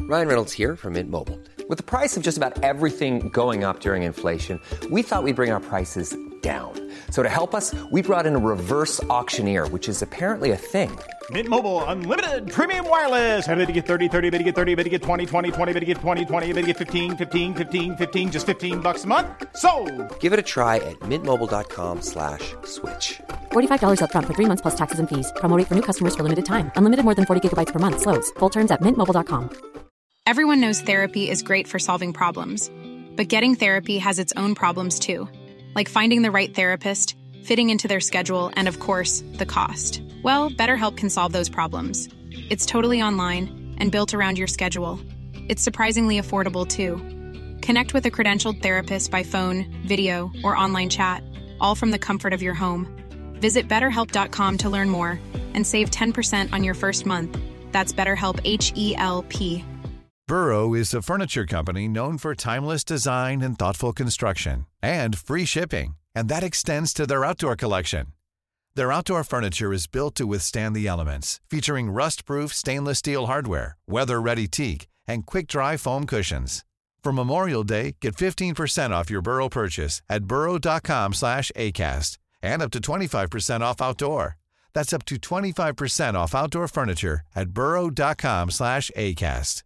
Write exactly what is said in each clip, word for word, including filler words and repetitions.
Ryan Reynolds here from Mint Mobile. With the price of just about everything going up during inflation, we thought we'd bring our prices down. So to help us, we brought in a reverse auctioneer, which is apparently a thing. Mint Mobile Unlimited Premium Wireless. How to get thirty, thirty, how to get thirty, how to get twenty, twenty, twenty, how to get twenty, twenty, how to get fifteen, fifteen, fifteen, fifteen, just fifteen bucks a month? Sold! Give it a try at mintmobile.com slash switch. forty-five dollars up front for three months plus taxes and fees. Promo rate for new customers for limited time. Unlimited more than forty gigabytes per month. Slows full terms at mint mobile dot com. Everyone knows therapy is great for solving problems, but getting therapy has its own problems too, like finding the right therapist, fitting into their schedule, and of course, the cost. Well, BetterHelp can solve those problems. It's totally online and built around your schedule. It's surprisingly affordable too. Connect with a credentialed therapist by phone, video, or online chat, all from the comfort of your home. Visit better help dot com to learn more and save ten percent on your first month. That's BetterHelp, H E L P. Burrow is a furniture company known for timeless design and thoughtful construction, and free shipping, and that extends to their outdoor collection. Their outdoor furniture is built to withstand the elements, featuring rust-proof stainless steel hardware, weather-ready teak, and quick-dry foam cushions. For Memorial Day, get fifteen percent off your Burrow purchase at burrow.com slash ACAST and up to twenty-five percent off outdoor. That's up to twenty-five percent off outdoor furniture at burrow.com slash ACAST.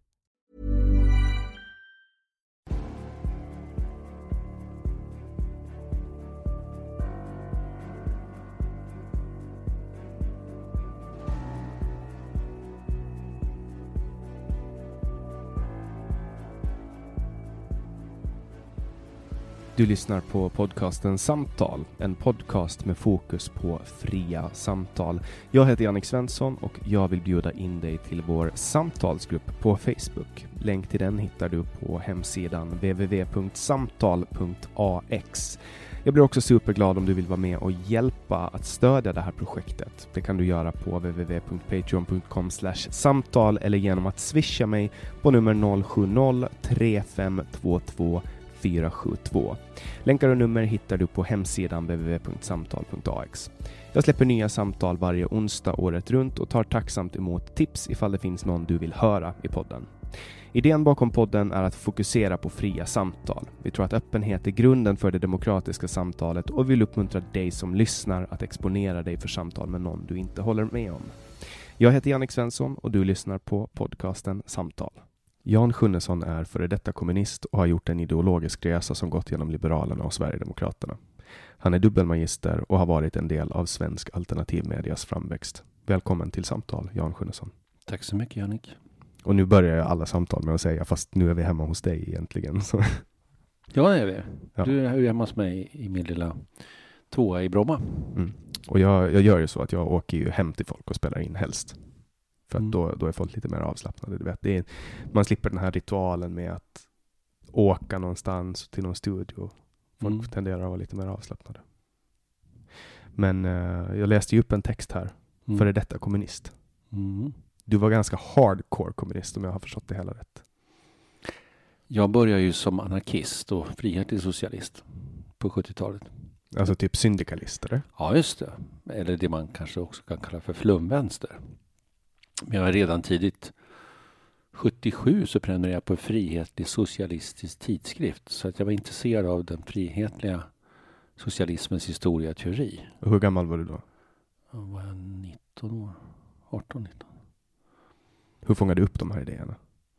Du lyssnar på podcasten Samtal, en podcast med fokus på fria samtal. Jag heter Jannik Svensson och jag vill bjuda in dig till vår samtalsgrupp på Facebook. Länk till den hittar du på hemsidan w w w punkt samtal punkt a x. Jag blir också superglad om du vill vara med och hjälpa att stödja det här projektet. Det kan du göra på w w w punkt patreon punkt com slash samtal eller genom att swisha mig på nummer noll sju noll tre fem två två fyra sju två. Länkar och nummer hittar du på hemsidan w w w punkt samtal punkt a x. Jag släpper nya samtal varje onsdag året runt och tar tacksamt emot tips ifall det finns någon du vill höra i podden. Idén bakom podden är att fokusera på fria samtal. Vi tror att öppenhet är grunden för det demokratiska samtalet och vill uppmuntra dig som lyssnar att exponera dig för samtal med någon du inte håller med om. Jag heter Jannik Svensson och du lyssnar på podcasten Samtal. Jan Sjunnesson är före detta kommunist och har gjort en ideologisk resa som gått genom Liberalerna och Sverigedemokraterna. Han är dubbelmagister och har varit en del av svensk alternativmedias framväxt. Välkommen till Samtal, Jan Sjunnesson. Tack så mycket, Jannik. Och nu börjar jag alla samtal med att säga, fast nu är vi hemma hos dig egentligen. Så. Ja, det är vi. Ja. Du är hemma hos mig i min lilla tvåa i Bromma. Mm. Och jag, jag gör ju så att jag åker ju hem till folk och spelar in helst. För att mm. då, då är folk lite mer avslappnade. Du vet. Det är, man slipper den här ritualen med att åka någonstans till någon studio. Folk mm. tenderar att vara lite mer avslappnade. Men uh, jag läste ju upp en text här. Mm. Före detta kommunist. Mm. Du var ganska hardcore kommunist om jag har förstått det hela rätt. Jag började ju som anarkist och frihetlig socialist på sjuttiotalet. Alltså typ syndikalister? Ja, just det. Eller det man kanske också kan kalla för flumvänster. Men jag var redan tidigt sjuttiosju så prenumererade jag på en frihetlig socialistisk tidskrift. Så att jag var intresserad av den frihetliga socialismens historia och teori. Och hur gammal var du då? Jag var nitton år. arton nitton. Hur fångade du upp de här idéerna?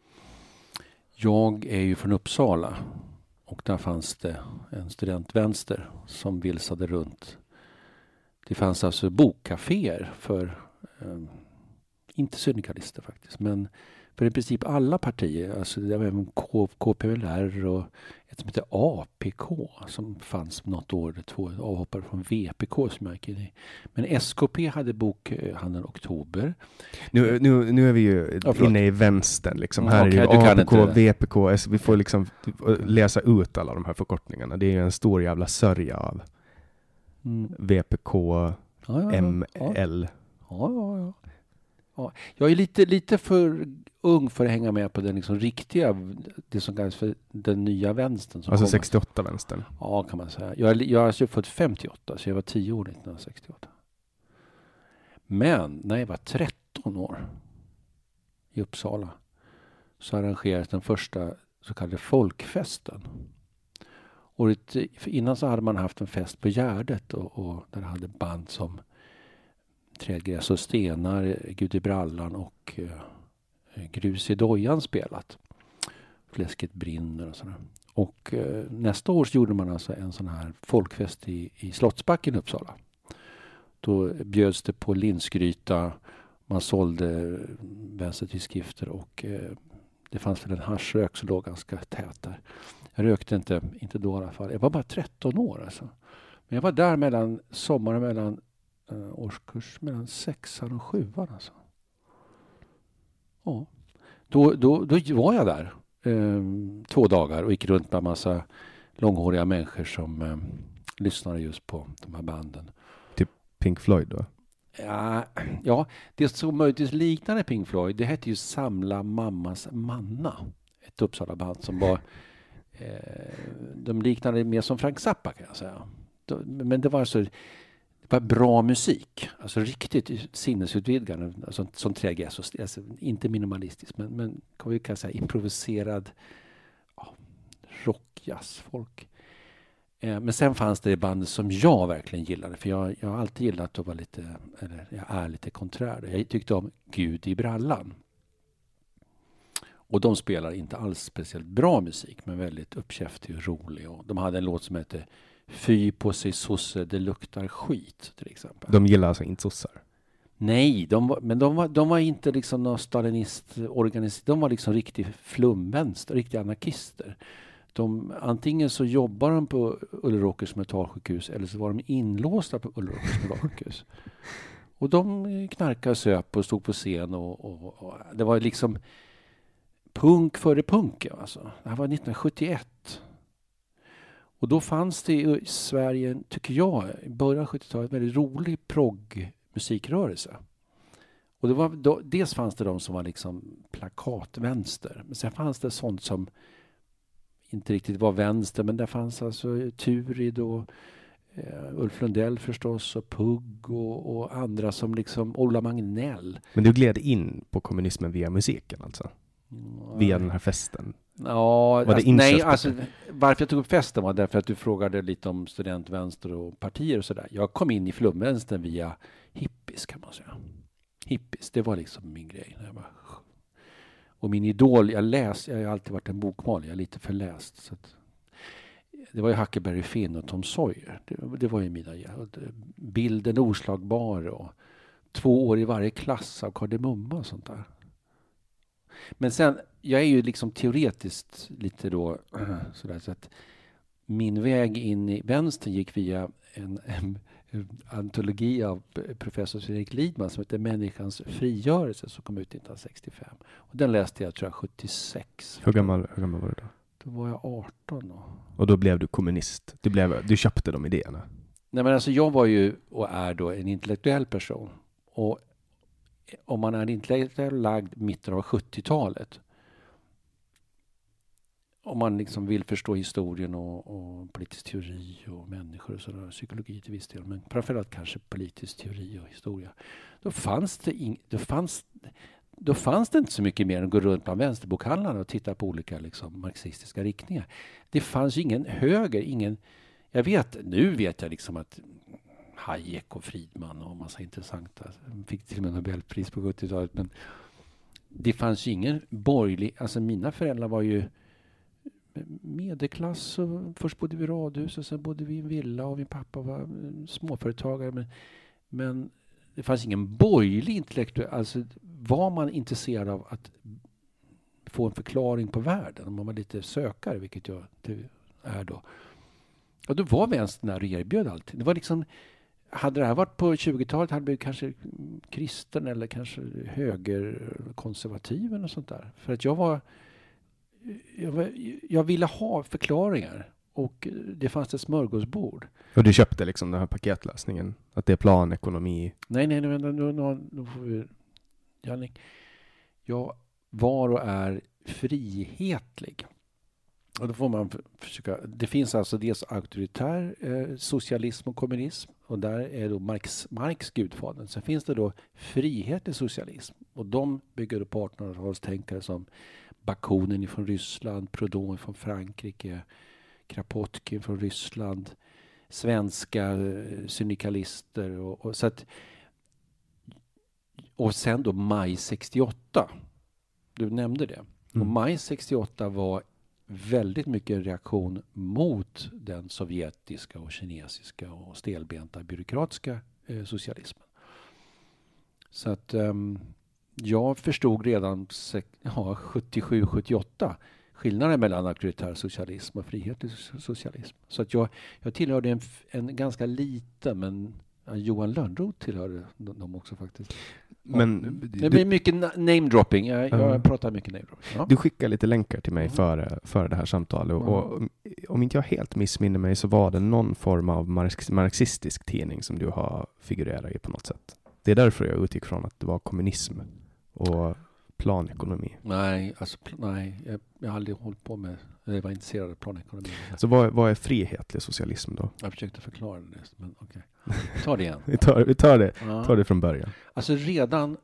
Jag är ju från Uppsala. Och där fanns det en studentvänster som vilsade runt. Det fanns alltså bokkaféer för... Um, inte syndikalister faktiskt, men för i princip alla partier, alltså det var även K P L R och ett som heter A P K som fanns något år, två avhoppare från V P K som jag gick in i. Men S K P hade bokhandeln oktober. Nu, nu, nu är vi ju ja, inne i vänstern liksom. Här okay, är ju A P K, inte... V P K, vi får liksom läsa ut alla de här förkortningarna. Det är ju en stor jävla sörja av mm. V P K, ja, ja, ja. M L. Ja, ja, ja. Ja, jag är lite, lite för ung för att hänga med på den liksom riktiga, det som kallas för den nya vänstern. Som alltså sextioåtta-vänstern? Ja, kan man säga. Jag, jag är alltså född femtioåtta, så jag var tio år nittonhundrasextioåtta. Men när jag var tretton år i Uppsala så arrangerades den första så kallade folkfesten. Och innan så hade man haft en fest på Gärdet och, och där hade band som Trädgräs och stenar, Gud i brallan och eh, Grus i dojan spelat. Fläsket brinner och sådär. Och eh, nästa år så gjorde man alltså en sån här folkfest i, i Slottsbacken i Uppsala. Då bjöds det på linsgryta, man sålde vänstertidskrifter och eh, det fanns väl en haschrök som låg ganska tät där. Jag rökte inte, inte då i alla fall. Jag var bara tretton år alltså. Men jag var där mellan sommaren mellan eh, årskurs mellan sexan och sjuan alltså. Ja. Då, då, då var jag där eh, två dagar och gick runt med en massa långhåriga människor som eh, lyssnade just på de här banden. Typ Pink Floyd då? Ja, ja, det som möjligtvis liknade Pink Floyd, det hette ju Samla mammas manna. Ett Uppsala-band som var eh, de liknade mer som Frank Zappa kan jag säga. Men det var alltså det var bra musik, alltså riktigt sinnesutvidgande, alltså, som Trädgräs, alltså, inte minimalistiskt men, men kan vi kan säga improviserad ja, rockjazz folk. Eh, men sen fanns det bandet som jag verkligen gillade, för jag, jag har alltid gillat att vara lite, eller jag är lite konträr. Jag tyckte om Gud i brallan. Och de spelar inte alls speciellt bra musik, men väldigt uppkäftig och rolig. Och de hade en låt som heter Fy på sig sosse, det luktar skit till exempel. De gillar alltså inte sossar? Nej, de var, men de var, de var inte liksom någon stalinist organiserad. De var liksom riktigt flumvänster, riktiga anarkister. De, antingen så jobbar de på Ulleråkers mentalsjukhus eller så var de inlåsta på Ulleråkers mentalsjukhus. Och de knarkade och söp och stod på scen och, och, och det var liksom punk före punk alltså. Det här var nittonhundrasjuttioett. Och då fanns det i Sverige, tycker jag, i början av sjuttiotalet en väldigt rolig progg-musikrörelse. Och det var då, dels fanns det de som var liksom plakatvänster, men sen fanns det sånt som inte riktigt var vänster, men där fanns alltså Turid och eh, Ulf Lundell förstås och Pugg och, och andra som liksom Ola Magnell. Men du gled in på kommunismen via musiken alltså? Mm. Via den här festen? Ja, var alltså, det nej, alltså, varför jag tog upp festen var därför att du frågade lite om studentvänster och partier och sådär. Jag kom in i flumvänstern via hippies kan man säga. Hippies, det var liksom min grej. Jag bara... Och min idol, jag läs, jag har alltid varit en bokmal, jag är lite förläst. Så att, det var ju Huckleberry Finn och Tom Sawyer. Det, det var ju mina, Bilden oslagbar och Två år i varje klass av Kardemumma och sånt där. Men sen, jag är ju liksom teoretiskt lite då sådär så att min väg in i vänstern gick via en, en, en antologi av professor Fredrik Lidman som heter Människans frigörelse som kom ut nittonhundrasextiofem. Och den läste jag tror jag sjuttiosex. Hur gammal, hur gammal var du då? Då var jag arton då. Och då blev du kommunist? Du, blev, du köpte de idéerna? Nej men alltså jag var ju och är då en intellektuell person. Och om man är intellektuellt lagd mitten av sjuttiotalet, om man liksom vill förstå historien och, och politisk teori och människor och sådär, psykologi till viss del, men framförallt kanske politisk teori och historia, då fanns det, in, då fanns, då fanns det inte så mycket mer än att gå runt bland vänsterbokhandlarna och titta på olika liksom, marxistiska riktningar. Det fanns ju ingen höger, ingen, jag vet, nu vet jag liksom att Hayek och Friedman och massa intressanta. Fick till och med Nobelpris på sjuttiotalet. Men det fanns ju ingen borgerlig... Alltså mina föräldrar var ju medelklass. Och först bodde vi i radhus och sen bodde vi i en villa och min pappa var småföretagare. Men, men det fanns ingen borgerlig intellektuell... Alltså var man intresserad av att få en förklaring på världen, om man var lite sökare, vilket jag är då. Och då var vänstern där och erbjöd alltid. Det var liksom... Hade det här varit på tjugotalet hade vi kanske kristen eller kanske högerkonservativ eller sånt där. För att jag var, jag var... Jag ville ha förklaringar och det fanns ett smörgåsbord. Och du köpte liksom den här paketlösningen? Att det är planekonomi? Nej, nej, nej. Nu, nu, nu får vi... Jannik, jag var och är frihetlig. Och då får man försöka... Det finns alltså dels auktoritär eh, socialism och kommunism. Och där är då Marx, Marx gudfadern. Sen finns det då frihetlig socialism. Och de bygger på artonhundratalstänkare som Bakunin från Ryssland, Proudhon från Frankrike, Kropotkin från Ryssland, svenska eh, syndikalister och, och så att, och sen då maj sextioåtta. Du nämnde det. Mm. Och maj sextioåtta var väldigt mycket en reaktion mot den sovjetiska och kinesiska och stelbenta byråkratiska eh, socialismen. Så att um, jag förstod redan ja, sjuttiosju sjuttioåtta skillnaden mellan auktoritär socialism och frihetlig socialism. Så att jag, jag tillhörde en, en ganska liten, men ja, Johan Lönnroth tillhörde dem också faktiskt. Men ja, det blir mycket namedropping. Jag, jag uh, pratar mycket namedropping. Ja. Du skickade lite länkar till mig mm. före, före det här samtalet. Och, mm. och om inte jag helt missminner mig så var det någon form av marx, marxistisk tidning som du har figurerat i på något sätt. Det är därför jag utgick från att det var kommunism och planekonomi. Nej, alltså, nej jag, jag har aldrig hållit på med, jag var intresserad av planekonomi. Så vad, vad är frihetlig socialism då? Jag försökte förklara det, men okej. Okay. Ta det igen. vi, tar, vi tar det, ja. tar det från början. Alltså redan,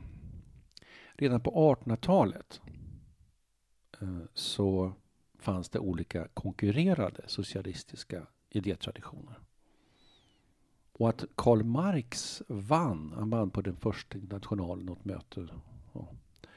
redan på artonhundratalet eh, så fanns det olika konkurrerade socialistiska idétraditioner. Och att Karl Marx vann, han vann på den första internationalen något möte, ja,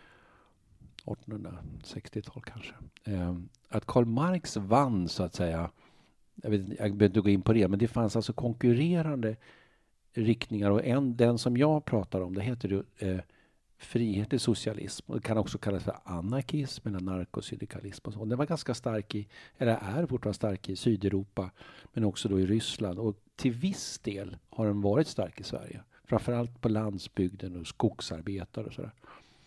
artonhundrasextiotal kanske. Eh, att Karl Marx vann så att säga, jag vet, jag behöver inte gå in på det, men det fanns alltså konkurrerande riktningar och en, den som jag pratar om, det heter ju eh, frihetlig socialism och det kan också kallas för anarkism eller anarkosyndikalism och så. Och den var ganska stark i, eller är fortfarande stark i Sydeuropa men också då i Ryssland och till viss del har den varit stark i Sverige. Framförallt på landsbygden och skogsarbetare och sådär.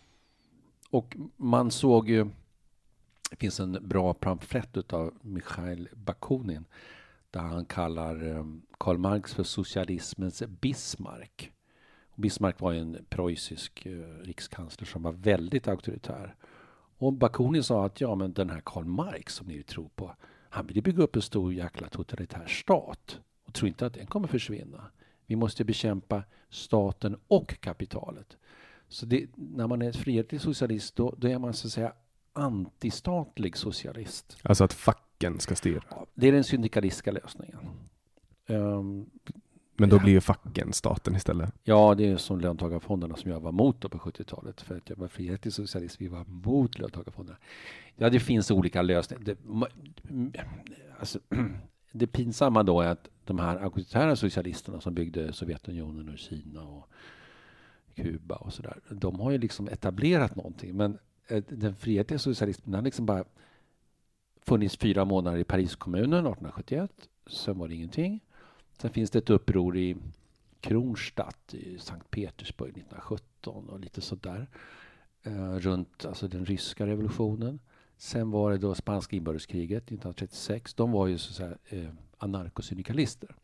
Och man såg ju, det finns en bra pamflett av Mikhail Bakunin där han kallar um, Karl Marx för socialismens Bismarck. Och Bismarck var en preussisk uh, rikskansler som var väldigt auktoritär. Och Bakunin sa att ja, men den här Karl Marx som ni tror på, han vill bygga upp en stor jäkla totalitär stat och tror inte att den kommer försvinna. Vi måste bekämpa staten och kapitalet. Så det, när man är ett frihetlig socialist då, då är man så att säga antistatlig socialist. Alltså att facken ska styra. Ja, det är den syndikalistiska lösningen. Um, Men då ja. blir ju facken staten istället. Ja, det är som löntagarfonderna som jag var emot på sjuttiotalet. För att jag var frihetlig socialist, vi var emot löntagarfonderna. Ja, det finns olika lösningar. Det, alltså, det pinsamma då är att de här auktoritära socialisterna som byggde Sovjetunionen och Kina och Kuba och sådär. De har ju liksom etablerat någonting. Men den frihetliga socialismen har liksom bara funnits fyra månader i Pariskommunen artonhundrasjuttioett. Sen var det ingenting. Sen finns det ett uppror i Kronstadt i Sankt Petersburg nittonhundrasjutton och lite sådär. Eh, runt alltså den ryska revolutionen. Sen var det då spanska inbördeskriget nittonhundratrettiosex. De var ju så att säga eh, anarkosyndikalister.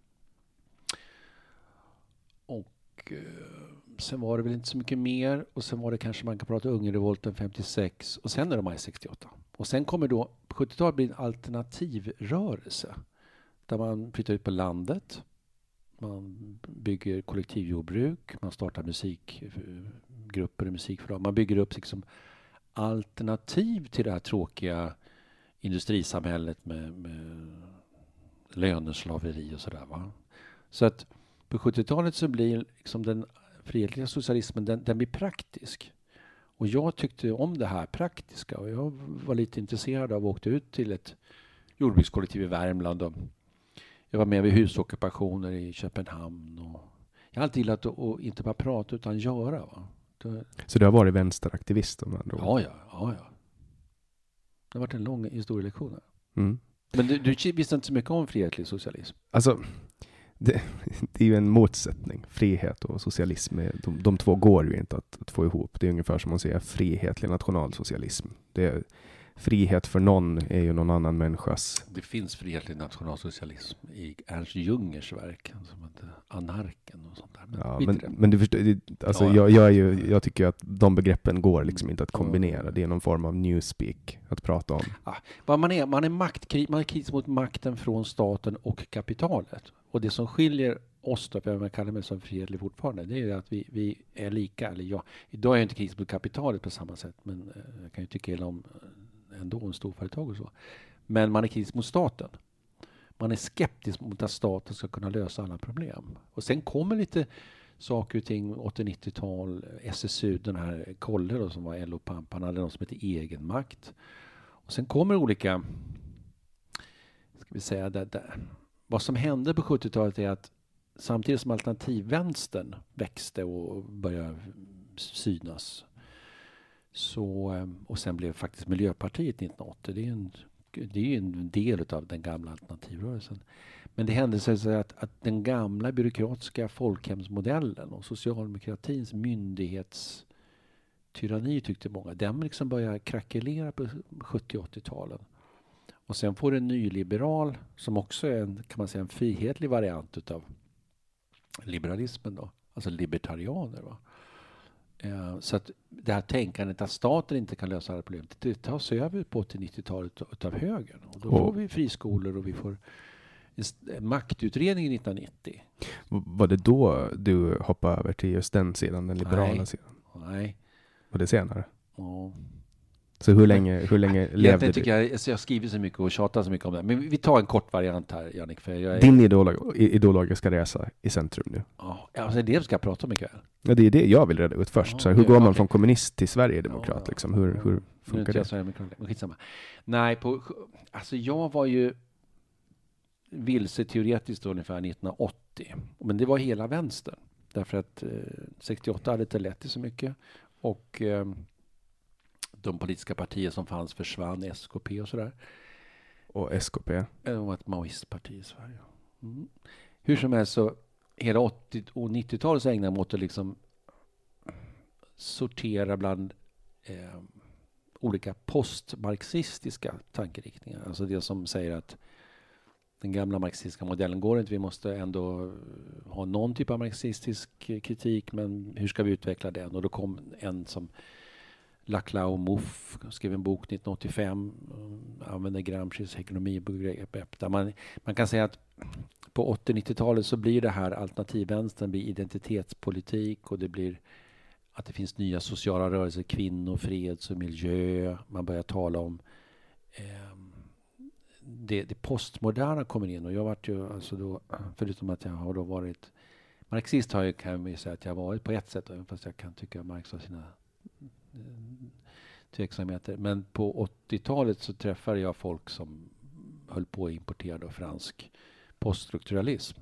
Och eh, sen var det väl inte så mycket mer. Och sen var det kanske man kan prata Ungernrevolten femtiosex. Och sen är det maj sextioåtta. Och sen kommer då på sjuttiotalet bli en alternativrörelse. Där man flyttar ut på landet. Man bygger kollektivjordbruk. Man startar musikgrupper och musikförlag. Man bygger upp liksom alternativ till det här tråkiga industrisamhället med, med löneslaveri och sådär. Va? Så att på sjuttiotalet så blir liksom den frihetliga socialismen, den, den blir praktisk. Och jag tyckte om det här praktiska. Och jag var lite intresserad av att åka ut till ett jordbrukskollektiv i Värmland. Och jag var med vid husockupationer i Köpenhamn. Och jag har alltid gillat att, att inte bara prata utan göra. Va? Det... Så du har varit vänsteraktivist? Om ja, ja, ja, ja. Det har varit en lång historielektion här. Mm. Men du, du visste inte så mycket om frihetlig socialism? Alltså, det, det är ju en motsättning. Frihet och socialism, de, de två går ju inte att, att få ihop. Det är ungefär som man säger frihetlig nationalsocialism. Det är, frihet för någon är ju någon annan människas. Det finns frihetlig nationalsocialism i Ernst Jungers verk som heter Anarken och sånt där. Men, ja, men, men du förstår, det, alltså ja, jag, jag, är ju, jag tycker att de begreppen går liksom inte att kombinera. Det är någon form av newspeak att prata om. Ja, vad man är, man är maktkritisk, man är kritisk mot makten från staten och kapitalet. Och det som skiljer oss då, för jag kallar mig som frihetlig fortfarande, det är ju att vi, vi är lika, eller ja, idag är jag inte kritisk mot kapitalet på samma sätt, men eh, jag kan ju tycka illa om ändå en storföretag och så. Men man är kritisk mot staten. Man är skeptisk mot att staten ska kunna lösa alla problem. Och sen kommer lite saker och ting, åttio-nittiotal, S S U, den här Kolle då, som var L O-pampan, hade något som heter egenmakt. Och sen kommer olika, ska vi säga, där, där. Vad som hände på sjuttiotalet är att samtidigt som alternativvänstern växte och började synas, så, och sen blev faktiskt Miljöpartiet nittonhundraåttio, det är en, det är en del av den gamla alternativrörelsen. Men det hände sig så att, att den gamla byråkratiska folkhemsmodellen och socialdemokratins myndighetstyranni, tyckte många, den liksom började krackelera på sjuttio-åttio-talen. Och sen får en nyliberal, som också är en, kan man säga, en frihetlig variant utav liberalismen då, alltså libertarianer, va. Uh, så att det här tänkandet att staten inte kan lösa alla problem, det tas över på åttio-nittiotalet utav högern. Och då oh. får vi friskolor och vi får en maktutredning nittonhundranittio. Var det då du hoppade över till just den sidan, den liberala Nej. sidan? Nej. Var det senare? Ja. Så hur länge, hur länge levde du? Tycker jag, alltså jag skriver så mycket och tjatar så mycket om det. Men vi tar en kort variant här, Jannik. För jag är... Din ideolog, ideologiska resa i centrum nu. Ja, alltså det är det vi ska prata om ikväll. Ja, det är det jag vill reda ut först. Ja, så hur går man okay. från kommunist till Sverigedemokrat? Ja, liksom? Hur, hur funkar det? Men skitsamma. Nej, på, alltså jag var ju vilse teoretiskt ungefär nittonhundraåttio. Men det var hela vänstern. Därför att eh, sextioåtta hade inte lett till så mycket. Och... Eh, de politiska partier som fanns försvann, S K P och sådär. Och S K P? Det var ett maoistparti i Sverige. Mm. Hur som helst så, hela åttio- och nittiotalet så ägnade man åt att liksom sortera bland eh, olika postmarxistiska tankeriktningar. Alltså det som säger att den gamla marxistiska modellen går inte, vi måste ändå ha någon typ av marxistisk kritik, men hur ska vi utveckla den? Och då kom en som Laclau Mouffe skrev en bok nittonhundraåttiofem, använde Gramscis ekonomibegrepp, där man, man kan säga att på åttio-nittiotalet så blir det här alternativvänstern, blir identitetspolitik, och det blir att det finns nya sociala rörelser, kvinnor, freds och miljö. Man börjar tala om eh, det, det postmoderna kommer in, och jag varit ju alltså då, förutom att jag har då varit marxist, har jag, kan jag säga att jag har varit på ett sätt, fast jag kan tycka att Marx har sina tveksamheter. Men på åttiotalet så träffade jag folk som höll på att importera då fransk poststrukturalism.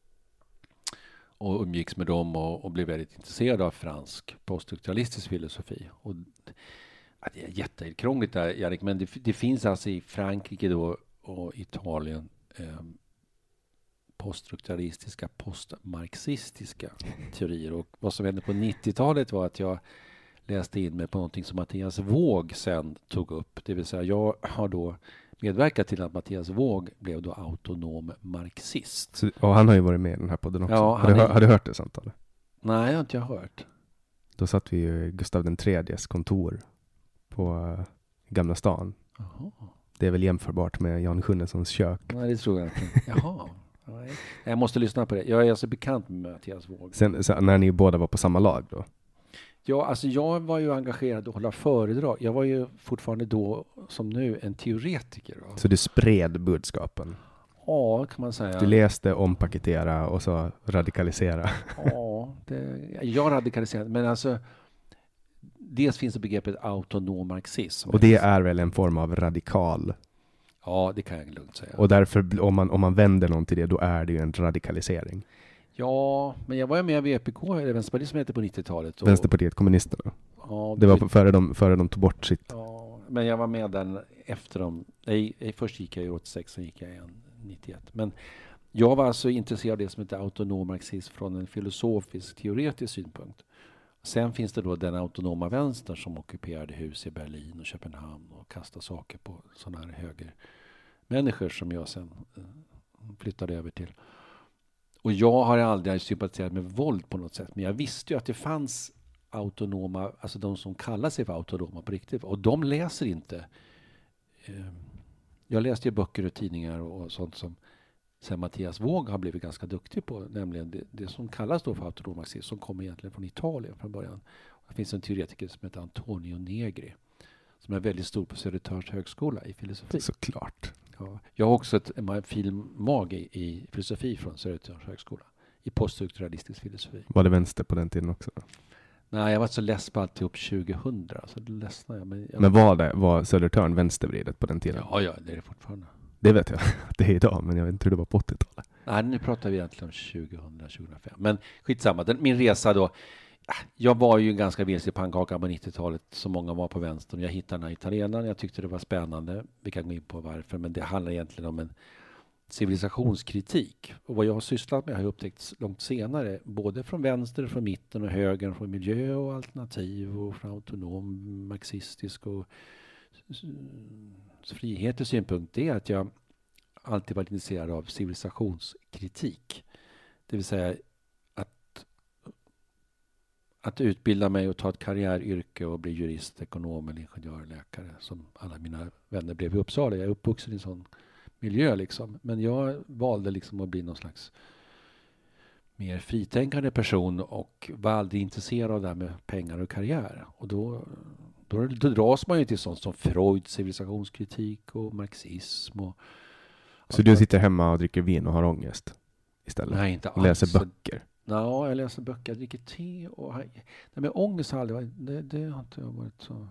Och umgicks med dem och, och blev väldigt intresserad av fransk poststrukturalistisk filosofi. Och, ja, det är jättekrångligt där, Jannik, men det, det finns alltså i Frankrike då och Italien eh, poststrukturalistiska, postmarxistiska teorier. Och vad som hände på nittiotalet var att jag läste in mig på någonting som Mattias Våg sen tog upp. Det vill säga jag har då medverkat till att Mattias Våg blev då autonom marxist. Så, och han har ju varit med i den här podden också. Ja, har, du, är... har du hört det samtalet? Nej, jag har inte hört. Då satt vi i Gustav den tredjes kontor på uh, Gamla stan. Aha. Det är väl jämförbart med Jan Schunnessons kök. Nej, det tror jag inte. Jaha. Nej. Jag måste lyssna på det. Jag är alltså bekant med Mattias Våg. Sen så, när ni båda var på samma lag då? Ja, alltså jag var ju engagerad att hålla föredrag. Jag var ju fortfarande då, som nu, en teoretiker. Va? Så du spred budskapen? Ja, kan man säga. Du läste, ompaketera och så radikalisera? Ja, det, jag radikaliserade. Men alltså, dels finns det begreppet autonom marxism. Och det är väl en form av radikal? Ja, det kan jag lugnt säga. Och därför, om man, om man vänder någon till det, då är det ju en radikalisering. Ja, men jag var ju med i V P K, eller Vänsterpartiet som hette på nittiotalet. Och, Vänsterpartiet kommunisterna. Ja, det var på, före, de, före de tog bort sitt. Ja, men jag var med där efter dem. Nej, först gick jag i åttiosex, sen gick jag igen nittioett. Men jag var alltså intresserad av det som heter autonom marxism från en filosofisk, teoretisk synpunkt. Sen finns det då den autonoma vänstern som ockuperade hus i Berlin och Köpenhamn och kastade saker på sådana här höger människor som jag sen flyttade över till. Och jag har aldrig sympatiserat med våld på något sätt. Men jag visste ju att det fanns autonoma, alltså de som kallar sig för autonoma på riktigt. Och de läser inte. Jag läste ju böcker och tidningar och sånt som sen Mattias Våg har blivit ganska duktig på, nämligen det, det som kallas då för autonom marxism, som kommer egentligen från Italien från början. Det finns en teoretiker som heter Antonio Negri som är väldigt stor på Södertörns högskola i filosofi. Såklart. Ja, jag har också ett, en filmmag i, i filosofi från Södertörns högskola. I poststrukturalistisk filosofi. Var det vänster på den tiden också? Då? Nej, jag var så less på alltihop tjugohundra. Så då ledsnade jag. Men, jag men var det var Södertörn vänstervridet på den tiden? Ja, ja, det är det fortfarande. Det vet jag. Det är idag, men jag vet inte hur det var på åttiotalet. Nej, nu pratar vi egentligen om tjugohundra tjugofem. Men skitsamma. Den, min resa då. Jag var ju ganska vilse i pannkaka på nittiotalet, som många var på vänstern. Jag hittade den här italienaren. Jag tyckte det var spännande. Vi kan gå in på varför. Men det handlar egentligen om en civilisationskritik. Och vad jag har sysslat med har jag upptäckt långt senare. Både från vänster, från mitten och höger. Från miljö och alternativ. Och från autonom, marxistisk och frihetens synpunkt. Det är att jag alltid varit intresserad av civilisationskritik. Det vill säga att, att utbilda mig och ta ett karriäryrke och bli jurist, ekonom eller ingenjör, läkare. Som alla mina vänner blev i Uppsala. Jag är uppvuxen i en sån miljö liksom. Men jag valde liksom att bli någon slags mer fritänkande person och var aldrig intresserad av det här med pengar och karriär. Och då, då, då dras man ju till sånt som Freud, civilisationskritik och marxism. Och så du sitter hemma och dricker vin och har ångest istället? Nej, inte alls. Och läser böcker? Ja, jag läser böcker. Jag dricker te. Och det med ångest har aldrig varit, det, det har inte varit så.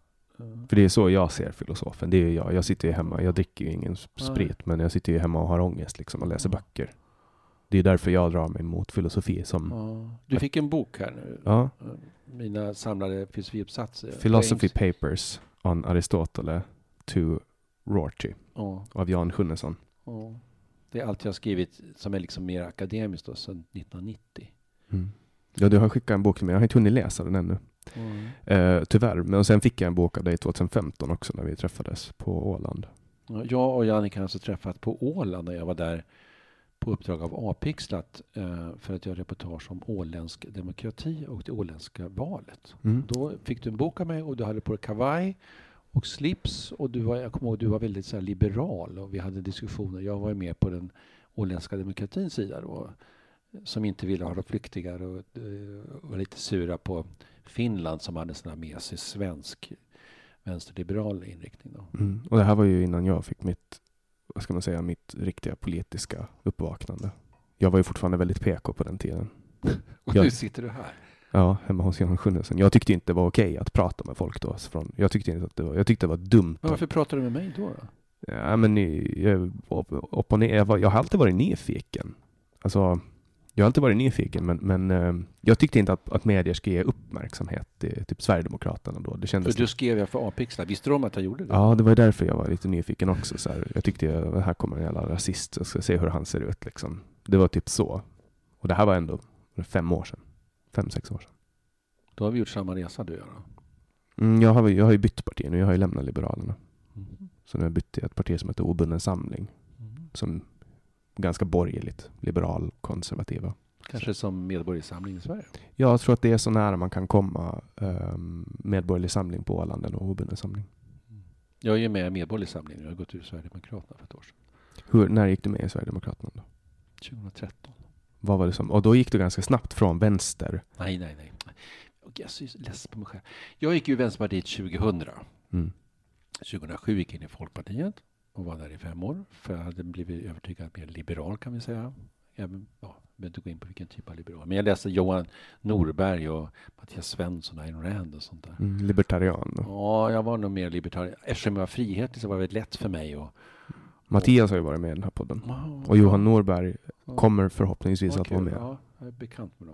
För det är så jag ser filosofen. Det är ju jag. Jag sitter ju hemma. Jag dricker ju ingen sprit. Nej. Men jag sitter ju hemma och har ångest liksom, och läser ja. böcker. Det är därför jag drar mig mot filosofi. Som ja. Du fick en bok här nu. Ja. Mina samlade filosofiuppsatser. Philosophy Papers on Aristotle to Rorty. Ja. Av Jan Sjunnesson. Ja. Det är allt jag har skrivit som är liksom mer akademiskt då, sedan nittonhundranittio. Mm. Ja, du har skickat en bok till mig. Jag har inte hunnit läsa den ännu. Mm. Uh, tyvärr. Men sen fick jag en bok av dig tjugohundrafemton också när vi träffades på Åland. Ja, jag och Jannik har alltså träffat på Åland när jag var där på uppdrag av A-pixlat uh, för att göra reportage om åländsk demokrati och det åländska valet. Mm. Då fick du en bok av mig och du hade på kavaj och slips och du var, jag kommer ihåg, du var väldigt så här liberal och vi hade diskussioner. Jag var med på den åländska demokratins sida då, som inte ville ha flyktingar och, och var lite sura på Finland som hade såna med sig svensk vänsterliberal inriktning då. Mm. Och det här var ju innan jag fick mitt, vad ska man säga, mitt riktiga politiska uppvaknande. Jag var ju fortfarande väldigt P K på den tiden. Och jag, nu sitter du här. Ja, hemma hos Jan Sjunnesson. Jag tyckte inte det var okej att prata med folk då. Från, jag tyckte inte att det var, jag tyckte det var dumt. Men varför pratade du med mig då? då? Ja, men jag, upp och ner, jag, var, jag har alltid varit nyfiken. Alltså, jag har alltid varit nyfiken, men, men uh, jag tyckte inte att, att medier ska ge uppmärksamhet till typ Sverigedemokraterna då. Det kändes för du skrev jag för A-pixlar. Visste du om att jag gjorde det? Ja, det var därför jag var lite nyfiken också. Så här. Jag tyckte att det här kommer en jävla rasist. Jag ska se hur han ser ut liksom. Det var typ så. Och det här var ändå fem år sedan. Fem, sex år sedan. Då har vi gjort samma resa du gör då? Mm, jag, har, jag har ju bytt parti nu. Jag har ju lämnat Liberalerna. Mm. Så nu har jag bytt till ett parti som heter Obunden samling. Mm. Som ganska borgerligt, liberal, konservativa. Kanske som medborgarsamling i Sverige? Jag tror att det är så nära man kan komma um, medborgerlig samling på Åland och Obunden samling. Mm. Jag är ju med i medborgerlig samling. Jag har gått ur Sverigedemokraterna för ett år sedan. Hur, när gick du med i Sverigedemokraterna då? tjugohundratretton. Vad var det som? Och då gick du ganska snabbt från vänster. Nej, nej, nej. Och jag är så less på mig själv. Jag gick ju i Vänsterpartiet tjugohundra. Mm. tjugohundrasju gick in i Folkpartiet och var där i fem år. För jag hade blivit övertygad mer liberal kan vi säga. Jag ja, behöver inte gå in på vilken typ av liberal. Men jag läste Johan Norberg och Mattias Svensson och Ayn Rand och sånt där. Mm, libertarian då. Ja, jag var nog mer libertarian. Eftersom jag var frihetlig så var det väldigt lätt för mig. Och, Mattias har ju varit med i den här podden. Oh, och Johan Norberg oh. kommer förhoppningsvis okay, att vara med. Ja, jag är bekant med dem.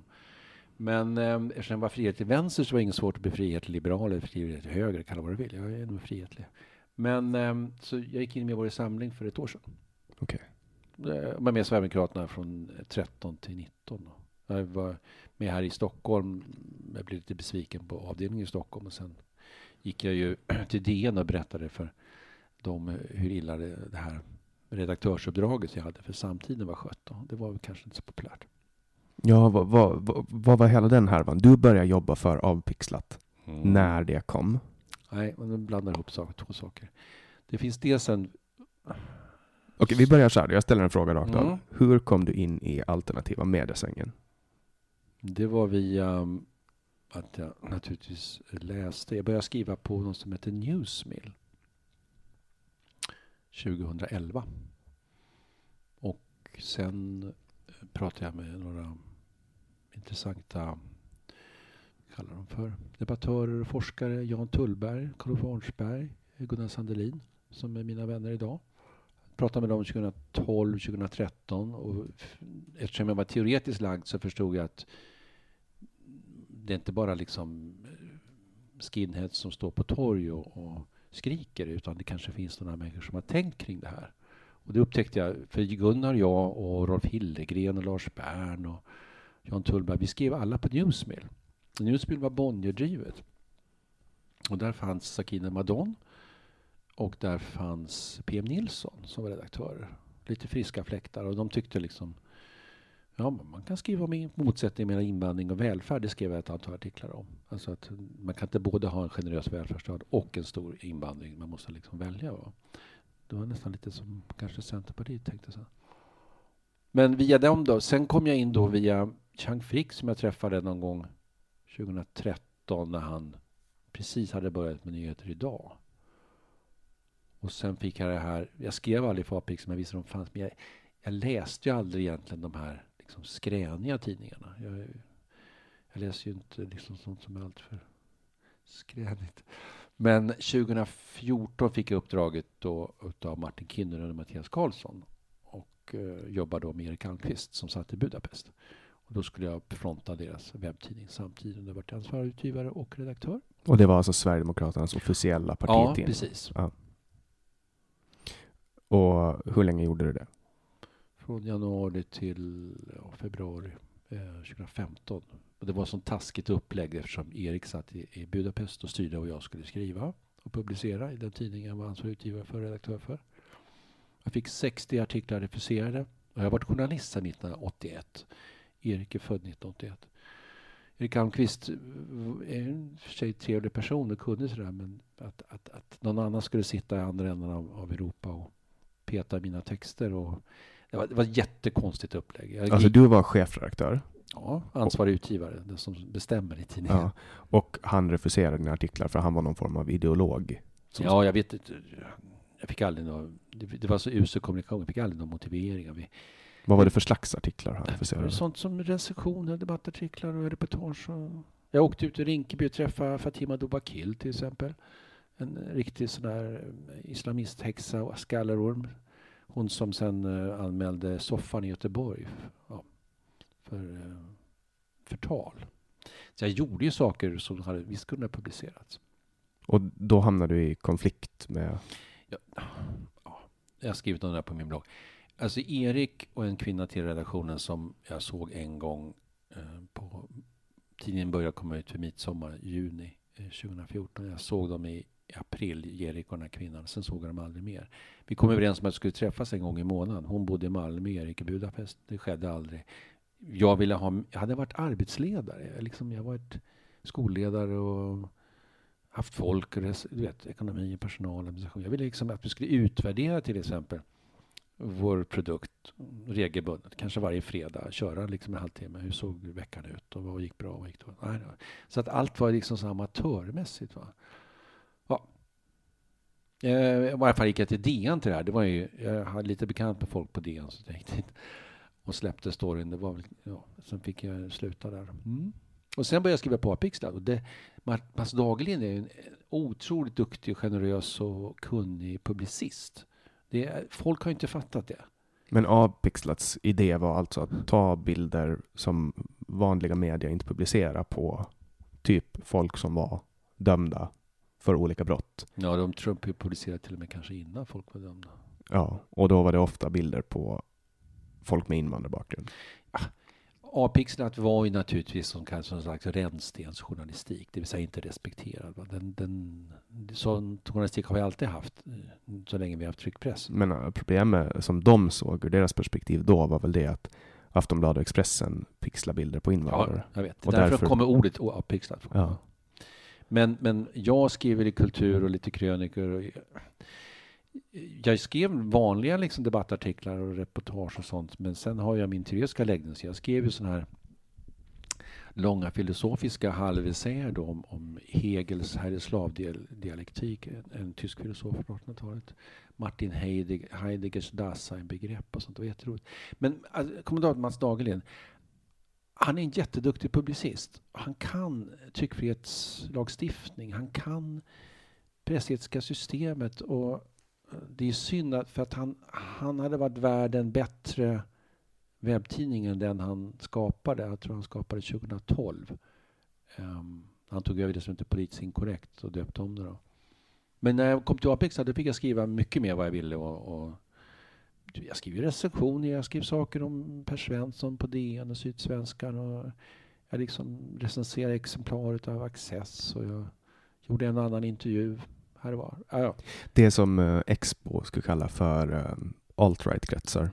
Men eh, eftersom jag var frihetlig till vänster så var det inget svårt att bli frihetlig liberal eller frihetlig till höger, kalla vad du vill. Jag är nog frihetlig. Men eh, så jag gick in med vår samling för ett år sedan. Okej. Okay. Jag var med Sverigedemokraterna från tretton till nitton. Då. Jag var med här i Stockholm. Jag blev lite besviken på avdelningen i Stockholm. Och sen gick jag ju till D N och berättade för dem hur illa det, det här redaktörsuppdraget jag hade för samtiden var skött. Då. Det var väl kanske inte så populärt. Ja, vad, vad, vad, vad var hela den här? Va? Du började jobba för Avpixlat mm. när det kom. Nej, man blandar ihop sak, två saker. Det finns dels en Okej, vi börjar så här. Jag ställer en fråga rakt av. Mm. Hur kom du in i alternativa mediesvängen? Det var via um, att jag naturligtvis läste. Jag började skriva på något som heter Newsmill tjugoelva. Och sen pratade jag med några intressanta, vad kallar de för, debattörer och forskare. Jan Tullberg, Carl Warnsberg, Gunnar Sandelin, som är mina vänner idag. Jag pratade med dem tjugotolv tjugotretton och eftersom jag var teoretiskt lagd så förstod jag att det är inte bara liksom skinheads som står på torg och, och skriker, utan det kanske finns några människor som har tänkt kring det här. Och det upptäckte jag, för Gunnar, jag och Rolf Hildegren och Lars Bern och Jan Tullberg, vi skrev alla på Newsmill. Newsmill var Bonnier-drivet. Och där fanns Sakina Madon och där fanns P M Nilsson som var redaktörer. Lite friska fläktar, och de tyckte liksom, ja, man kan skriva om motsättning mellan invandring och välfärd. Det skrev jag ett antal artiklar om. Alltså att man kan inte både ha en generös välfärdsstat och en stor invandring. Man måste liksom välja. Va? Det var nästan lite som kanske Centerpartiet tänkte så. Men via dem då. Sen kom jag in då via Chang Frick som jag träffade någon gång tjugotretton när han precis hade börjat med Nyheter idag. Och sen fick jag det här. Jag skrev aldrig för A P I X som jag visste de fanns. Men jag, jag läste ju aldrig egentligen de här liksom skräniga tidningarna. Jag, jag läser ju inte liksom sånt som är allt för skränigt. Men tjugofjorton fick jag uppdraget då utav Martin Kinnunen och Mattias Karlsson och eh, jobbade då med Erik Almqvist som satt i Budapest. Och då skulle jag fronta deras webbtidning samtidigt. Jag var ansvarig utgivare och redaktör. Och det var alltså Sverigedemokraternas officiella partitidning? Ja, precis. Ja. Och hur länge gjorde du det? Från januari till ja, februari eh, tjugofemton. Och det var så taskigt upplägg eftersom Erik satt i, i Budapest och styrde vad jag skulle skriva och publicera i den tidningen jag var ansvarig utgivare för, redaktör för. Jag fick sextio artiklar refuserade och jag har varit journalist sedan nittonhundraåttioett. Erik är född nittonhundraåttioett. Erik Almqvist är en för sig trevlig person och kunde sådär, men att, att, att någon annan skulle sitta i andra änden av, av Europa och peta mina texter och det var, det var ett jättekonstigt upplägg. Jag alltså gick, du var chefredaktör? Ja, ansvarig utgivare, den som bestämmer i tidningen. Ja, och han refuserade dina artiklar för han var någon form av ideolog. Ja, jag vet inte. Jag fick aldrig någon, det, det var så usel kommunikation, jag fick aldrig någon motivering. Vi, Vad var det för slags artiklar han refuserade? Sånt som recensioner, debattartiklar och reportage. Och jag åkte ut i Rinkeby och träffade Fatima Dobakil till exempel. En riktig sån där islamisthäxa och skallerorm. Hon som sen uh, anmälde Soffan i Göteborg ja, för uh, förtal. Så jag gjorde ju saker som hade visst kunnat publicerats. Och då hamnade du i konflikt med... Ja, ja, jag har skrivit om det där på min blogg. Alltså Erik och en kvinna till redaktionen som jag såg en gång uh, på... Tidningen började komma ut för midsommar, juni uh, tjugofjorton. Jag såg dem i i april, Erik och den här kvinnan. Sen såg jag dem aldrig mer. Vi kom överens om att vi skulle träffas en gång i månaden. Hon bodde i Malmö, Erik i Budapest. Det skedde aldrig. Jag ville ha, jag hade varit arbetsledare. Jag, liksom, jag var ett skolledare och haft folk, och du vet, ekonomi, personal, administration. Jag ville liksom att vi skulle utvärdera till exempel vår produkt regelbundet. Kanske varje fredag. Köra liksom en halvtimme. Hur såg veckan ut? Och vad gick bra? Och vad gick då? Nej, då. Så att allt var liksom så amatörmässigt, va? Ja. I varje fall gick jag till D N till det här. Det var ju, jag hade lite bekant med folk på D N så jag gick dit och släppte storyn. Det var väl, ja, sen fick jag sluta där. Mm. Och sen började jag skriva på A P I X där. Och det, Mats Dahlin är en otroligt duktig, generös och kunnig publicist. Det, folk har inte fattat det. Men Avpixlats idé var alltså att ta bilder som vanliga media inte publicerar på typ folk som var dömda för olika brott. Ja, de Trump publicerade till och med kanske innan folk var dömda. Ja, och då var det ofta bilder på folk med invandrarbakgrund. Ja, Avpixlat var ju naturligtvis som kanske en slags rännstensjournalistik, det vill säga inte respekterad. Va? Den, den, sån journalistik har vi alltid haft så länge vi har haft tryckpress. Men problemet som de såg ur deras perspektiv då var väl det att Aftonbladet och Expressen pixlar bilder på invandrare. Ja, jag vet. Och därför, därför kommer ordet avpixlat från. Ja. Men, men jag skriver i kultur och lite krönikor. Och jag skrev vanliga liksom debattartiklar och reportage och sånt, men sen har jag min teoretiska läggning, så jag skrev ju sån här långa filosofiska halvessäer då om, om Hegels herre-slav-dialektik, en, en tysk filosof på artonhundratalet. Martin Heideg, Heideggers Dasein-begrepp och sånt, det var jätteroligt. Men alltså, kommentar Mats Dagerlind, han är en jätteduktig publicist. Han kan tryckfrihetslagstiftning, han kan pressetiska systemet, och det är synd att, för att han, han hade varit värd en bättre webbtidning än den han skapade. Jag tror han skapade tjugohundratolv. Um, han tog över det som inte politiskt inkorrekt och döpte om det då. Men när jag kom till Apex så fick jag skriva mycket mer vad jag ville. Och, och jag skrev recensioner, jag skrev saker om Per Svensson på D N och Sydsvenskan. Och jag liksom recenserade exemplaret av Access, och jag gjorde en annan intervju här och var. Ah, ja. Det som uh, Expo skulle kalla för uh, alt-right-kretsar.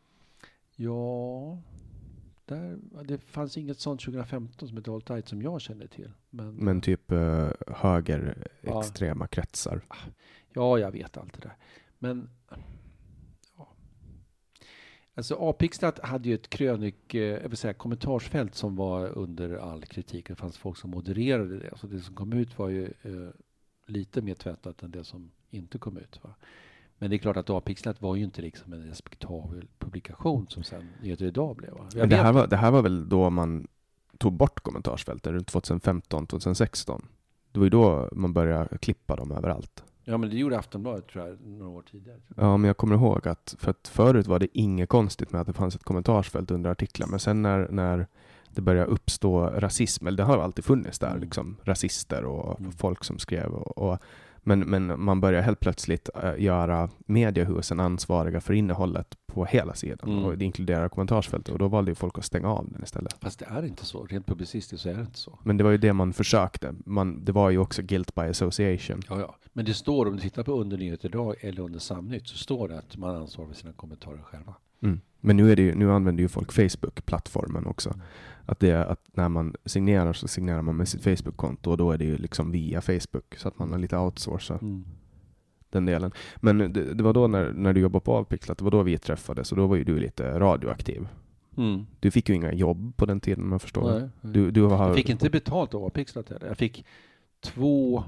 Ja, där, det fanns inget sånt tjugohundrafemton som heter alt-right som jag kände till. Men, men typ uh, höger ja. extrema kretsar. Ja, jag vet allt det där. Men ja. Alltså Apixlat hade ju ett krönik, jag vill säga kommentarsfält som var under all kritik. Det fanns folk som modererade det. Alltså det som kom ut var ju uh, lite mer tvättat än det som inte kom ut, va? Men det är klart att Apixlat var ju inte liksom en respektabel publikation som sen Nyheter idag blev. Va? Men det, här var, det här var väl då man tog bort kommentarsfältet runt tjugohundrafemton tjugohundrasexton. Det var ju då man började klippa dem överallt. Ja, men det gjorde Aftonbladet tror jag några år tidigare. Ja, men jag kommer ihåg att för att förut var det inget konstigt med att det fanns ett kommentarsfält under artiklar. Men sen när, när det började uppstå rasism, eller det har alltid funnits där, mm. liksom rasister och mm. folk som skrev och, och Men, men man börjar helt plötsligt uh, göra mediehusen ansvariga för innehållet på hela sidan. Mm. Och det inkluderar kommentarsfältet. Och då valde ju folk att stänga av den istället. Fast det är inte så. Rent publicistiskt så är det inte så. Men det var ju det man försökte. Man, det var ju också guilt by association. Ja, ja. Men det står, om du tittar på under Nyheter idag eller under Samnytt, så står det att man ansvarar för sina kommentarer själva. Mm. Men nu, är det ju, nu använder ju folk Facebook-plattformen också. Mm. Att, det, att när man signerar så signerar man med sitt Facebook-konto, och då är det ju liksom via Facebook, så att man har lite outsourcat mm. den delen. Men det, det var då när, när du jobbade på Apixlat, det var då vi träffades, och då var ju du lite radioaktiv. Mm. Du fick ju inga jobb på den tiden, om jag förstår. Nej, nej. Du, du har... Jag fick inte betalt av Apixlat heller. Jag fick två,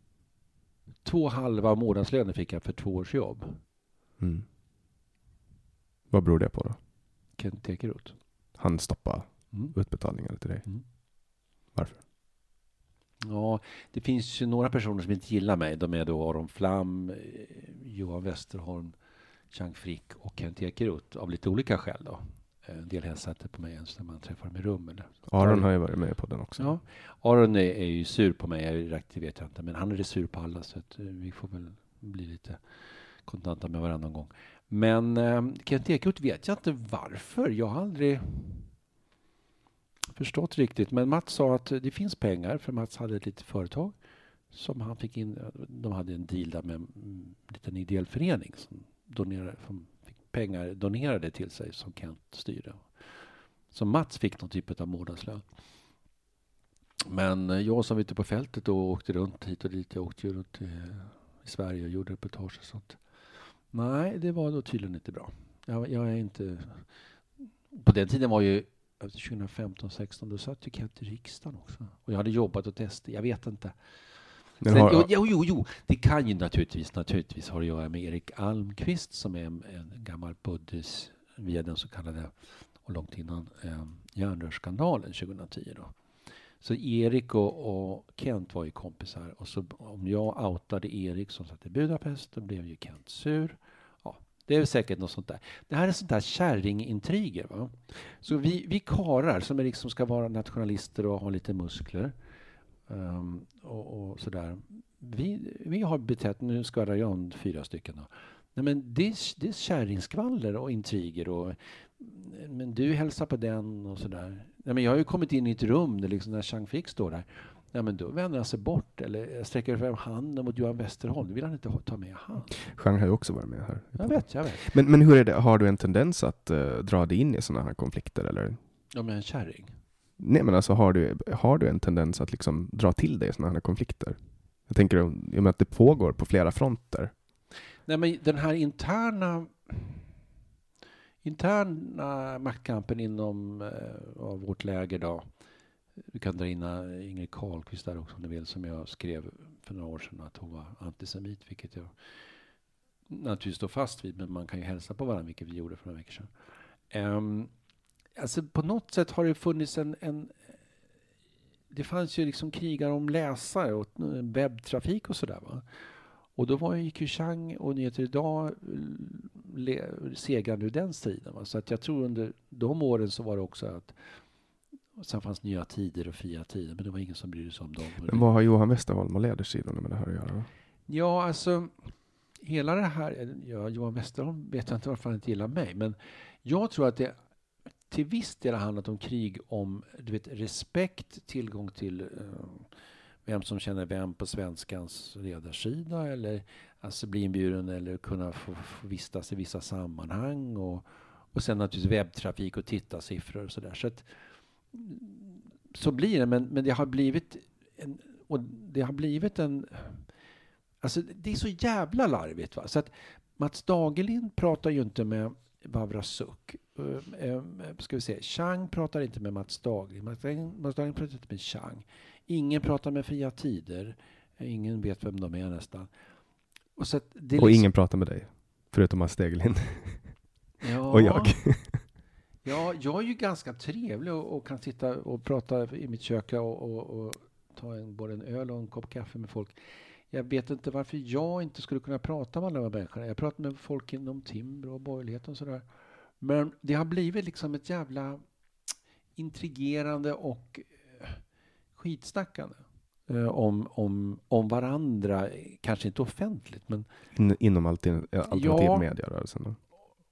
två halva månadslöner fick jag för två års jobb. Mm. Vad beror det på då? Kent Ekeroth. Han stoppade mm. utbetalningar till dig. Mm. Varför? Ja, det finns ju några personer som inte gillar mig. De är då Aron Flam, Johan Westerholm, Chang Frick och Kent Ekeroth av lite olika skäl då. En del hälsade på mig ens när man träffar dem i rum. Eller. Aron har ju varit med på den också. Ja, Aron är, är ju sur på mig, jag det vet jag inte. Men han är sur på alla, så att vi får väl bli lite kontanta med varandra någon gång. Men eh, Kent Ekeroth vet jag inte varför. Jag har aldrig förstått riktigt. Men Mats sa att det finns pengar, för Mats hade ett litet företag som han fick in. De hade en deal där med en liten ideell förening som donerade, som fick pengar donerade till sig som Kent styrde. Så Mats fick någon typ av månadslön. Men jag som var ute på fältet och åkte runt hit och dit. Jag åkte ju runt i, i Sverige och gjorde reportage och sånt. Nej, det var då tydligen inte bra. Jag, jag är inte... På den tiden var ju tjugohundrafemton sexton, då satt ju Kent i riksdagen också. Och jag hade jobbat och testat, jag vet inte. Sen, har... jo, jo, jo, det kan ju naturligtvis, naturligtvis ha att göra med Erik Almqvist som är en, en gammal buddhis via den så kallade, och långt innan, eh, järnrörsskandalen tjugohundratio då. Så Erik och, och Kent var ju kompisar. Och så om jag outade Erik som satt i Budapest, då blev ju Kent sur. Ja, det är säkert något sånt där. Det här är sånt där kärringintriger, va? Så vi, vi karar som är liksom ska vara nationalister och ha lite muskler. Um, och, och sådär. Vi, vi har betett, nu skvadrar jag om fyra stycken då. Nej, men det, det är kärringskvaller och intriger och men du hälsar på den och sådär. Nej, men jag har ju kommit in i ett rum där liksom när Chang Frick står där. Nej, men då vänder han sig bort eller sträcker fram handen mot Johan Westerholm. Det vill han inte ta med han. Chang har ju också varit med här. Jag vet, jag vet. Men, men hur är det? Har du en tendens att uh, dra dig in i sådana här konflikter eller? Ja, men en kärring. Nej, men alltså har du, har du en tendens att liksom dra till dig i sådana här konflikter? Jag tänker om att det pågår på flera fronter. Nej, men den här interna interna maktkampen inom eh, av vårt läger då. Du kan dra in Ingrid Carlqvist där också om du vill, som jag skrev för några år sedan att hon var antisemit, vilket jag naturligtvis står fast vid, men man kan ju hälsa på varandra, vilket vi gjorde för några veckor sedan. Um, alltså på något sätt har det funnits en, en det fanns ju liksom krigar om läsare och webbtrafik och sådär, va. Och då var ju Q Chang och Nyheter Idag le- segrande ur den striden, va. Så att jag tror under de åren så var det också att sen fanns Nya Tider och Fria Tider, men det var ingen som brydde sig om dem. Men vad har Johan Westerholm och ledarsidan med det här att göra, va? Ja, alltså hela det här, ja, Johan Westerholm vet jag inte varför han inte gillar mig, men jag tror att det till viss del har handlat om krig om, du vet, respekt, tillgång till uh, vem som känner vem på Svenskans ledarsida, eller alltså bli inbjuden eller kunna få, få vistas i vissa sammanhang, och, och sen naturligtvis webbtrafik och tittarsiffror och sådär. Så att så blir det, men, men det har blivit en, och det har blivit en, alltså det är så jävla larvigt, va? Så att Mats Dagerlind pratar ju inte med Vavra Suk. Uh, uh, ska vi se, Chang pratar inte med Mats Dagerlind. Mats Dagerlind, Mats Dagerlind pratar inte med Chang. Ingen pratar med Fria Tider. Ingen vet vem de är nästan. Och, så att det och liksom, ingen pratar med dig, förutom Mats Dagerlind. Ja, och jag. Ja, jag är ju ganska trevlig och, och kan sitta och prata i mitt kök och, och, och ta en, både en öl och en kopp kaffe med folk. Jag vet inte varför jag inte skulle kunna prata med alla de här människorna. Jag pratar med folk inom Timbro och borgerlighet och sådär. Men det har blivit liksom ett jävla intrigerande och eh, skitsnackande eh, om, om, om varandra. Kanske inte offentligt, men In, inom alternativ, alternativ ja, medierörelsen då.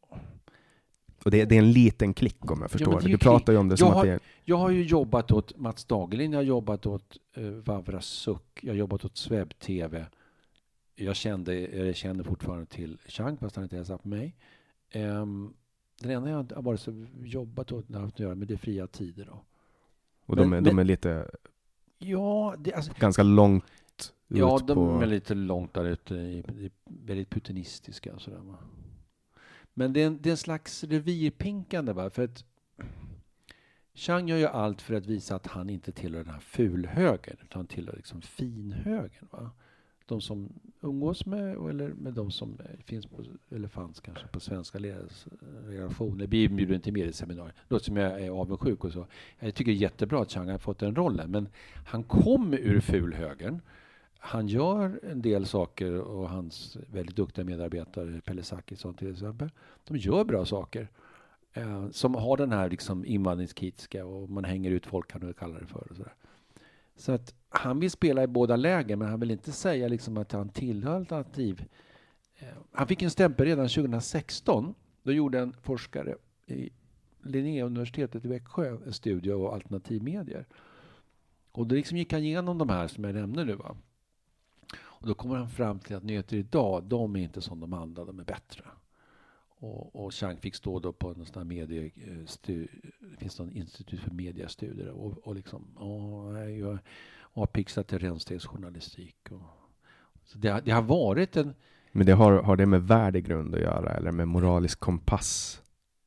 Och det, det är en liten klick, om jag förstår. Ja, det du pratar ju om det som jag att har, det är... Jag har ju jobbat åt Mats Dagerlind, jag har jobbat åt uh, Vavra Suk, jag har jobbat åt Swebb T V. Jag kände, jag kände fortfarande till Chang, fast han inte hälsade på mig. Um, den enda jag har varit så jobbat åt, haft att göra med det Fria Tider då. Och men, de, är, men, de är lite... Ja, det, alltså, ganska långt ut ja, de på... är lite långt där ute, i, i, väldigt putinistiska och sådär, va. Men det är, en, det är en slags revirpinkande, va? För att Chang gör ju allt för att visa att han inte tillhör den här fulhögern, utan han tillhör liksom finhögern, va? De som umgås med, eller med de som finns på, eller fanns kanske på svenska ledarredaktioner, blir inbjuden till medieseminarier. Något som jag är avundsjuk och så. Jag tycker det är jättebra att Chang har fått den rollen, men han kom ur fulhögern. Han gör en del saker, och hans väldigt duktiga medarbetare, Pelle Zackrisson till exempel, de gör bra saker eh, som har den här liksom invandringskritiska, och man hänger ut folk, kan du kalla det för. Och sådär. Så att han vill spela i båda lägen, men han vill inte säga liksom att han tillhör alternativ. Eh, han fick en stämpel redan tjugohundrasexton. Då gjorde en forskare i Linnéuniversitetet i Växjö en studie av alternativmedier. Och då liksom gick han igenom de här som jag nämnde nu, va. Och då kommer han fram till att Nyheter Idag, de är inte som de andra, de är bättre. Och, och Chang fick stå då på en sån här medie, stu, det finns någon institut för mediestudier, och, och liksom, åh, jag har pixlat till rännstensjournalistik. Och, så det, det har varit en... Men det har, har det med värdegrund att göra, eller med moralisk kompass?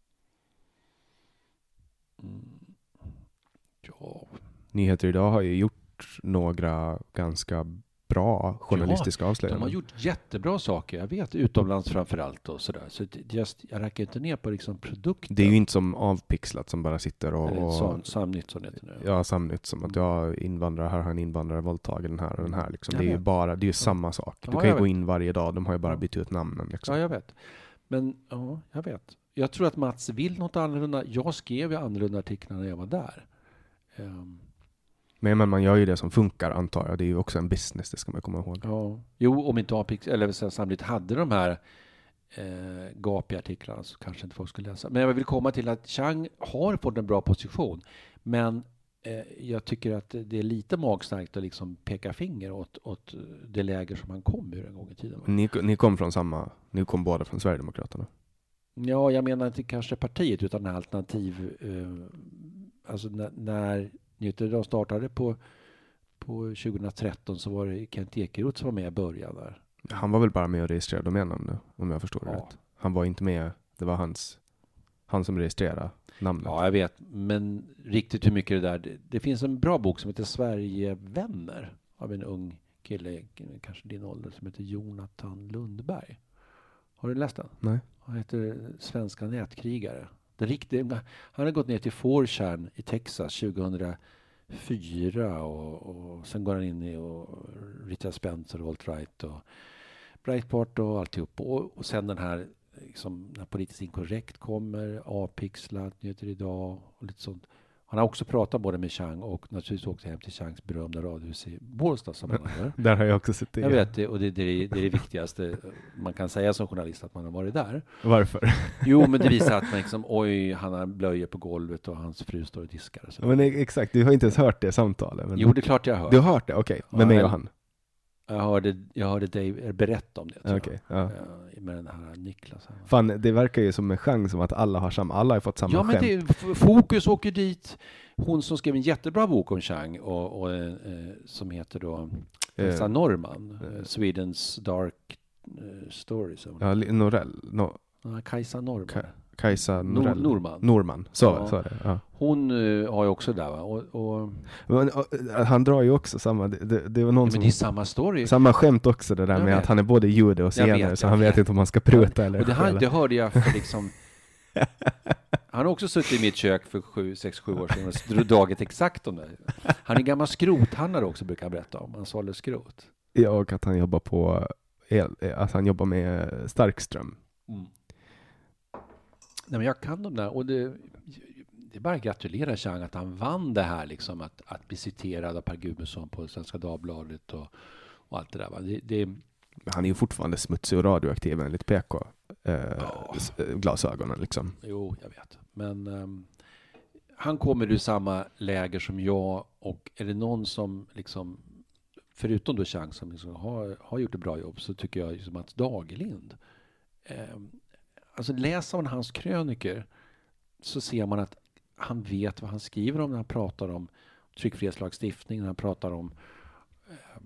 Mm, ja. Nyheter Idag har ju gjort några ganska bra journalistiska ja, avslöjanden. De har gjort jättebra saker, jag vet, utomlands framförallt och sådär. Så det, just, jag räcker inte ner på liksom produkten. Det är ju inte som avpixlat som bara sitter och... och sam, Samnytt som det heter nu. Ja, Samnytt, som att jag invandrare, här har en invandrare våldtagit den här och den här. Liksom. Det är ju bara, det är ju samma sak. Du ja, kan ju gå vet. in varje dag, de har ju bara bytt ut namnen. Liksom. Ja, jag vet. Men, ja, jag vet. Jag tror att Mats vill något annorlunda. Jag skrev ju annorlunda artiklar när jag var där. Um, Men, men man gör ju det som funkar, antar jag. Det är ju också en business, det ska man komma ihåg. Ja. Jo, om inte Apix, eller så samtidigt hade de här eh, gapiga artiklarna, så kanske inte folk skulle läsa. Men jag vill komma till att Chang har fått en bra position. Men eh, jag tycker att det är lite magstarkt att liksom peka finger åt, åt det läger som han kom ur en gång i tiden. Ni, ni kom från samma, ni kom båda från Sverigedemokraterna. Ja, jag menar inte kanske partiet, utan alternativ. Eh, alltså när, när Nyheter startade på, på tjugohundratretton, så var det Kent Ekeroth som var med i början där. Han var väl bara med och registrerade domännamn, om jag förstår det Ja. rätt. Han var inte med, det var hans, han som registrerade namnet. Ja, jag vet. Men riktigt hur mycket det där... Det, det finns en bra bok som heter Sverigevänner av en ung kille, kanske din ålder, som heter Jonathan Lundberg. Har du läst den? Nej. Han heter Svenska nätkrigare. Den riktiga, han har gått ner till four chan i Texas tjugohundrafyra och, och sen går han in i och Richard Spencer och alt-right och Breitbart och alltihop. Och, och sen den här, liksom, när politiskt inkorrekt kommer, avpixlat, Nyheter idag och lite sånt. Han har också pratat både med Chang och naturligtvis åkt hem till Changs berömda radhus i Bålsta som han har. Där har jag också sett det. Jag vet det, och det, det, är, det är det viktigaste man kan säga som journalist, att man har varit där. Varför? Jo, men det visar att man liksom, oj, han har blöjor på golvet och hans fru står och diskar. Så. Men exakt, du har inte ens hört det samtalet. Men... Jo, det är klart jag har hört. Du har hört det, okej. Okay. Med mig och han. Jag hörde, jag hörde Dave berätta om det. Okej, okay, ja. Med den här Niklas. Här. Fan, det verkar ju som en chans som att alla har samma, alla har fått samma ja, men skämt. Det, Fokus åker dit. Hon som skrev en jättebra bok om Chang och, och eh, som heter då Kajsa uh, Norman, uh, Swedens Dark uh, Stories. Ja, Norell. No. Ja, Kajsa Norman. Ka- Kajsa Norell. Nor- Norman. Norman, så, ja. så är det. Ja. Hon uh, har ju också där, va? Och, och... Men, och, han drar ju också samma, det, det, det var någon ja, som... Men det är samma story. Samma skämt också, det där jag med vet. att han är både jude och senare, så han vet inte om man ska pruta ja. eller och det, här, det hörde jag för liksom... Han har också suttit i mitt kök för sju, sex, sju år sedan och dragit exakt om det. Han är gammal skrothandlare också, brukar han berätta om. Han sålde skrot. Ja, och att han jobbar på el, att han jobbar med starkström. Mm. Nej, men jag kan de där, och det, det är bara att gratulera Chang att han vann det här liksom, att, att bli citerad av Per Gudmundsson på Svenska Dagbladet och, och allt det där. Va? Det, det, han är ju fortfarande smutsig och radioaktiv enligt P K. Eh, ja. Glasögonen liksom. Jo, jag vet. Men um, han kommer ur samma läger som jag, och är det någon som liksom, förutom då Chang som liksom har, har gjort ett bra jobb, så tycker jag liksom att Dagerlind, eh, alltså läser man hans kröniker så ser man att han vet vad han skriver om när han pratar om tryckfrihetslagstiftning, när han pratar om eh,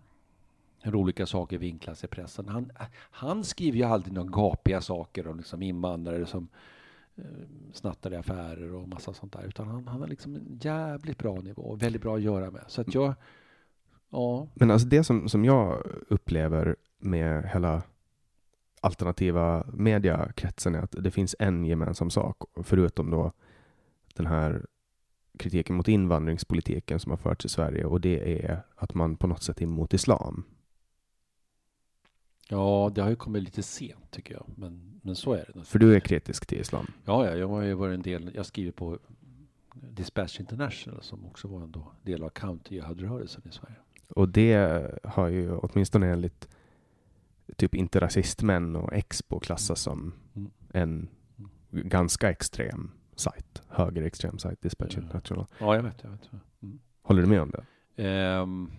hur olika saker vinklas i pressen. Han, han skriver ju aldrig några gapiga saker om liksom invandrare som eh, snattar i affärer och massa sånt där, utan han, han har liksom en jävligt bra nivå och väldigt bra att göra med. Så att jag, ja. Men alltså det som, som jag upplever med hela alternativa mediakretsen är att det finns en gemensam sak, förutom då den här kritiken mot invandringspolitiken som har förts i Sverige, och det är att man på något sätt är emot islam. Ja, det har ju kommit lite sent tycker jag, men, men så är det. För du är kritisk till islam? Ja, ja, jag har ju varit en del, jag skriver på Dispatch International som också var en då del av county-rörelsen i Sverige. Och det har ju åtminstone enligt typ inte rasistmän och Expo klassas som mm. en mm. ganska extrem sajt, högerextrem sajt, Dispatch ja. International. Ja, jag vet, jag vet. Mm. Håller du med om det? Um,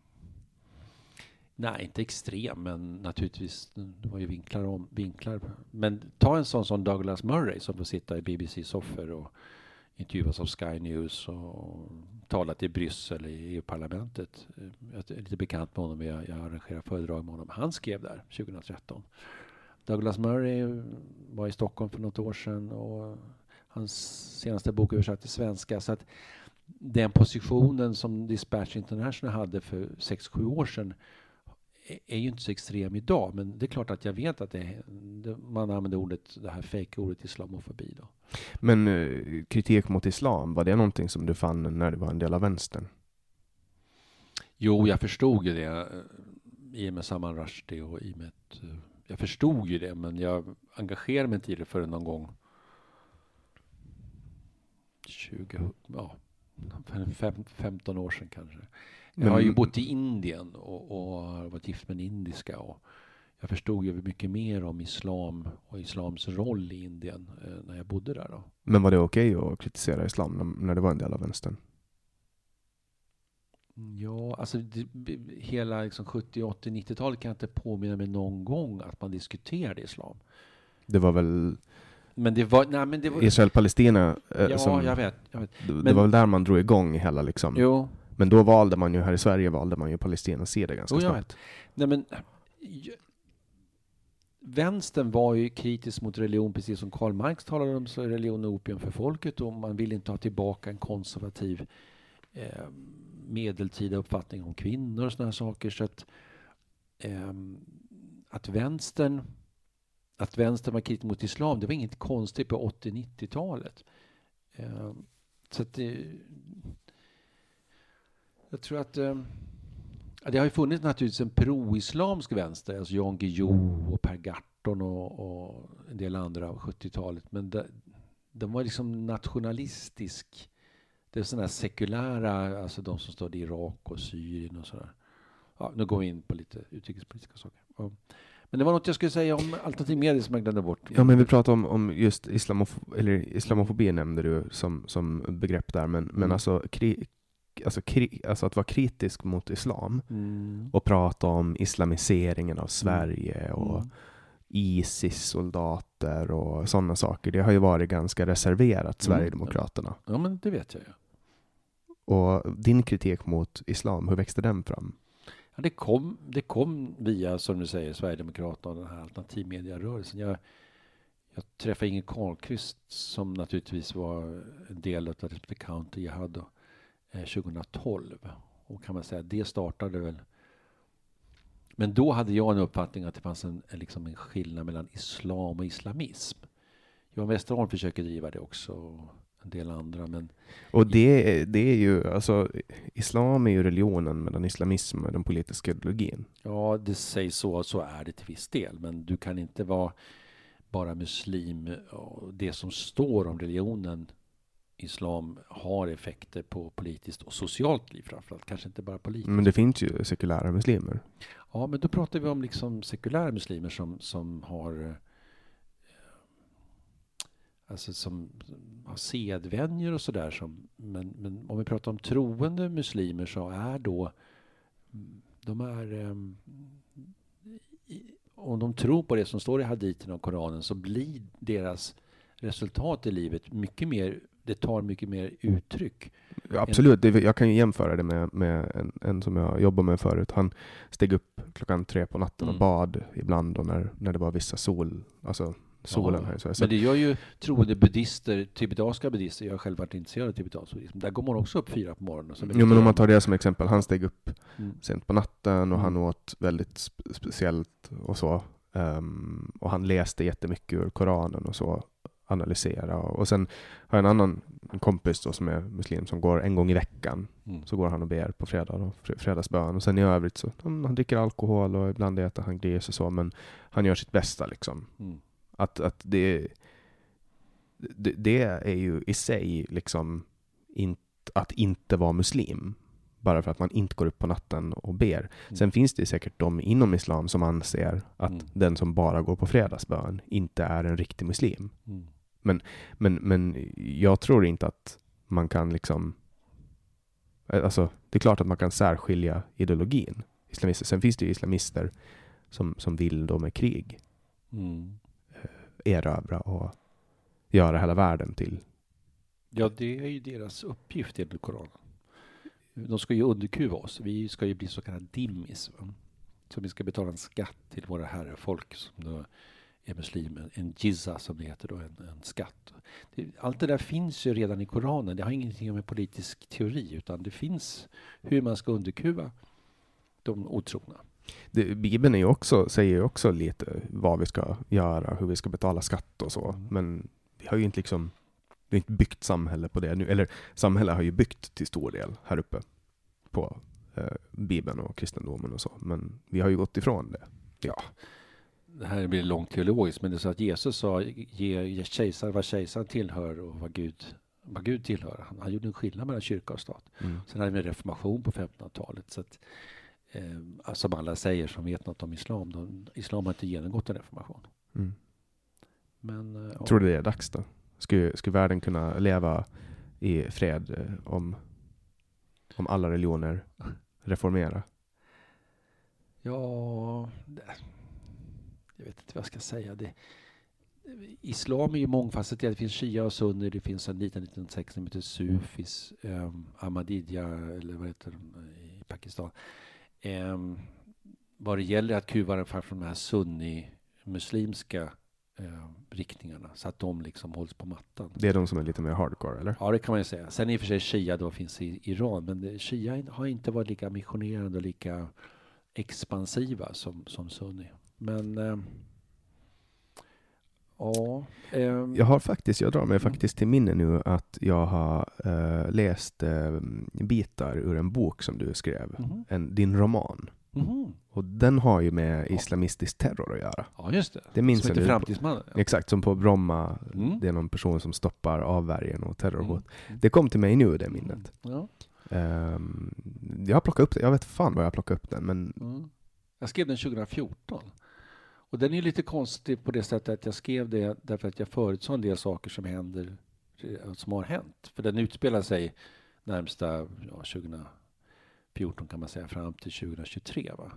nej, inte extrem, men naturligtvis det var ju vinklar om vinklar. Men ta en sån som Douglas Murray som får sitta i B B C-soffor och intervjuas av Sky News och talat i Bryssel i E U-parlamentet. Jag är lite bekant med honom, jag, jag arrangerar föredrag med honom. Han skrev där tjugohundratretton. Douglas Murray var i Stockholm för något år sedan och hans senaste bok översatt till svenska. Så att den positionen som Dispatch International hade för sex sju år sedan är, är ju inte så extrem idag. Men det är klart att jag vet att det, det, man använder ordet, det här fake-ordet islamofobi då. Men uh, kritik mot islam, var det någonting som du fann när du var en del av vänstern? Jo, jag förstod ju det i och med Salman Rushdie och i och med ett, jag förstod ju det, men jag engagerade mig inte i det för någon gång tjugo, ja, femton år sedan kanske. Jag men, har ju bott i Indien och, och har varit gift med en indiska, och jag förstod ju mycket mer om islam och islams roll i Indien eh, när jag bodde där då. Men var det okej okay att kritisera islam när, när det var en del av vänstern? Ja, alltså det, hela liksom sjuttio, åttio, nittiotalet kan jag inte påminna mig någon gång att man diskuterade islam. Det var väl men det var, nej, men det var Israel-Palestina eh, ja, som, jag vet, jag vet. Det, men, det var väl där man drog igång hela liksom. Jo. Men då valde man ju, här i Sverige valde man ju Palestinas sida ganska jo, snabbt. Nej, men vänstern var ju kritisk mot religion, precis som Karl Marx talade om, så är religion och opium för folket, och man vill inte ha tillbaka en konservativ eh, medeltida uppfattning om kvinnor och såna här saker. Så att, eh, att vänstern att vänstern var kritisk mot islam, det var inget konstigt på åttio-nittiotalet. Eh, så att det, jag tror att eh, det har ju funnits naturligtvis en pro-islamsk vänster, alltså Jan Guillou och Per Gahrton och, och en del andra av sjuttiotalet, men de, de var liksom nationalistisk. Det är sådana här sekulära, alltså de som stod i Irak och Syrien och sådär. Ja, nu går vi in på lite utrikespolitiska saker. Ja. Men det var något jag skulle säga om alternativ media som jag glömde bort. Ja, men vi pratar om, om just islamof- eller islamofobi nämnde du som, som begrepp där, men, men Mm. alltså, kri- alltså, kri- alltså att vara kritisk mot islam Mm. och prata om islamiseringen av Sverige och Mm. ISIS-soldater och sådana saker, det har ju varit ganska reserverat Sverigedemokraterna. Ja, men det vet jag ju. Och din kritik mot islam, hur växte den fram? Ja, det, kom, det kom via, som du säger, Sverigedemokraterna och den här alternativmedierörelsen. Jag, jag träffade Inge Carlqvist som naturligtvis var en del av det Counter jag hade eh, tjugohundratolv. Och kan man säga, det startade väl. Men då hade jag en uppfattning att det fanns en, en, liksom en skillnad mellan islam och islamism. Johan Westerholm försöker driva det också, och en del andra, men Och det, det är ju, alltså, islam är ju religionen medan islamism är den politiska ideologin. ja, det sägs så, så är det till viss del. Men du kan inte vara bara muslim. Och det som står om religionen, islam, har effekter på politiskt och socialt liv framförallt. Kanske inte bara politiskt. Men det finns ju sekulära muslimer. Ja, men då pratar vi om liksom sekulära muslimer som, som har eh, alltså som har sedvänjor och sådär. Som, men, men om vi pratar om troende muslimer så är då de är um, i, om de tror på det som står i haditen och Koranen, så blir deras resultat i livet mycket mer, det tar mycket mer uttryck. Ja, absolut, det, jag kan ju jämföra det med, med en, en som jag jobbar med förut. Han steg upp klockan tre på natten och Mm. bad ibland då när, när det var vissa sol, alltså solen Ja, här. Så, så, men det gör ju troende buddhister, tibetanska buddhister. Jag har själv varit intresserad av tibetansk buddhism. Där går man också upp fyra på morgonen. Så jo, men om man tar det som exempel, han steg upp Mm. sent på natten och Mm. han åt väldigt spe- speciellt och så. Um, och han läste jättemycket ur Koranen och så, analysera. Och, och sen har jag en annan kompis då som är muslim som går en gång i veckan. Mm. Så går han och ber på fredag då, fr- fredagsbön. Och sen i övrigt så mm, han dricker alkohol och ibland äter han gris och så, men han gör sitt bästa liksom. Mm. Att, att det, det, det är ju i sig liksom inte, att inte vara muslim. Bara för att man inte går upp på natten och ber. Mm. Sen finns det säkert de inom islam som anser att Mm. den som bara går på fredagsbön inte är en riktig muslim. Mm. Men, men jag tror inte att man kan liksom... Alltså, det är klart att man kan särskilja ideologin. Islamister. Sen finns det ju islamister som, som vill då med krig Mm. erövra och göra hela världen till. Ja, det är ju deras uppgift enligt Koranen. De ska ju underkuva oss. Vi ska ju bli så kallade dimmis. Va? Så vi ska betala en skatt till våra herrefolk som då är muslimer. En jizza som det heter då, en, en skatt. Det, allt det där finns ju redan i Koranen. Det har ingenting med politisk teori, utan det finns hur man ska underkuva de otrogna. Det, Bibeln är ju också, säger ju också lite vad vi ska göra, hur vi ska betala skatt och så. Mm. Men vi har ju inte liksom, vi har inte byggt samhälle på det nu. Eller samhälle har ju byggt till stor del här uppe på eh, Bibeln och kristendomen och så. Men vi har ju gått ifrån det. Ja, det här blir långt teologiskt, men det är så att Jesus sa ge kejsar vad kejsaren tillhör och vad Gud, vad Gud tillhör. Han, han gjorde en skillnad mellan kyrka och stat. Mm. Sen hade vi en reformation på femtonhundratalet. Så att, eh, som alla säger som vet något om islam, då, islam har inte genomgått en reformation. Mm. Men, eh, Tror du det är dags då? Skulle, skulle världen kunna leva i fred eh, om, om alla religioner reformera? Ja, det, jag vet inte vad jag ska säga. Det, islam är ju mångfacetterat. Det finns shia och sunni. Det finns en liten, liten sekt som heter sufis. Um, Ahmadiyya, eller vad heter de i Pakistan. Um, vad det gäller att kuva den från de här sunni-muslimska eh, riktningarna så att de liksom hålls på mattan. Det är de som är lite mer hardcore, eller? Ja, det kan man ju säga. Sen i och för sig Shia då finns i Iran, men det, Shia har inte varit lika missionerande och lika expansiva som, som sunni. Men eh, ja. Eh, jag har faktiskt, jag drar mig mm. faktiskt till minne nu att jag har eh, läst eh, bitar ur en bok som du skrev. Mm. En, din roman. Mm. Och den har ju med islamistisk terror att göra. Ja, just det. Det minns som heter jag Framtidsmannen. Ja. Exakt, som på Bromma. Mm. Det är någon person som stoppar avvärjen och terrorhot. Mm. Det kom till mig nu, det minnet. Ja. Um, jag har plockat upp det. Jag vet fan vad jag plockade upp den. Men... Mm. Jag skrev den tjugo fjorton. Och den är lite konstig på det sättet att jag skrev det därför att jag förutsåg en del saker som händer, som har hänt. För den utspelar sig närmsta ja, tjugo fjorton kan man säga fram till tjugo tjugotre, va?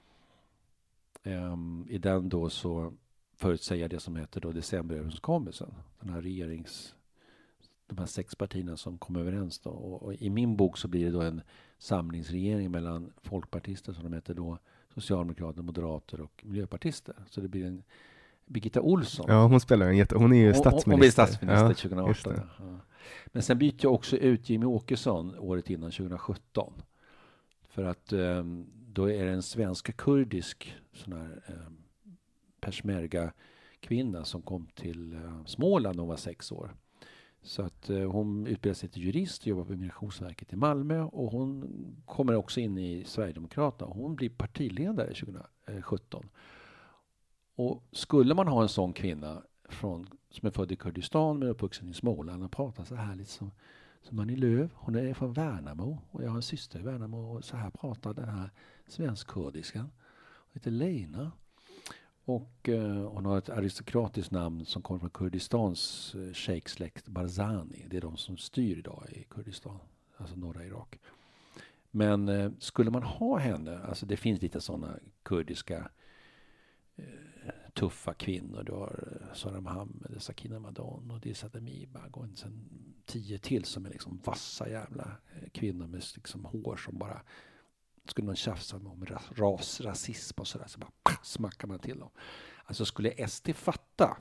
Um, I den då så förutsäger det som heter då decemberöverenskommelsen. Den här regerings... De här sex partierna som kom överens då. Och, och i min bok så blir det då en samlingsregering mellan folkpartister som de heter då, socialdemokrater, moderater och miljöpartister. Så det blir en Birgitta Olsson. Ja, hon spelar en jätte... Hon är ju statsminister. Hon blir statsminister ja, tjugoarton. Ja. Men sen byter jag också ut Jimmy Åkesson året innan tjugo sjutton. För att um, då är det en svensk-kurdisk sån här um, peshmerga-kvinna som kom till uh, Småland när hon var sex år. Så att uh, hon utbildade sig till jurist och jobbar på Migrationsverket i Malmö. Och hon kommer också in i Sverigedemokraterna. Hon blir partiledare tjugo sjutton. Och skulle man ha en sån kvinna från, som är född i Kurdistan men uppvuxen i Småland och pratar så här lite som, som Annie Lööf. Hon är från Värnamo och jag har en syster i Värnamo och så här pratar den här svensk-kurdiskan. Hon heter Lena. Och eh, hon har ett aristokratiskt namn som kommer från Kurdistans eh, sheiksläkt Barzani. Det är de som styr idag i Kurdistan, alltså norra Irak. Men eh, skulle man ha henne, alltså det finns lite sådana kurdiska eh, tuffa kvinnor. Du har eh, Sara Mohammed, Sakina Madon och Disa Demibag och sen tio till som är liksom vassa jävla eh, kvinnor med liksom hår som bara skulle man tjafsa om ras, rasism och sådär så bara pah, smackar man till dem. Alltså skulle S D fatta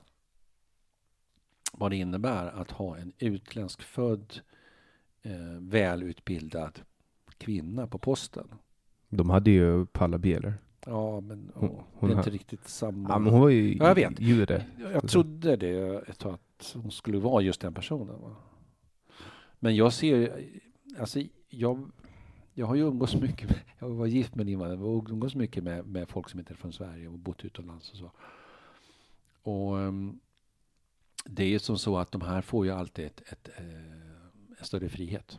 vad det innebär att ha en utländsk född eh, välutbildad kvinna på posten. De hade ju Paula Bieler. Ja, men hon, åh, hon det är har... inte riktigt samma. Ja, men hon var ju ja, jag vet. jude. Jag, jag trodde det ett tag att hon skulle vara just den personen. Va? Men jag ser, alltså jag Jag har ju umgås mycket med, jag var gift med invandrare, jag har umgås mycket med, med folk som inte är från Sverige och bott utomlands och så. Och um, det är ju som så att de här får ju alltid ett, ett, ett, ett större frihet.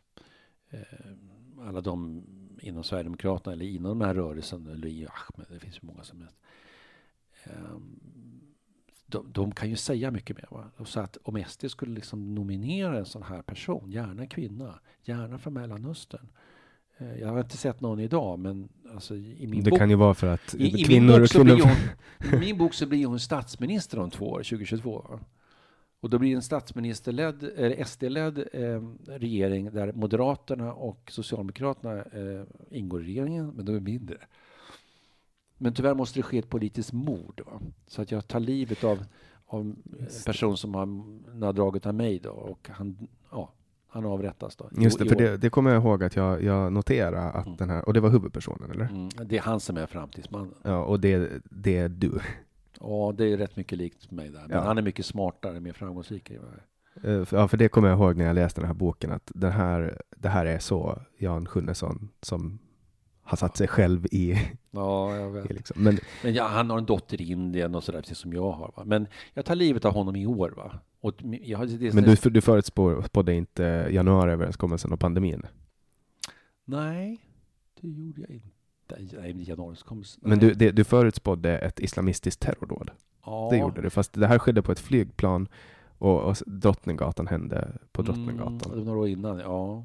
Alla de inom Sverigedemokraterna eller inom den här rörelsen, eller Ahmed, det finns ju många som helst. Um, de, de kan ju säga mycket mer. Va? Och så att om S D skulle liksom nominera en sån här person, gärna kvinna, gärna från Mellanöstern. Jag har inte sett någon idag, men alltså i min det bok... kan ju vara för att i, kvinnor och kvinnor... Hon, I min bok så blir hon statsminister om två år, tjugo tjugotvå. Och då blir det en statsministerledd, eller S D-ledd eh, regering där Moderaterna och Socialdemokraterna eh, ingår i regeringen, men de är mindre. Men tyvärr måste det ske ett politiskt mord. Va? Så att jag tar livet av, av en person som har nadragit av mig då, och han... ja. Han avrättas då. Just det, för det, det kommer jag ihåg att jag, jag noterade att mm. den här, och det var huvudpersonen, eller? Mm, det är han som är framtidsmannen. Ja, och det, det är du. Ja, det är rätt mycket likt mig där. Men ja. Han är mycket smartare, mer framgångsrik. Ja, för det kommer jag ihåg när jag läste den här boken, att den här, det här är så Jan Sjunnesson som har satt sig själv i... Ja, jag vet. Liksom. Men, men ja, han har en dotter i Indien och sådär, precis som jag har. Va? Men jag tar livet av honom i år, va? Och jag har, det, men du, du förutspådde inte januariöverenskommelsen och pandemin? Nej, det gjorde jag inte. Nej, januariöverenskommelsen. Men du, det, du förutspådde ett islamistiskt terrordåd? Ja. Det gjorde du, fast det här skedde på ett flygplan och, och Drottninggatan hände på Drottninggatan. Mm, det var några år innan, ja.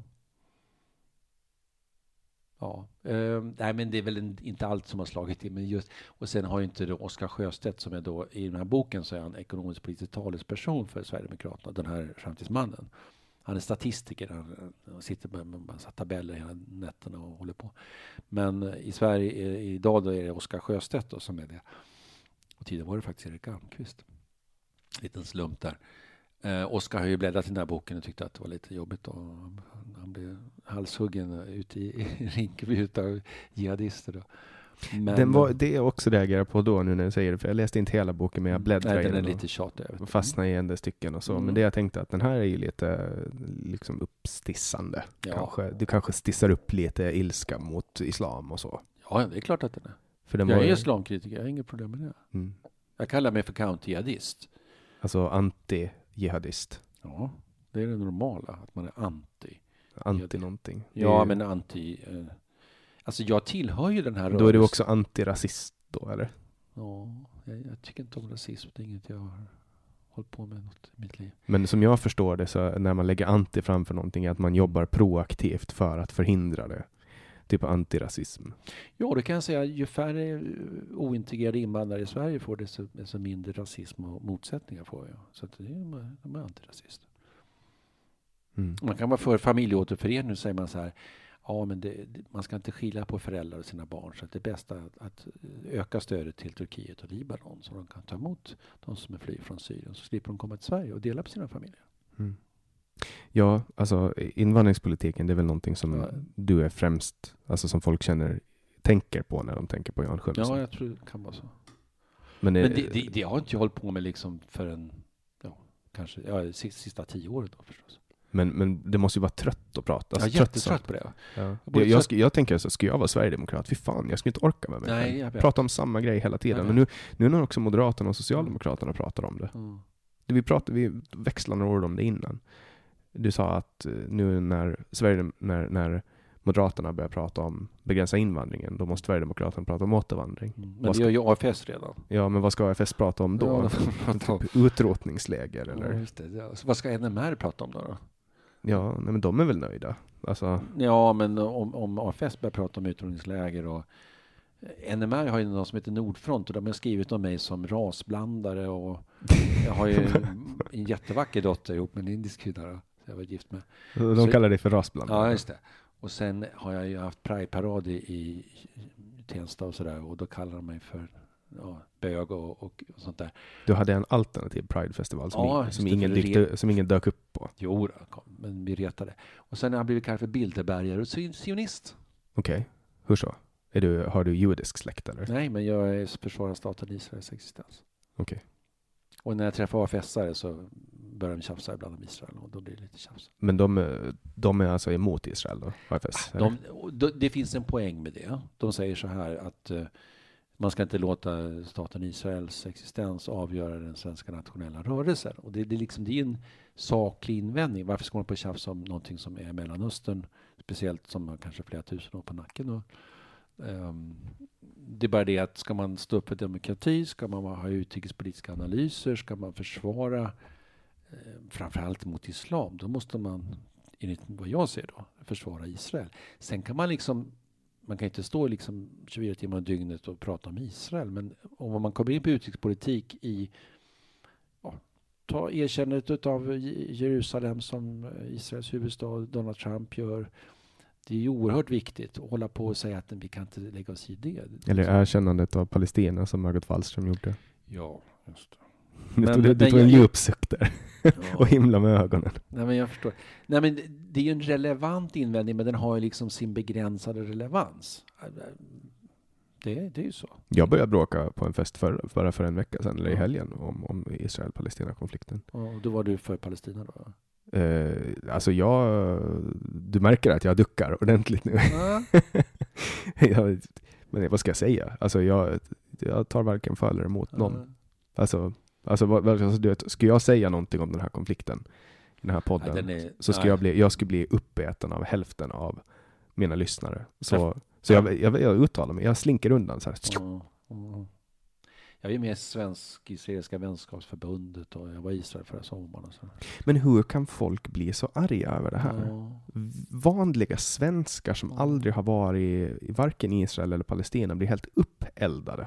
Ja, uh, nej men det är väl en, inte allt som har slagit in, men just, och sen har ju inte då Oskar Sjöstedt som är då i den här boken, så är han ekonomisk politisk talesperson för Sverigedemokraterna, den här framtidsmannen. Han är statistiker, han, han sitter med en massa tabeller hela nätterna och håller på. Men i Sverige är, idag då är det Oskar Sjöstedt då, som är det. Och tidigare var det faktiskt Erik Almqvist. Liten slump där. Eh, Oskar har ju bläddrat i den här boken och tyckte att det var lite jobbigt. Och han, han blev halshuggen ute i, i Rinkeby utav jihadister då. Men, den var, det är också det jag reagerar på då nu när du säger det. För jag läste inte hela boken, men jag bläddrade nej, i den är den lite tjatig. och fastnade i en del stycken och så. Mm. Men det jag tänkte att den här är ju lite liksom uppstissande. Ja. Kanske. Du kanske stissar upp lite ilska mot islam och så. Ja, det är klart att den är. För den jag var är ju... islamkritiker, jag har inget problem med det. Mm. Jag kallar mig för counter-jihadist. Alltså anti-jihadist. Ja, det är det normala, att man är anti. Anti någonting. Ja, ju... men anti... Eh, alltså jag tillhör ju den här rörelsen. Då är du också antirasist då, eller? Ja, jag, jag tycker inte om rasism. Det är inget jag har hållit på med något i mitt liv. Men som jag förstår det, så när man lägger anti framför någonting är att man jobbar proaktivt för att förhindra det. Typ antirasism. Ja, det kan jag säga. Ju färre ointegrerade invandrare i Sverige får det, så, så mindre rasism och motsättningar får jag. Så att det är, de är antirasister. Mm. Man kan vara för familjeåterförening. Nu säger man så här, ja men det, man ska inte skilja på föräldrar och sina barn. Så att det är bäst att, att öka stödet till Turkiet och Libanon, så de kan ta emot de som är fly från Syrien. Så slipper de komma till Sverige och dela på sina familjer. Mm. Ja, alltså invandringspolitiken, det är väl någonting som ja. du är främst, alltså som folk känner, tänker på när de tänker på Jan Sjömesson. Ja, jag tror det kan vara så. Men, Men det, det, det har inte jag hållit på med liksom för en, ja, kanske, ja, sista tio året då förstås. Men, men det måste ju vara trött att prata. Alltså, jag är jättetrött på det. Ja. Jag, jag, jag, jag tänker så, ska jag vara Sverigedemokrat? Fy fan, jag skulle inte orka med mig. Nej, jag prata om samma grej hela tiden. Men nu, nu när också Moderaterna och Socialdemokraterna pratar om det. Mm. det vi, pratade, vi växlade några ord om det innan. Du sa att nu när, Sverige, när, när Moderaterna börjar prata om begränsa invandringen, då måste Sverigedemokraterna prata om återvandring. Mm. Men det gör ju A F S redan. Ja, men vad ska A F S prata om då? Ja, typ utrotningsläger eller? Ja, just det. Ja. Så vad ska N M R prata om då? då? Ja, nej, men de är väl nöjda. Alltså... Ja, men om, om A F S börjar prata om utrotningsläger och N M R har ju någon som heter Nordfront och de har skrivit om mig som rasblandare och jag har ju en, en jättevacker dotter ihop med en indisk kvinna då, jag var gift med. De Så, kallar det för rasblandare. Ja, just det. Och sen har jag ju haft Pride-parad i, i Tensta och sådär och då kallar de mig för ja, bög och, och sånt där. Du hade en alternativ Pride-festival som, ja, som, ingen, dykte, som ingen dök upp på. Jo, kom, men vi retade. Och sen har jag blivit kallad för Bilderbergare och sionist. Okej, okay. Hur så? Är du, har du judisk släkt eller? Nej, men jag försvarar staten Israels existens. Okej. Okay. Och när jag träffar A F S-are så börjar de tjafsa ibland om Israel och då blir det lite tjafs. Men de, de är alltså emot Israel då? A F S? De, de, det finns en poäng med det. De säger så här att uh, man ska inte låta staten Israels existens avgöra den svenska nationella rörelsen. Och det, det, är liksom, det är en saklig invändning. Varför ska man på tjafsa om någonting som är Mellanöstern? Speciellt som man kanske flera tusen år på nacken. Och, um, det är bara det att ska man stå upp för demokrati, ska man ha utrikespolitiska analyser, ska man försvara eh, framförallt mot islam, då måste man, enligt vad jag ser då, försvara Israel. Sen kan man liksom, man kan inte stå liksom tjugofyra timmar om dygnet och prata om Israel, men om man kommer in på utrikespolitik i, ja, ta erkännandet av Jerusalem som Israels huvudstad, Donald Trump gör. Det är ju oerhört viktigt att hålla på och säga att vi kan inte lägga oss i det. Eller erkännandet av Palestina som Margot Wallström gjorde. Ja, just det. Du tog, du, du tog en djup suck där. Ja. Och himla med ögonen. Nej, men jag förstår. Nej, men det är ju en relevant invändning, men den har ju liksom sin begränsade relevans. Det, det är ju så. Jag började bråka på en fest för, bara för en vecka sedan, eller i helgen, om, om Israel-Palestina-konflikten. Ja, och då var du för Palestina då? Uh, alltså jag, du märker att jag duckar ordentligt nu. Mm. jag, men vad ska jag säga? Alltså jag, jag tar varken för eller emot någon. Mm. Alltså, alltså, vad, alltså du vet, ska jag säga någonting om den här konflikten i den här podden, ja, den är, så ska jag bli, jag skulle bli uppäten av hälften av mina lyssnare. Så, så jag, jag, jag uttalar mig, jag slinker undan så här. Mm. Mm. Jag är med i Svensk-Israeliska vänskapsförbundet och jag var i Israel förra sommaren. Och så. Men hur kan folk bli så arga över det här? Ja. Vanliga svenskar som ja. aldrig har varit i varken Israel eller Palestina blir helt uppeldade.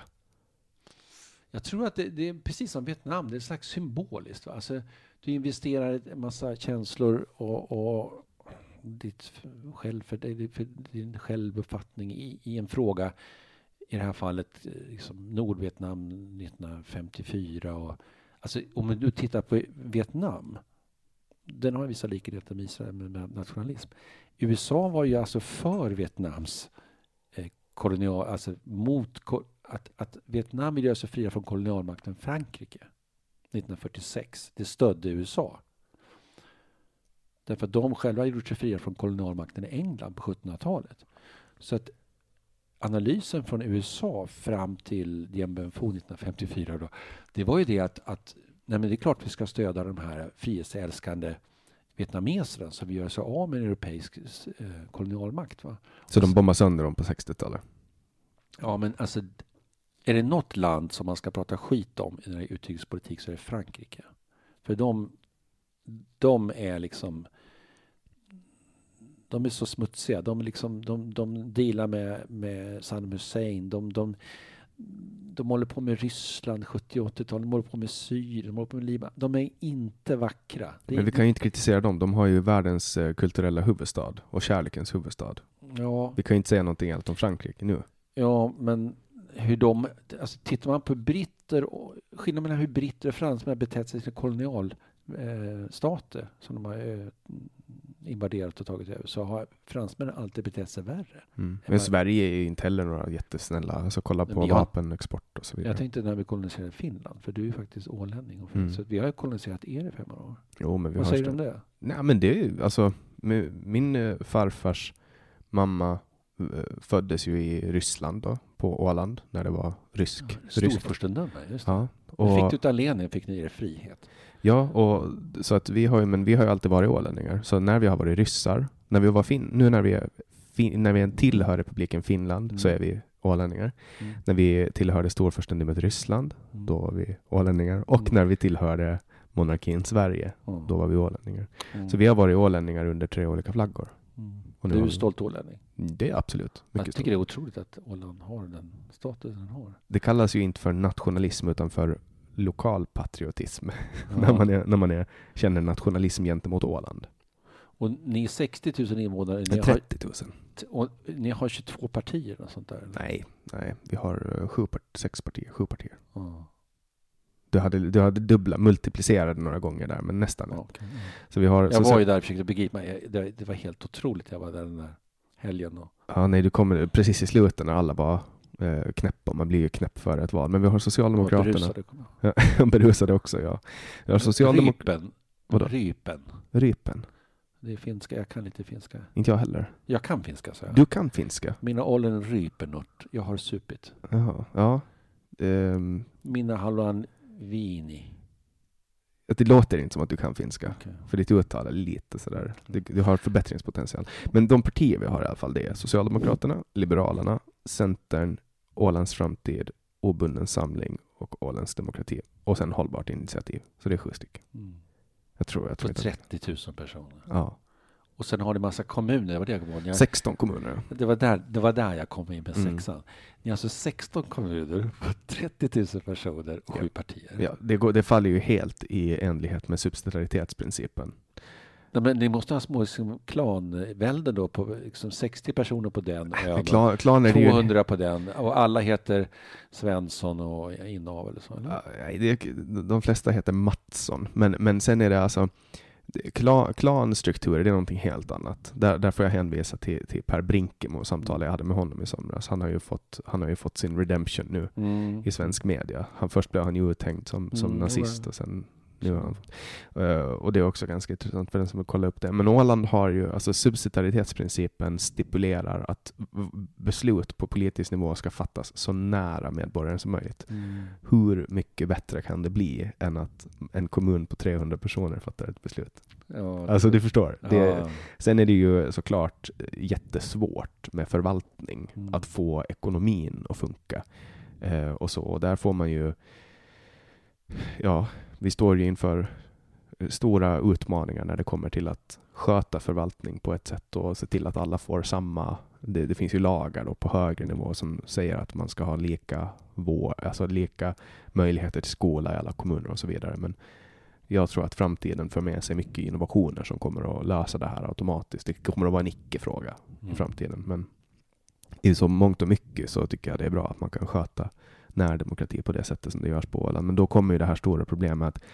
Jag tror att det, det är precis som Vietnam, det är ett slags symboliskt. Va? Alltså, du investerar en massa känslor och, och ditt själv, för, för din självuppfattning i, i en fråga, i det här fallet liksom Nordvietnam nittonhundrafemtiofyra. Och, alltså, om du tittar på Vietnam, den har vissa likheter med Israel med, med nationalism. U S A var ju alltså för Vietnams eh, kolonial, alltså mot att, att Vietnam vill göra sig fria från kolonialmakten Frankrike nittonhundrafyrtiosex. Det stödde U S A. Därför att de själva har gjort sig fria från kolonialmakten i England på sjuttonhundratalet. Så att analysen från U S A fram till Dien Bien Phu nittonhundrafemtiofyra då, det var ju det att, att nej men det är klart vi ska stödja de här frihetsälskande vietnameserna som vi gör sig av med en europeisk eh, kolonialmakt. Va? Så de bombade sönder dem på sextiotalet? Ja, men alltså är det något land som man ska prata skit om i den här utrikespolitik så är det Frankrike. För de, de är liksom de är så smutsiga. De, liksom, de, de dealar med, med Saddam Hussein. De, de, de håller på med Ryssland sjuttio- och åttiotalet. De håller på med Syrien. De håller på med Libanon. De är inte vackra. Det Men vi kan ju inte kritisera dem. De har ju världens eh, kulturella huvudstad och kärlekens huvudstad. Ja. Vi kan ju inte säga någonting allt om Frankrike nu. Ja, men hur de... Alltså, tittar man på britter och skillnaden mellan hur britter och fransmän har betett sig till kolonialstater eh, som de har eh, invaderat och tagit över, så har fransmännen alltid betett sig värre. Mm. Men Sverige är ju inte heller några jättesnälla. Alltså kolla på har, vapenexport och så vidare. Jag tänkte när vi koloniserade Finland, för du är ju faktiskt ålänning. Och Mm. så vi har ju koloniserat er i fem år. Jo, men vi Vad har säger stå- du om det? Nej, men det är ju, alltså, min eh, farfars mamma eh, föddes ju i Ryssland då, på Åland, när det var rysk. Ja, rysk. Storfurstendöme, just det. Ja, Och och, fick du utav Lenin fick ni er frihet. ja, och så att vi har ju, men vi har ju alltid varit ålänningar. Så när vi har varit ryssar, när vi var fin, nu när vi är fin, när vi tillhör republiken Finland Mm. så är vi ålänningar. Mm. När vi tillhörde storfurstendömet Ryssland, Mm. då var vi ålänningar. Och Mm. när vi tillhörde monarkin Sverige, Mm. då var vi ålänningar. Mm. Så vi har varit ålänningar under tre olika flaggor. Mm. Och nu Du är har ju vi- stolt ålänning. Det är absolut mycket Jag tycker det är otroligt att Åland har den statusen den har. Det kallas ju inte för nationalism utan för lokal patriotism. Ja. när, man är, när man är, känner nationalism gentemot Åland. Och ni är sextio tusen invånare. Ni har, trettio tusen. och ni har tjugotvå partier och sånt där. eller? Nej, nej, vi har uh, sju part- sex partier, sju partier. Ja. Du hade, du hade dubbla, multiplicerade några gånger där, men nästan. Ja, okej. Ja. Så vi har, Jag så, var så, ju där och försökte begripa mig. Det, det var helt otroligt. Jag var där den där helgen. Och, ja, nej, du kommer precis i slutet när alla var eh, knäppa. Man blir ju knäpp före ett val. Men vi har och Socialdemokraterna. berusade, kommer jag ihåg. Ja, berusade också, ja. Vi har Socialdemokraterna. Rypen. Vadå? Rypen. Rypen. Det är finska. Jag kan lite finska. Inte jag heller. Jag kan finska, så jag. Du kan finska. Mina ollen rypenort. Jag har supit. Jaha, ja. Ehm, Mina halvan vini. att det låter inte som att du kan finska. Okay. För ditt uttal är lite sådär. Du, du har förbättringspotential. Men de partier vi har i alla fall, det är Socialdemokraterna, Liberalerna, Centern, Ålands framtid, Obunden samling och Ålands demokrati. Och sen Hållbart initiativ. Så det är sju stycken. Mm. Jag tror jag För tror inte- trettio tusen personer. Ja. Och sen har det massa kommuner. Det var det jag kom ihåg. Jag, sexton kommuner. det, var där, det var där jag kom in med Mm. sexan. Ni har alltså sexton kommuner på trettio tusen personer och Ja. sju partier. Ja, det, går, det faller ju helt i enlighet med subsidiaritetsprincipen. Nej, men ni måste ha små liksom, klanvälden då på liksom, sextio personer på den ön. Klan, klaner är ju... tvåhundra på den. Och alla heter Svensson och Inav eller så. Eller? Ja, nej, det, de flesta heter Mattsson. Men, men sen är det alltså... Klan, klanstrukturer, det är någonting helt annat. Där, där får jag hänvisa till, till Per Brinkemo och samtalet jag hade med honom i somras. Han har ju fått, han har ju fått sin redemption nu Mm. i svensk media. Han, först blev han ju uthängd som, som Mm, nazist ja. och sen nu har han fått. Uh, och det är också ganska intressant för den som vill kolla upp det. Men Åland har ju, alltså subsidiaritetsprincipen stipulerar att v- beslut på politisk nivå ska fattas så nära medborgaren som möjligt. Mm. Hur mycket bättre kan det bli än att en kommun på trehundra personer fattar ett beslut? Ja, Alltså du förstår. Det, ja. Sen är det ju såklart jättesvårt med förvaltning. Mm. Att få ekonomin att funka. Eh, och så. Och där får man ju... Ja, vi står ju inför stora utmaningar när det kommer till att sköta förvaltning på ett sätt och se till att alla får samma... Det, det finns ju lagar då på högre nivå som säger att man ska ha lika, vår, alltså lika möjligheter till skola i alla kommuner och så vidare. Men Jag tror att framtiden för med sig mycket innovationer som kommer att lösa det här automatiskt. Det kommer att vara en icke-fråga mm. i framtiden. Men i så mångt och mycket så tycker jag det är bra att man kan sköta närdemokrati på det sättet som det görs på Åland. Men då kommer ju det här stora problemet att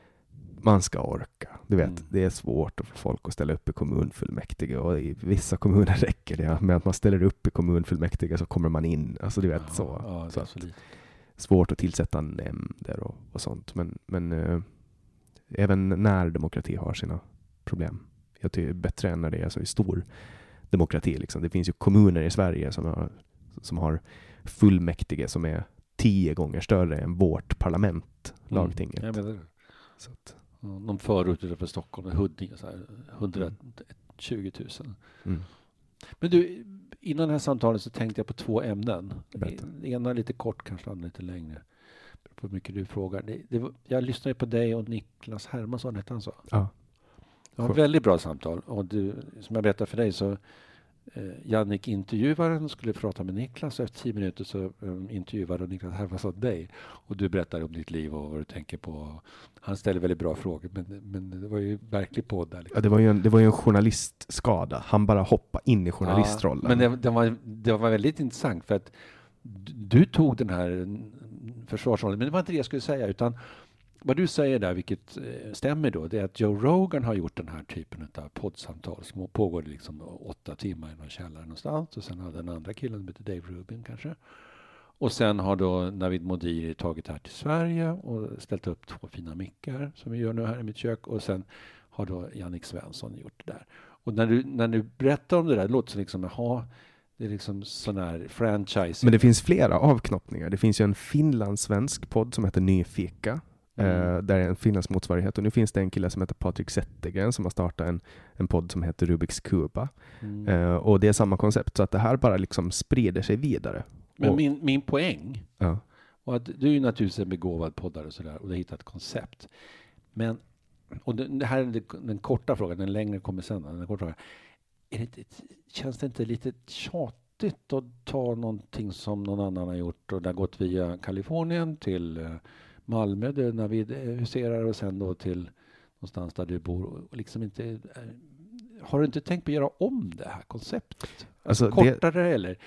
man ska orka. Du vet, mm. det är svårt för folk att ställa upp i kommunfullmäktige, och i vissa kommuner räcker det med att man ställer upp i kommunfullmäktige så kommer man in. Alltså du vet, ja, så. Ja, så, så svårt att tillsätta nämnder och, och sånt. Men, men äh, även närdemokrati har sina problem. Jag tycker det är bättre än när det är så i stor demokrati. Liksom. Det finns ju kommuner i Sverige som har, som har fullmäktige som är tio gånger större än vårt parlament, mm. lagtinget. Jag menar det. Så att, någon förort utanför Stockholm, Huddinge, så här, hundratjugo tusen. Mm. Men du, innan det här samtalet så tänkte jag på två ämnen. Det ena är lite kort, kanske andra lite längre. På hur mycket du frågar. Det, det var, jag lyssnade på dig och Niklas Hermansson, hette han så? Ja. Det var ett väldigt bra samtal. Och du, som jag berättade för dig så eh, Jannik intervjuaren skulle prata med Niklas, och efter tio minuter så um, intervjuade Niklas Hermansson dig. Och du berättade om ditt liv och vad du tänker på. Han ställde väldigt bra frågor, men, men det var ju verkligen på där. Liksom. Ja, det var ju en, det var ju en journalistskada. Han bara hoppade in i journalistrollen. Ja, men det, det, var, det var väldigt intressant för att du, du tog den här försvarsrollen, men det var inte det jag skulle säga, utan vad du säger där, vilket stämmer då, det är att Joe Rogan har gjort den här typen av poddsamtal som pågår liksom åtta timmar i någon källare någonstans, och sen har den andra killen som heter Dave Rubin kanske. Och sen har då Navid Modiri tagit här till Sverige och ställt upp två fina mickar som vi gör nu här i mitt kök, och sen har då Jannik Svensson gjort det där. Och när du, när du berättar om det där, det låter som liksom, aha, det är liksom sån här franchise. Men det finns flera avknoppningar. Det finns ju en finlandssvensk podd som heter Nyfika. Mm. Uh, där är en finlands motsvarighet. Och nu finns det en kille som heter Patrik Zettergren som har startat en, en podd som heter Rubiks Kuba. Mm. Uh, och det är samma koncept. Så att det här bara liksom sprider sig vidare. Men och, min, min poäng ja. och att du är ju naturligtvis en begåvad poddare och sådär, och du har hittat ett koncept. Men, och det, det här är den, den korta frågan, den längre kommer sen. Den korta frågan. Är det, känns det inte lite tjatigt att ta någonting som någon annan har gjort och det har gått via Kalifornien till Malmö där Navid huserar, och sen då till någonstans där du bor, och liksom inte, har du inte tänkt på att göra om det här konceptet? Alltså, alltså kortare det... eller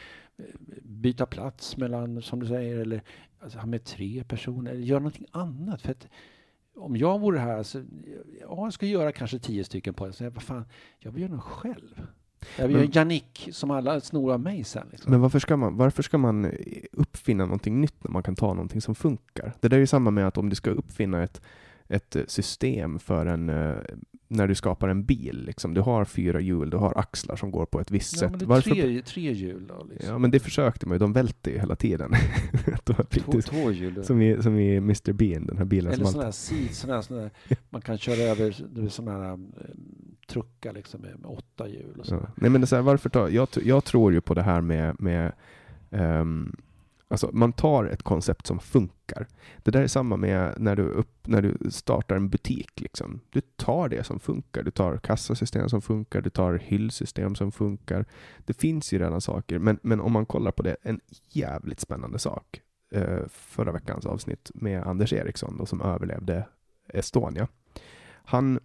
byta plats mellan, som du säger, eller alltså, ha med tre personer, eller göra någonting annat. För att om jag vore här så, ja, jag ska göra kanske tio stycken på det. Så jag, vad fan, jag vill göra något själv. Jag vill göra Jannik som alla snor av mig sen. Liksom. Men varför ska, man, varför ska man uppfinna någonting nytt när man kan ta någonting som funkar? Det där är ju samma med att om du ska uppfinna ett, ett system för en, när du skapar en bil. Liksom. Du har fyra hjul, du har axlar som går på ett visst ja, sätt. Men det är varför... tre, tre hjul då, liksom. Ja, men det försökte man ju. De välte ju hela tiden. två, två hjul. Som i, som i mister Bean, den här bilen. Eller sådana här alltid... såna såna man kan köra över sådana här um, truckar liksom med, med åtta hjul. Och så. Ja. Nej, men det är så här, varför ta, jag, jag tror ju på det här med, med um, alltså man tar ett koncept som funkar. Det där är samma med när du, upp, när du startar en butik. Liksom. Du tar det som funkar. Du tar kassasystem som funkar. Du tar hyllsystem som funkar. Det finns ju redan saker. Men, men om man kollar på det, en jävligt spännande sak. Eh, förra veckans avsnitt med Anders Eriksson då, som överlevde Estonia. Han,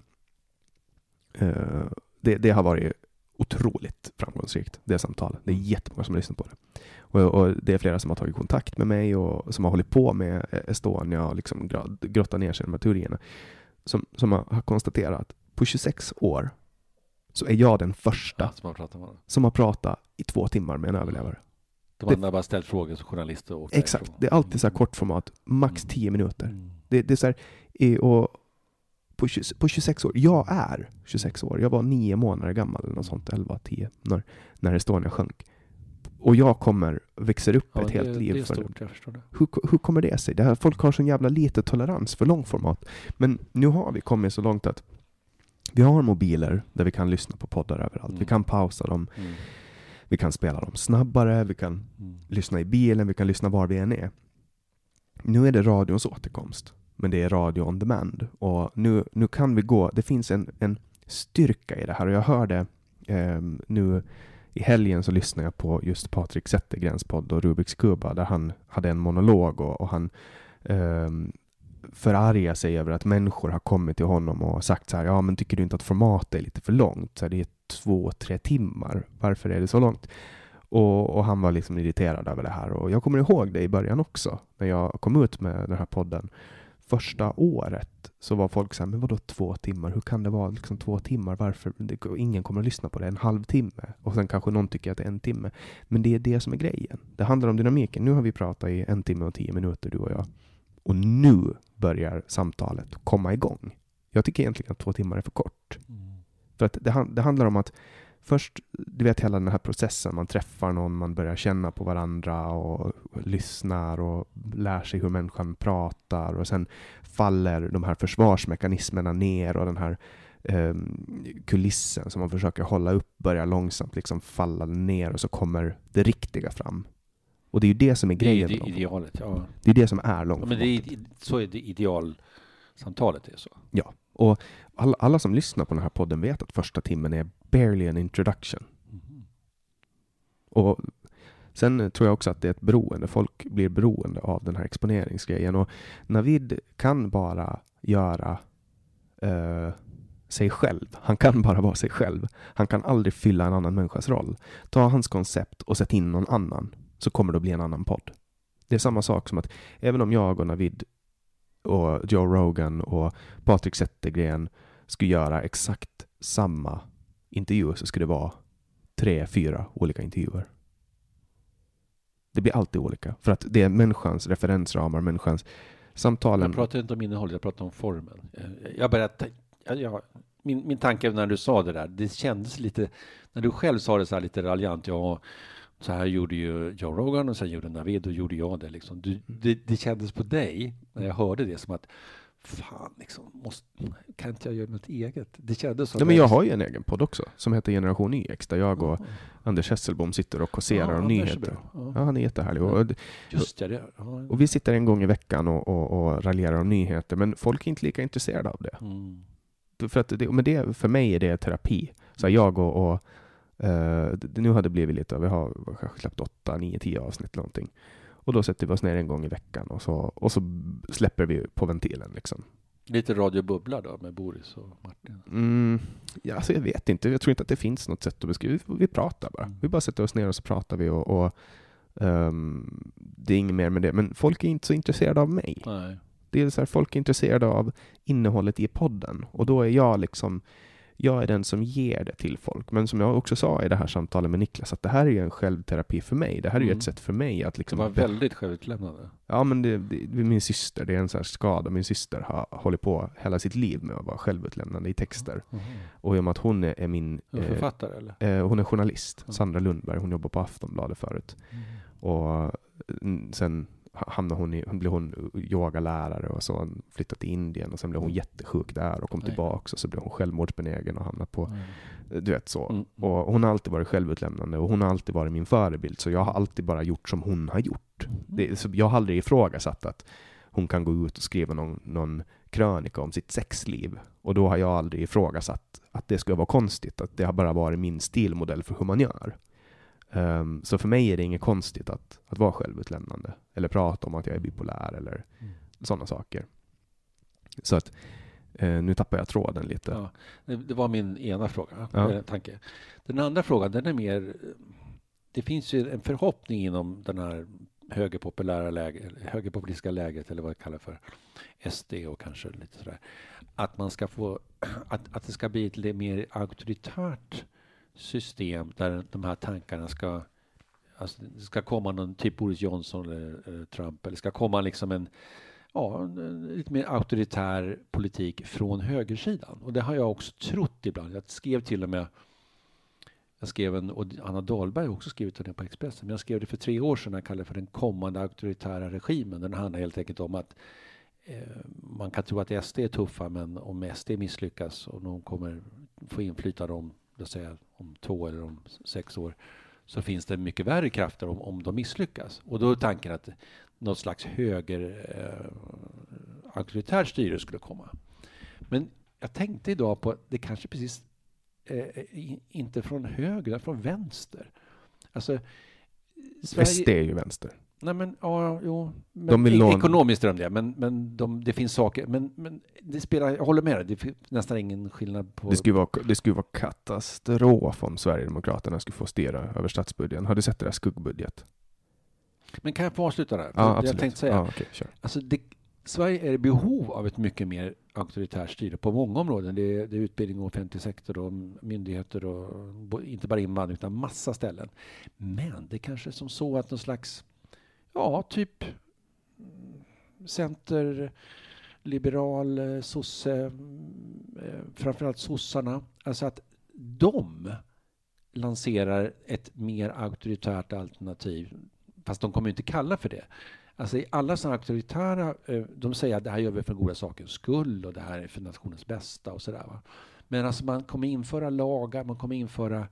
eh, det, det har varit otroligt framgångsrikt, det samtalet. Det är jättemånga som lyssnar på det. Och, och det är flera som har tagit kontakt med mig och som har hållit på med Estonia och liksom grottat ner sig i de här teorierna. Som, som har konstaterat att på tjugosex år så är jag den första ja, som, har pratat med som har pratat i två timmar med en överlevare. De andra har bara ställt frågor som journalister. Och exakt, ifrån. Det är alltid så här kortformat, max tio mm. minuter. Mm. Det, det är så här, och på, tjugo, på tjugosex år, jag är tjugosex år, jag var nio månader gammal eller något sånt, elva, tio, när, när Estonia sjönk. Och jag kommer, växer upp ja, ett det, helt liv. Det är för stort, jag förstår det. Hur, hur kommer det sig? Det här, folk har så jävla lite tolerans för långformat. Men nu har vi kommit så långt att vi har mobiler där vi kan lyssna på poddar överallt. Mm. Vi kan pausa dem. Mm. Vi kan spela dem snabbare. Vi kan mm. lyssna i bilen. Vi kan lyssna var vi än är. Nu är det radions återkomst. Men det är radio on demand. Och nu, nu kan vi gå. Det finns en, en styrka i det här. Och jag hörde eh, nu i helgen så lyssnade jag på just Patrik Zettergrens podd och Rubiks Kuba. Där han hade en monolog och, och han eh, förarga sig över att människor har kommit till honom och sagt så här, ja men tycker du inte att formatet är lite för långt? Så här, det är två, tre timmar. Varför är det så långt? Och, och han var liksom irriterad över det här. Och jag kommer ihåg det i början också. När jag kom ut med den här podden. Första året så var folk så här, men vadå två timmar? Hur kan det vara liksom två timmar? Varför? Det, ingen kommer att lyssna på det. En halvtimme. Och sen kanske någon tycker att det är en timme. Men det är det som är grejen. Det handlar om dynamiken. Nu har vi pratat i en timme och tio minuter, du och jag. Och nu börjar samtalet komma igång. Jag tycker egentligen att två timmar är för kort. Mm. För att det, det handlar om att först, du vet hela den här processen. Man träffar någon, man börjar känna på varandra och, och lyssnar och lär sig hur människan pratar. Och sen faller de här försvarsmekanismerna ner och den här eh, kulissen som man försöker hålla upp börjar långsamt liksom falla ner och så kommer det riktiga fram. Och det är ju det som är grejen. Det är det idealet, ja. Det är det som är långt. Ja, men det är, så är det idealsamtalet är så. Ja, och alla, alla som lyssnar på den här podden vet att första timmen är barely an introduction. Mm. Och sen tror jag också att det är ett beroende. Folk blir beroende av den här exponeringsgrejen. Och Navid kan bara göra eh, sig själv. Han kan bara vara sig själv. Han kan aldrig fylla en annan människas roll. Ta hans koncept och sätt in någon annan, så kommer det att bli en annan podd. Det är samma sak som att även om jag och Navid och Joe Rogan och Patrik Zettergren skulle göra exakt samma intervju, så skulle det vara tre, fyra olika intervjuer. Det blir alltid olika. För att det är människans referensramar, människans samtalen. Jag pratar inte om innehållet, jag pratar om formen. Jag började, jag, jag, min, min tanke när du sa det där, det kändes lite, när du själv sa det så här lite raljant, ja, så här gjorde ju Joe Rogan och sen gjorde Navid och gjorde jag det liksom. Du, det, det kändes på dig när jag hörde det som att fan liksom, måste, kan inte jag göra något eget? Det kändes så. Ja, men jag har ju en egen podd också som heter Generation Y X där jag och mm. Anders Hesselbom sitter och kåserar ja, om nyheter. Ja. Ja, han är jättehärlig. Och, Just det, det. Ja. Och vi sitter en gång i veckan och, och, och raljerar om nyheter, men folk är inte lika intresserade av det. Mm. För, att det, men det, för mig är det terapi. Så jag och, och Uh, det, nu har det blivit lite, vi har kanske släppt åtta, nio, tio avsnitt någonting. Och då sätter vi oss ner en gång i veckan och så, och så släpper vi på ventilen liksom. Lite radiobubbla då med Boris och Martin? Mm, ja, alltså jag vet inte, jag tror inte att det finns något sätt att beskriva. Vi, vi pratar bara. Mm. Vi bara sätter oss ner och så pratar vi och, och um, det är inget mer med det. Men folk är inte så intresserade av mig. Nej. Det är så här, folk är intresserade av innehållet i podden. Och då är jag liksom Jag är den som ger det till folk. Men som jag också sa i det här samtalet med Niklas, att det här är ju en självterapi för mig. Det här är ju mm. ett sätt för mig att liksom... Det var väldigt självutlämnande. Ja, men det, det, det är min syster. Det är en sån här skada. Min syster har hållit på hela sitt liv med att vara självutlämnande i texter. Mm. Och i och med att hon är, är min... Är författare, eller? Eh, hon är journalist. Mm. Sandra Lundberg. Hon jobbar på Aftonbladet förut. Mm. Och sen... hamnade hon i, blev hon yogalärare och så flyttade till Indien och sen blev hon jättesjuk där och kom Nej. tillbaka och så blev hon självmordsbenägen och hamnade på Nej. du vet så. Mm. Och hon har alltid varit självutlämnande och hon har alltid varit min förebild, så jag har alltid bara gjort som hon har gjort. Mm. Det, så jag har aldrig ifrågasatt att hon kan gå ut och skriva någon, någon krönika om sitt sexliv, och då har jag aldrig ifrågasatt att det skulle vara konstigt, att det har bara varit min stilmodell för hur man gör. Um, så för mig är det inget konstigt att, att vara självutlämnande eller prata om att jag är bipolär eller mm. sådana saker. Så att uh, nu tappar jag tråden lite. Ja, det, det var min ena fråga. Ja. Tanke. Den andra frågan, den är mer, det finns ju en förhoppning inom den här högerpopulära läge, högerpopulistiska läget, eller vad jag kallar för S D och kanske lite sådär, att man ska få, att, att det ska bli ett lite mer auktoritärt system där de här tankarna ska, alltså det ska komma någon typ Boris Johnson eller, eller Trump, eller ska komma liksom en, ja, en lite mer auktoritär politik från högersidan. Och det har jag också trott ibland. Jag skrev till och med, jag skrev en, och Anna Dahlberg har också skrivit det på Expressen, men jag skrev det för tre år sedan, jag kallade det för den kommande auktoritära regimen. Den handlar helt enkelt om att eh, man kan tro att S D är tuffa, men om S D misslyckas och de kommer få inflytande om säga om två eller om sex år, så finns det mycket värre krafter om, om de misslyckas. Och då är tanken att något slags höger eh, auktoritär styre skulle komma. Men jag tänkte idag på att det kanske precis eh, inte från höger, från vänster. Alltså Sverige... S D är ju vänster. Nej men, ja, jo. Men De vill låna... Ekonomiskt är de det, men, men de, det finns saker, men, men det spelar, jag håller med dig, det finns nästan ingen skillnad på... Det skulle vara, det skulle vara katastrof om Sverigedemokraterna skulle få styra över statsbudgeten. Har du sett deras skuggbudget? Men kan jag få avsluta där? Ja, absolut. Jag tänkte säga, ja, okay, sure. alltså det, Sverige är i behov av ett mycket mer auktoritärt styre på många områden. Det är, det är utbildning och offentlig sektor och myndigheter och inte bara invandring utan massa ställen. Men det är kanske som så att någon slags, ja, typ center, liberal, sosse, framförallt sossarna, alltså att de lanserar ett mer auktoritärt alternativ, fast de kommer inte kalla för det. Alltså i alla sådana auktoritära, de säger att det här gör vi för goda sakers skull och det här är för nationens bästa och sådär. Va? Men alltså man kommer införa lagar, man kommer införa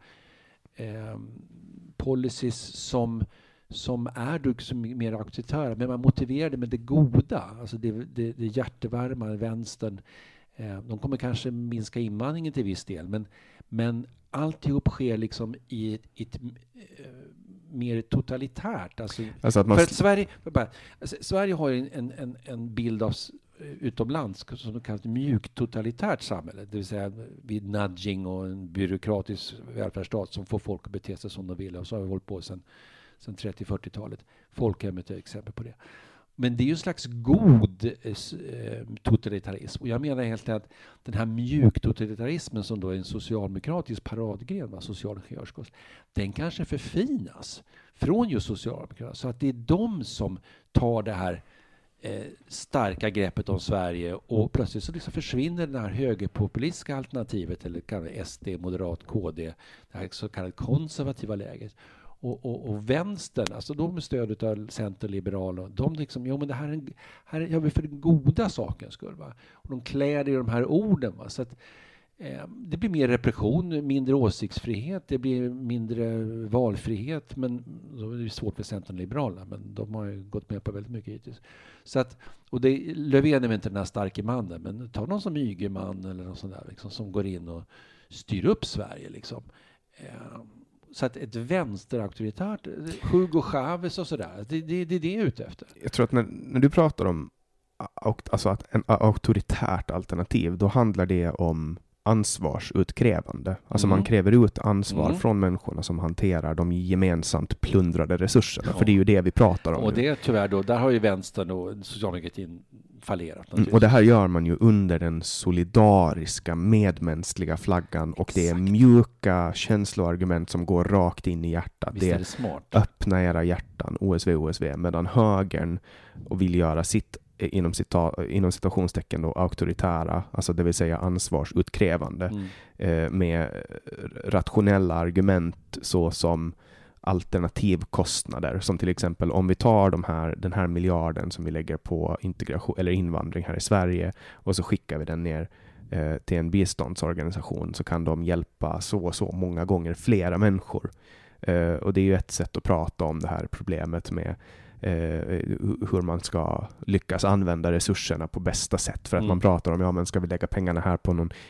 eh, policies som, som är liksom mer auktoritära, men man motiverar det med det goda, alltså det, det, det hjärtevärma, vänstern. Eh, de kommer kanske minska invandringen till viss del, men, men alltihop sker liksom i ett, ett eh, mer totalitärt. Alltså, alltså att man... För att Sverige, bara, alltså, Sverige har ju en, en, en bild av utomlands som kallas mjukt totalitärt samhälle. Det vill säga vid nudging och en byråkratisk välfärdsstat som får folk att bete sig som de vill. Och så har vi hållit på sedan, sedan trettio-fyrtiotalet. Folkhemmet är ett exempel på det. Men det är ju en slags god eh, totalitarism. Och jag menar helt att den här mjuktotalitarismen som då är en socialdemokratisk paradgren, va, social ingenjörskonst, den kanske förfinas från just socialdemokraterna. Så att det är de som tar det här eh, starka greppet om Sverige och plötsligt så liksom försvinner det här högerpopulistiska alternativet, eller kan det S D, moderat, K D, det här så kallade konservativa läget. Och, och, och vänstern, alltså de med stöd av centerliberaler, de liksom, jo men det här, är, här gör vi för den goda sakens skull, va? Och de klär i de här orden, va? Så att eh, det blir mer repression, mindre åsiktsfrihet, det blir mindre valfrihet, men då är det svårt för centerliberalerna, men de har ju gått med på väldigt mycket hittills. Så att, och det, Löfven är inte den här starka mannen, men ta någon som Ygeman eller någon sån där liksom, som går in och styr upp Sverige liksom. Eh, Så att ett vänsterauktoritärt, Hugo Chavez och sådär, det, det, det är det jag är ute efter. Jag tror att när, när du pratar om alltså att en auktoritärt alternativ, då handlar det om ansvarsutkrävande. Alltså mm. man kräver ut ansvar mm. från människorna som hanterar de gemensamt plundrade resurserna. Ja. För det är ju det vi pratar om. Och nu. det tyvärr då, där har ju vänstern och socialdemokratin fallerat. Mm, och det här gör man ju under den solidariska, medmänskliga flaggan. Och det är mjuka känsloargument som går rakt in i hjärtat. Visst det är det smart. Öppna era hjärtan, O S V, O S V. Medan högern och vill göra sitt inom, cita, inom citationstecken då, auktoritära, alltså det vill säga ansvarsutkrävande mm. eh, med rationella argument så som alternativkostnader, som till exempel om vi tar de här, den här miljarden som vi lägger på integration eller invandring här i Sverige och så skickar vi den ner eh, till en biståndsorganisation, så kan de hjälpa så och så många gånger flera människor. Eh, och det är ju ett sätt att prata om det här problemet med Eh, hur man ska lyckas använda resurserna på bästa sätt. För att mm. man pratar om, ja men ska vi lägga pengarna här på någon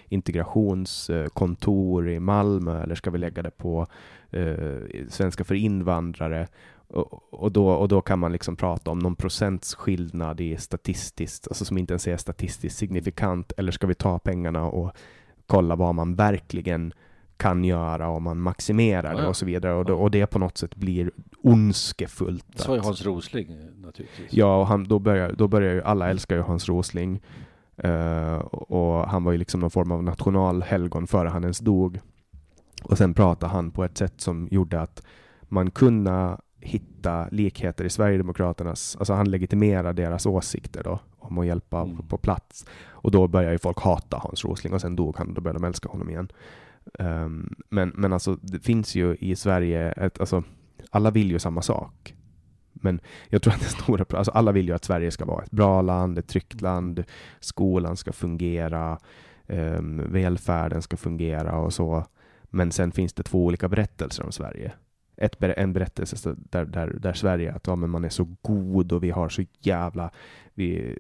integrationskontor i Malmö, eller ska vi lägga det på eh, svenska för invandrare, och, och, då, och då kan man liksom prata om någon procentsskillnad i statistiskt, alltså som inte ens är statistiskt signifikant, eller ska vi ta pengarna och kolla vad man verkligen kan göra om man maximerar det, ja, ja. och så vidare. Och, då, och det på något sätt blir ondskefullt. Så är Hans Rosling naturligtvis. Ja, och han, då, börjar, då börjar ju, alla älskar ju Hans Rosling. Uh, och han var ju liksom någon form av nationalhelgon före han ens dog. Och sen pratade han på ett sätt som gjorde att man kunde hitta likheter i Sverigedemokraternas, alltså han legitimerade deras åsikter då, om att hjälpa mm. på, på plats. Och då börjar ju folk hata Hans Rosling, och sen dog han och då började de älska honom igen. Um, men, men alltså det finns ju i Sverige ett, alltså, alla vill ju samma sak, men jag tror att det stora, alltså alla vill ju att Sverige ska vara ett bra land, ett tryggt land, skolan ska fungera, um, välfärden ska fungera och så, men sen finns det två olika berättelser om Sverige. ett, en berättelse där, där, där Sverige att ja, men man är så god och vi har så jävla vi,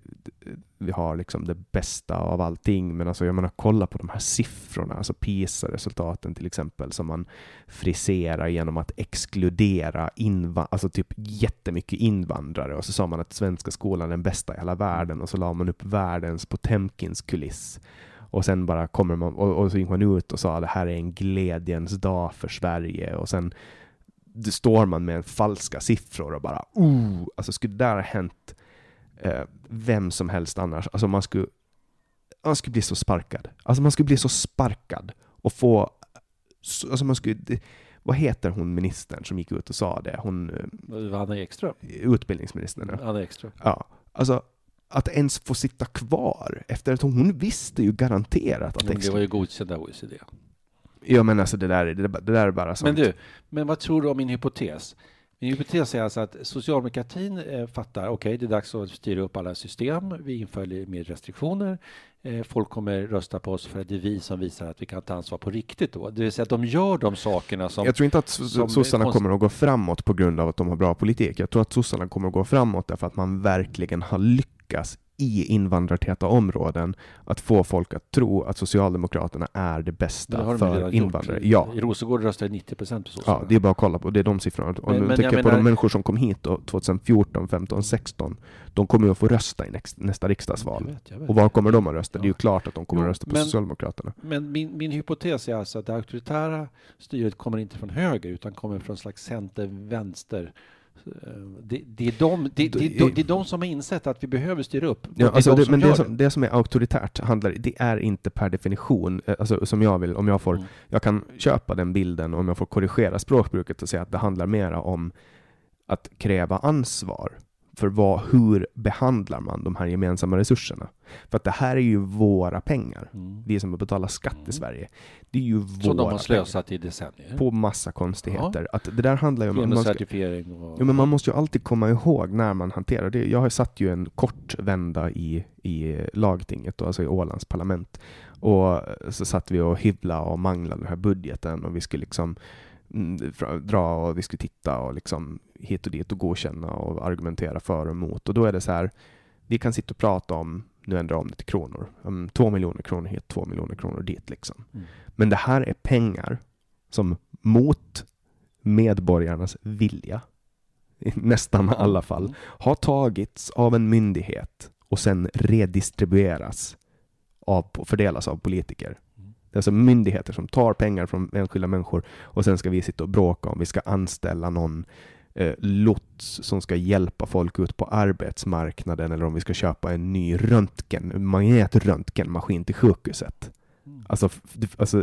vi har liksom det bästa av allting. Men alltså jag menar, kolla på de här siffrorna, alltså PISA-resultaten till exempel, som man friserar genom att exkludera inva- alltså typ jättemycket invandrare, och så sa man att svenska skolan är den bästa i hela världen, och så la man upp världens Potemkins kuliss. Och sen bara kommer man, och, och så gick man ut och sa att det här är en glädjens dag för Sverige, och sen det står man med falska siffror och bara oh, alltså skulle det där ha hänt eh, vem som helst annars, alltså man skulle man skulle bli så sparkad, alltså man skulle bli så sparkad och få, alltså man skulle, vad heter hon ministern som gick ut och sa det, hon Anna Ekström, utbildningsministern, ja. Anna Ekström, ja, alltså att ens få sitta kvar efter att hon, hon visste ju garanterat att det var ju godkänd av O E C D. Ja, men alltså det där, det, det där är bara sånt. Men du, men vad tror du om min hypotes? Min hypotes är alltså att socialdemokratin eh, fattar, okej, okay, det är dags att styra upp alla system. Vi inför mer restriktioner. Eh, folk kommer rösta på oss för att det är vi som visar att vi kan ta ansvar på riktigt då. Det vill säga att de gör de sakerna som... Jag tror inte att sossarna konst... kommer att gå framåt på grund av att de har bra politik. Jag tror att sossarna kommer att gå framåt därför att man verkligen har lyckats i invandrartäta områden att få folk att tro att Socialdemokraterna är det bästa det för invandrare. Ja. I Rosengård röstade nittio procent på sossarna. Ja, det är bara att kolla på, det är de siffrorna. Och men, nu men tänker jag på menar... de människor som kom hit då, tjugohundrafjorton, femton, sexton. De kommer ju att få rösta i nästa, nästa riksdagsval. Jag vet, jag vet. Och var kommer de att rösta? Ja. Det är ju klart att de kommer jo, att rösta på men, Socialdemokraterna. Men min, min hypotes är alltså att det auktoritära styret kommer inte från höger utan kommer från en slags center-vänster. Det, det, är de, det, det, det, det är de som har insett att vi behöver styra upp. Ja, det alltså de det, som men det som, det. det som är auktoritärt handlar, det är inte per definition, alltså som jag vill, om jag får, mm. jag kan köpa den bilden om jag får korrigera språkbruket och säga att det handlar mera om att kräva ansvar för vad, hur behandlar man de här gemensamma resurserna. För att det här är ju våra pengar. Mm. Vi som betalar skatt i Sverige. Det är ju våra så de har slösat i decennier. På massa konstigheter. Ja. Att det där handlar ju om... Man ska, och... ja, men man måste ju alltid komma ihåg när man hanterar det. Jag har satt ju en kort vända i, i lagtinget, då, alltså i Ålands parlament. Och så satt vi och hyvla och mangla den här budgeten och vi skulle liksom dra och vi skulle titta och liksom hit och dit och godkänna och argumentera för och emot. Och då är det så här, vi kan sitta och prata om, nu ändrar om det till kronor, om två miljoner kronor hit, två miljoner kronor dit liksom. Mm. Men det här är pengar som mot medborgarnas vilja, i nästan alla fall, har tagits av en myndighet och sen redistribueras av, fördelas av politiker. Det är alltså myndigheter som tar pengar från enskilda människor och sen ska vi sitta och bråka om vi ska anställa någon eh, lots som ska hjälpa folk ut på arbetsmarknaden eller om vi ska köpa en ny röntgen, magnetröntgenmaskin till sjukhuset. Mm. Alltså, alltså,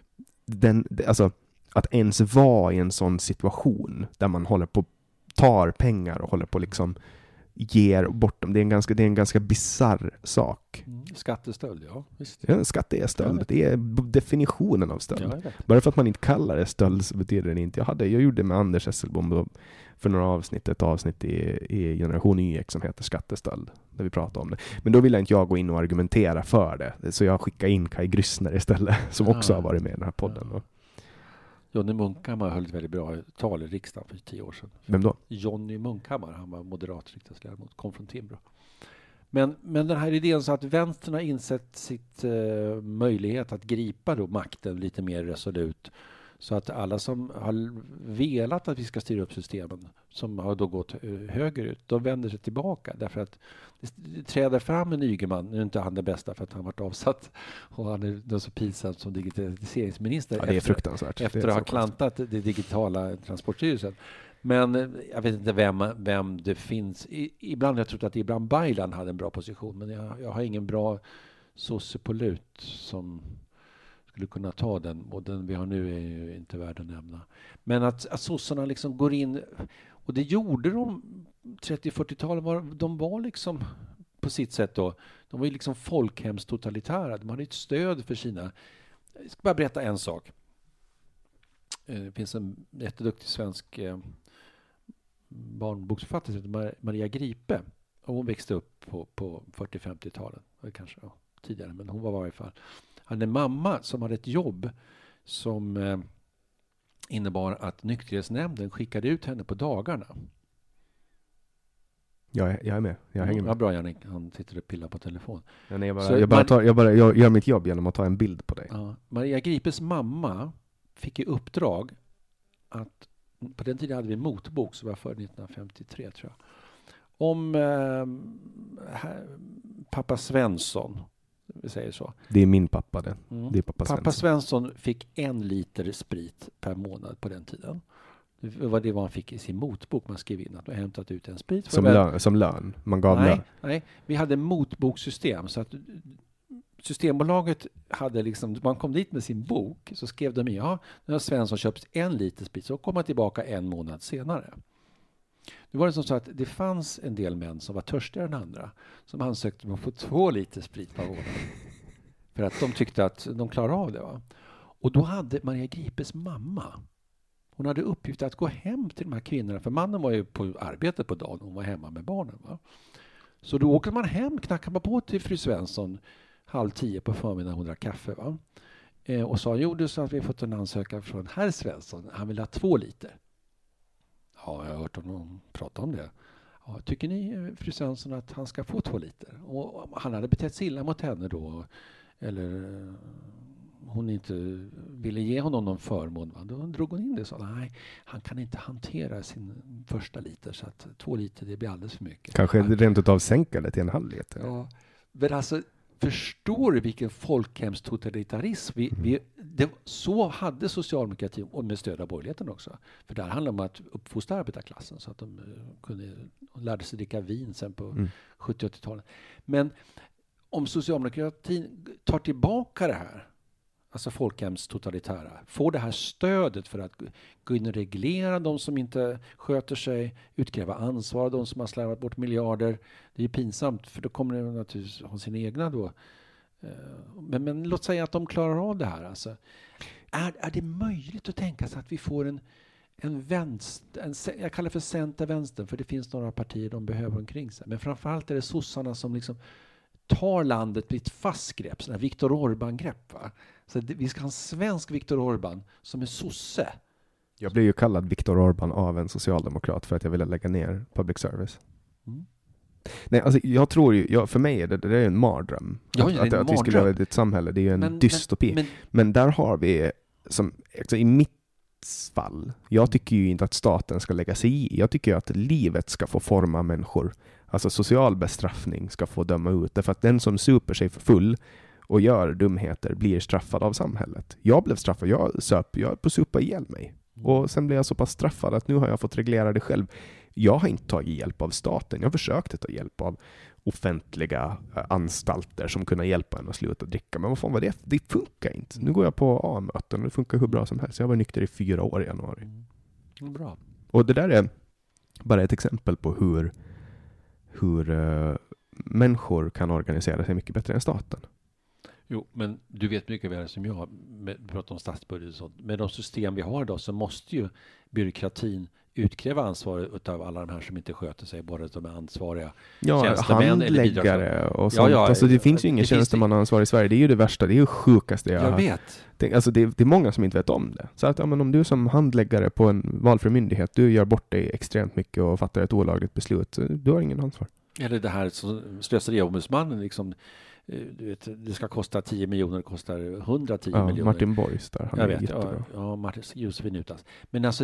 den, alltså att ens vara i en sån situation där man håller på tar pengar och håller på liksom ger bort dem. Det är en ganska, det är en ganska bizarr sak. Mm. Skattestöld, ja. Visst. Ja, skatt är stöld. Det är definitionen av stöld. Ja, bara för att man inte kallar det stöld så betyder det inte. Jag, hade, jag gjorde med Anders Esselbom för några avsnitt, ett avsnitt i, i Generation Y X som heter Skattestöld, där vi pratade om det. Men då ville inte jag gå in och argumentera för det. Så jag skickade in Kai Grüssner istället, som ja. också har varit med i den här podden. Ja. Johnny Munkhammar höll ett väldigt bra tal i riksdagen för tio år sedan. Vem då? Johnny Munkhammar, han var moderat riksdagsledamot, kom från Timbro. Men, men den här idén så att vänstern har insett sitt eh, möjlighet att gripa då makten lite mer resolut. Så att alla som har velat att vi ska styra upp systemen, som har då gått högerut, de vänder sig tillbaka. Därför att det träder fram en Ygeman, nu är inte han det bästa för att han varit avsatt och han är så pinsam som digitaliseringsminister. Ja, det är efter, fruktansvärt. Efter att ha klantat det digitala Transportstyrelsen. Men jag vet inte vem, vem det finns. I, ibland har jag trott att Ibrahim Baylan hade en bra position, men jag, jag har ingen bra sociopolit som skulle kunna ta den, och den vi har nu är ju inte värd att nämna. Men att, att sossarna liksom går in, och det gjorde de trettio-fyrtiotalet, var, de var liksom på sitt sätt då, de var ju liksom folkhemstotalitära, de hade ett stöd för sina. Jag ska bara berätta en sak. Det finns en jätteduktig svensk eh, barnboksförfattare som heter Maria Gripe, och hon växte upp på, på fyrtio-femtiotalet, kanske ja, tidigare, men hon var i varje fall. Han hade en mamma som hade ett jobb som eh, innebar att nykterhetsnämnden skickade ut henne på dagarna. Jag är, jag är med. Jag hänger med. Ja, bra, Jannik. Han sitter och pillar på telefon. Ja, nej, jag, bara, Så jag, bara man- tar, jag, bara, jag gör mitt jobb genom att ta en bild på dig. Ja, Maria Gripes mamma fick i uppdrag att, på den tiden hade vi motbok, så var född nittonhundrafemtiotre tror jag, om eh, här, pappa Svensson, vi säger så. Det är min pappa det. Mm. Det är pappa Svensson. Pappa Svensson fick en liter sprit per månad på den tiden. Det var det vad han fick i sin motbok. Man skrev in att man hämtat ut en sprit. För Som, väl- lön, som lön. Man gav lön. nej, nej, vi hade motbokssystem, så att Systembolaget hade liksom, man kom dit med sin bok, så skrev de i, ja, nu har Svensson köpt en liter sprit, så kom man tillbaka en månad senare. Nu var det som så att det fanns en del män som var törstigare än andra, som ansökte om att få två liter sprit per månad. För att de tyckte att de klarade av det. Va? Och då hade Maria Gripes mamma, hon hade uppgift att gå hem till de här kvinnorna, för mannen var ju på arbetet på dagen, hon var hemma med barnen. Va? Så då åker man hem, knackar man på till fru Svensson halv tio på förmiddagen, hon drack kaffe. Va? Eh, och sa, jo, du sa att vi har fått en ansökan från herr Svensson, han vill ha två liter. Ja, jag har hört honom prata om det. Ja, tycker ni, fru Svensson, att han ska få två liter? Och han hade betett sig illa mot henne då, eller eh, hon inte ville ge honom någon förmån. Va? Då drog hon in det och sa, nej, han kan inte hantera sin första liter, så att två liter, det blir alldeles för mycket. Kanske han, rent utav sänka det till en halv liter. Ja, men alltså, förstår du vilken folkhemstotalitarism vi, mm. vi, det, så hade socialdemokratin, och med stöd av borgerligheten också. För där handlar det om att uppfostra arbetarklassen så att de uh, kunde, lärde sig dricka vin sen på mm. sjuttio- och åttiotalet. Men om socialdemokratin tar tillbaka det här, alltså folkhemstotalitära, får det här stödet för att gå in och reglera de som inte sköter sig, utkräva ansvar av de som har slarvat bort miljarder. Det är ju pinsamt, för då kommer de naturligtvis ha sina egna då. Men, men låt säga att de klarar av det här. Alltså, är, är det möjligt att tänka sig att vi får en, en vänster, en, jag kallar det för center-vänster, för det finns några partier de behöver omkring sig. Men framförallt är det sossarna som liksom tar landet med ett fast grepp, sådana här Viktor Orbán-grepp. Va? Så det, vi ska ha en svensk Viktor Orbán som är sosse. Jag blev ju kallad Viktor Orbán av en socialdemokrat för att jag ville lägga ner public service. Mm. Nej, alltså jag tror ju, jag, för mig är det, det är en mardröm. Ja, att, det är en att, att vi skulle mardröm. ha ett samhälle, det är ju en men, dystopi. Men, men, men där har vi, som, alltså i mitt fall, jag tycker ju inte att staten ska lägga sig i. Jag tycker att livet ska få forma människor. Alltså social bestraffning ska få döma ut. Därför att den som super sig för full och gör dumheter blir straffad av samhället. Jag blev straffad. Jag söp, jag höll på att supa ihjäl mig. Och sen blev jag så pass straffad att nu har jag fått reglera det själv. Jag har inte tagit hjälp av staten. Jag försökte ta hjälp av offentliga anstalter som kunde hjälpa en att sluta dricka. Men vad fan var det? Det funkar inte. Nu går jag på A-möten och det funkar hur bra som helst. Jag var nykter i fyra år i januari. Mm. Bra. Och det där är bara ett exempel på hur hur uh, människor kan organisera sig mycket bättre än staten. Jo, men du vet mycket väl som jag, med, pratar om statsbudget och sånt. Med de system vi har idag så måste ju byråkratin utkräva ansvar av alla de här som inte sköter sig, bara de är ansvariga ja, tjänstemän handläggare eller och sånt. Ja, ja, alltså, det finns ju ingen det tjänstemannaansvar i Sverige. Det är ju det värsta. Det är ju sjukaste jag, jag vet. Det, alltså, det, det är många som inte vet om det. Så att ja, men om du som handläggare på en valfri myndighet, du gör bort dig extremt mycket och fattar ett olagligt beslut, så du har ingen ansvar. Eller det här som slöseriombudsmannen liksom, du vet, det ska kosta tio miljoner, det kostar hundratio ja, miljoner. Martin Borgs där, han jag är vet, jättebra. Ja, ja Martin, Josefin Utas. Men alltså,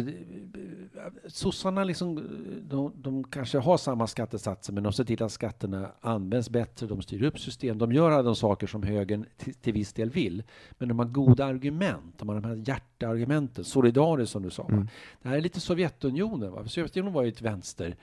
sossarna liksom, de, de kanske har samma skattesatser, men de ser till att skatterna används bättre, de styr upp system, de gör alla de saker som högern till, till viss del vill. Men de har goda argument, de har de här hjärteargumenten, solidariskt som du sa. Mm. Det här är lite Sovjetunionen, va? Sovjetunionen var ju ett vänster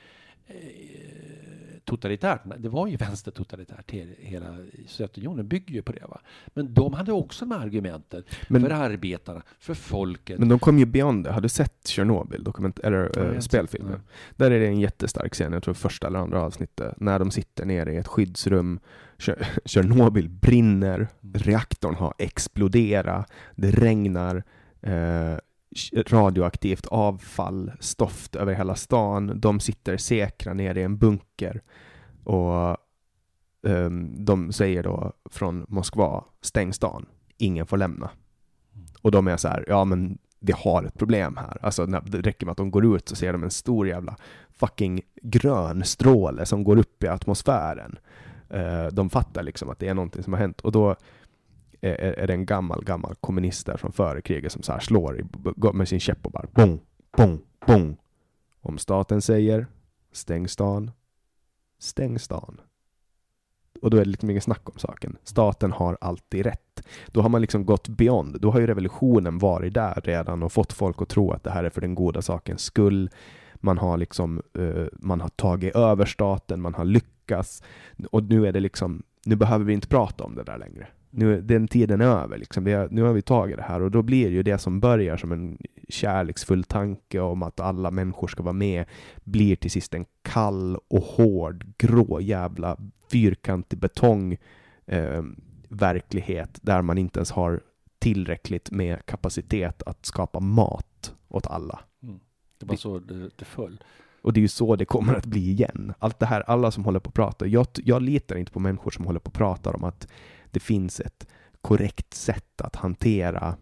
totalitärt. Det var ju vänstertotalitärt. Hela Sovjetunionen bygger ju på det. Va? Men de hade också de argumenten men, för arbetarna, för folket. Men de kom ju beyond det. Har du sett Chernobyl, dokument, eller ja, äh, spelfilmen? Ja. Där är det en jättestark scen, jag tror första eller andra avsnittet, när de sitter nere i ett skyddsrum. Chernobyl brinner, mm. reaktorn har exploderat, det regnar, eh, radioaktivt avfall, stoft över hela stan. De sitter säkra nere i en bunker och um, de säger då från Moskva, stäng stan, ingen får lämna. Och de är så här, ja men vi har ett problem här. Alltså när det räcker med att de går ut så ser de en stor jävla fucking grön stråle som går upp i atmosfären. Uh, de fattar liksom att det är någonting som har hänt. Och då är, är det en gammal, gammal kommunist där från före kriget som så här slår i, med sin käpp och bara bong, bong, bong. Om staten säger stäng stan, stäng stan. Och då är det liksom ingen snack om saken. Staten har alltid rätt. Då har man liksom gått beyond. Då har ju revolutionen varit där redan och fått folk att tro att det här är för den goda sakens skull. Man har liksom uh, man har tagit över staten, man har lyckats. Och nu är det liksom, nu behöver vi inte prata om det där längre. Nu är den tiden över liksom. Det är, nu har vi tagit det här och då blir ju det som börjar som en kärleksfull tanke om att alla människor ska vara med blir till sist en kall och hård grå jävla fyrkantig betong eh, verklighet där man inte ens har tillräckligt med kapacitet att skapa mat åt alla. Mm. Det var så det, det föll. Och det är ju så det kommer att bli igen. Allt det här, alla som håller på att prata. Jag, jag litar inte på människor som håller på att prata om att det finns ett korrekt sätt att hantera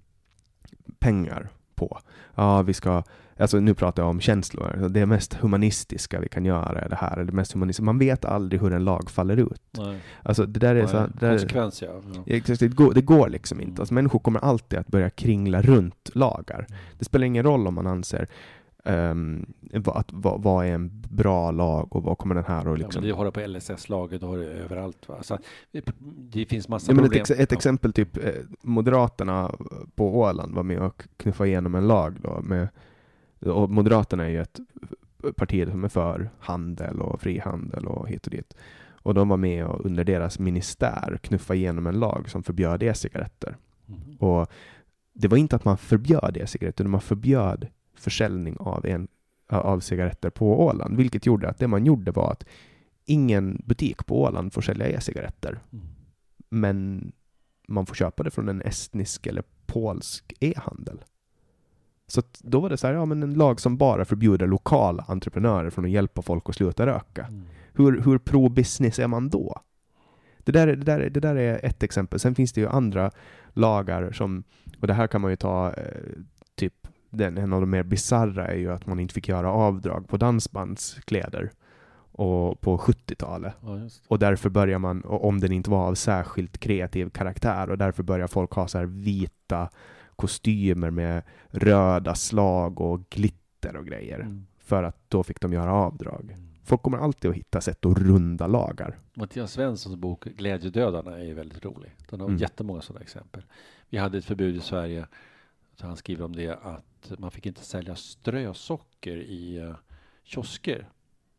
pengar på. Ja, vi ska, alltså nu pratar jag om känslor. Det mest humanistiska vi kan göra är det här. Det mest humanistiska. Man vet aldrig hur en lag faller ut. Nej. Alltså det där är Nej. så... Det, konsekvens, ja. ja. Det, går, det går liksom inte. Alltså, människor kommer alltid att börja kringla runt lagar. Det spelar ingen roll om man anser Um, vad, vad, vad är en bra lag och vad kommer den här och liksom... Ja, det har det på L S S-laget och har det överallt. Va? Alltså, det, det finns massa ja, men problem. Ett, ex- ett exempel, typ eh, Moderaterna på Åland var med och knuffade igenom en lag då med, och Moderaterna är ju ett parti som är för handel och frihandel och hit och dit. Och de var med och under deras ministär knuffa igenom en lag som förbjöd e-cigaretter. Mm. Och det var inte att man förbjöd e-cigaretter, utan man förbjöd försäljning av, en, av cigaretter på Åland. Vilket gjorde att det man gjorde var att ingen butik på Åland får sälja e-cigaretter. Mm. Men man får köpa det från en estnisk eller polsk e-handel. Så då var det så här, ja men en lag som bara förbjuder lokala entreprenörer från att hjälpa folk att sluta röka. Mm. Hur, hur pro-business är man då? Det där, det, där, det där är ett exempel. Sen finns det ju andra lagar som, och det här kan man ju ta eh, typ Den, en av de mer bizarra är ju att man inte fick göra avdrag på dansbandskläder och på sjuttiotalet. Ja, och därför börjar man, om den inte var av särskilt kreativ karaktär, och därför börjar folk ha så här vita kostymer med röda slag och glitter och grejer. Mm. För att då fick de göra avdrag. Mm. Folk kommer alltid att hitta sätt att runda lagar. Mattias Svenssons bok Glädjedödarna är ju väldigt rolig. Den har mm. jättemånga sådana exempel. Vi hade ett förbud i Sverige, så han skriver om det, att man fick inte sälja strösocker i uh, kiosker.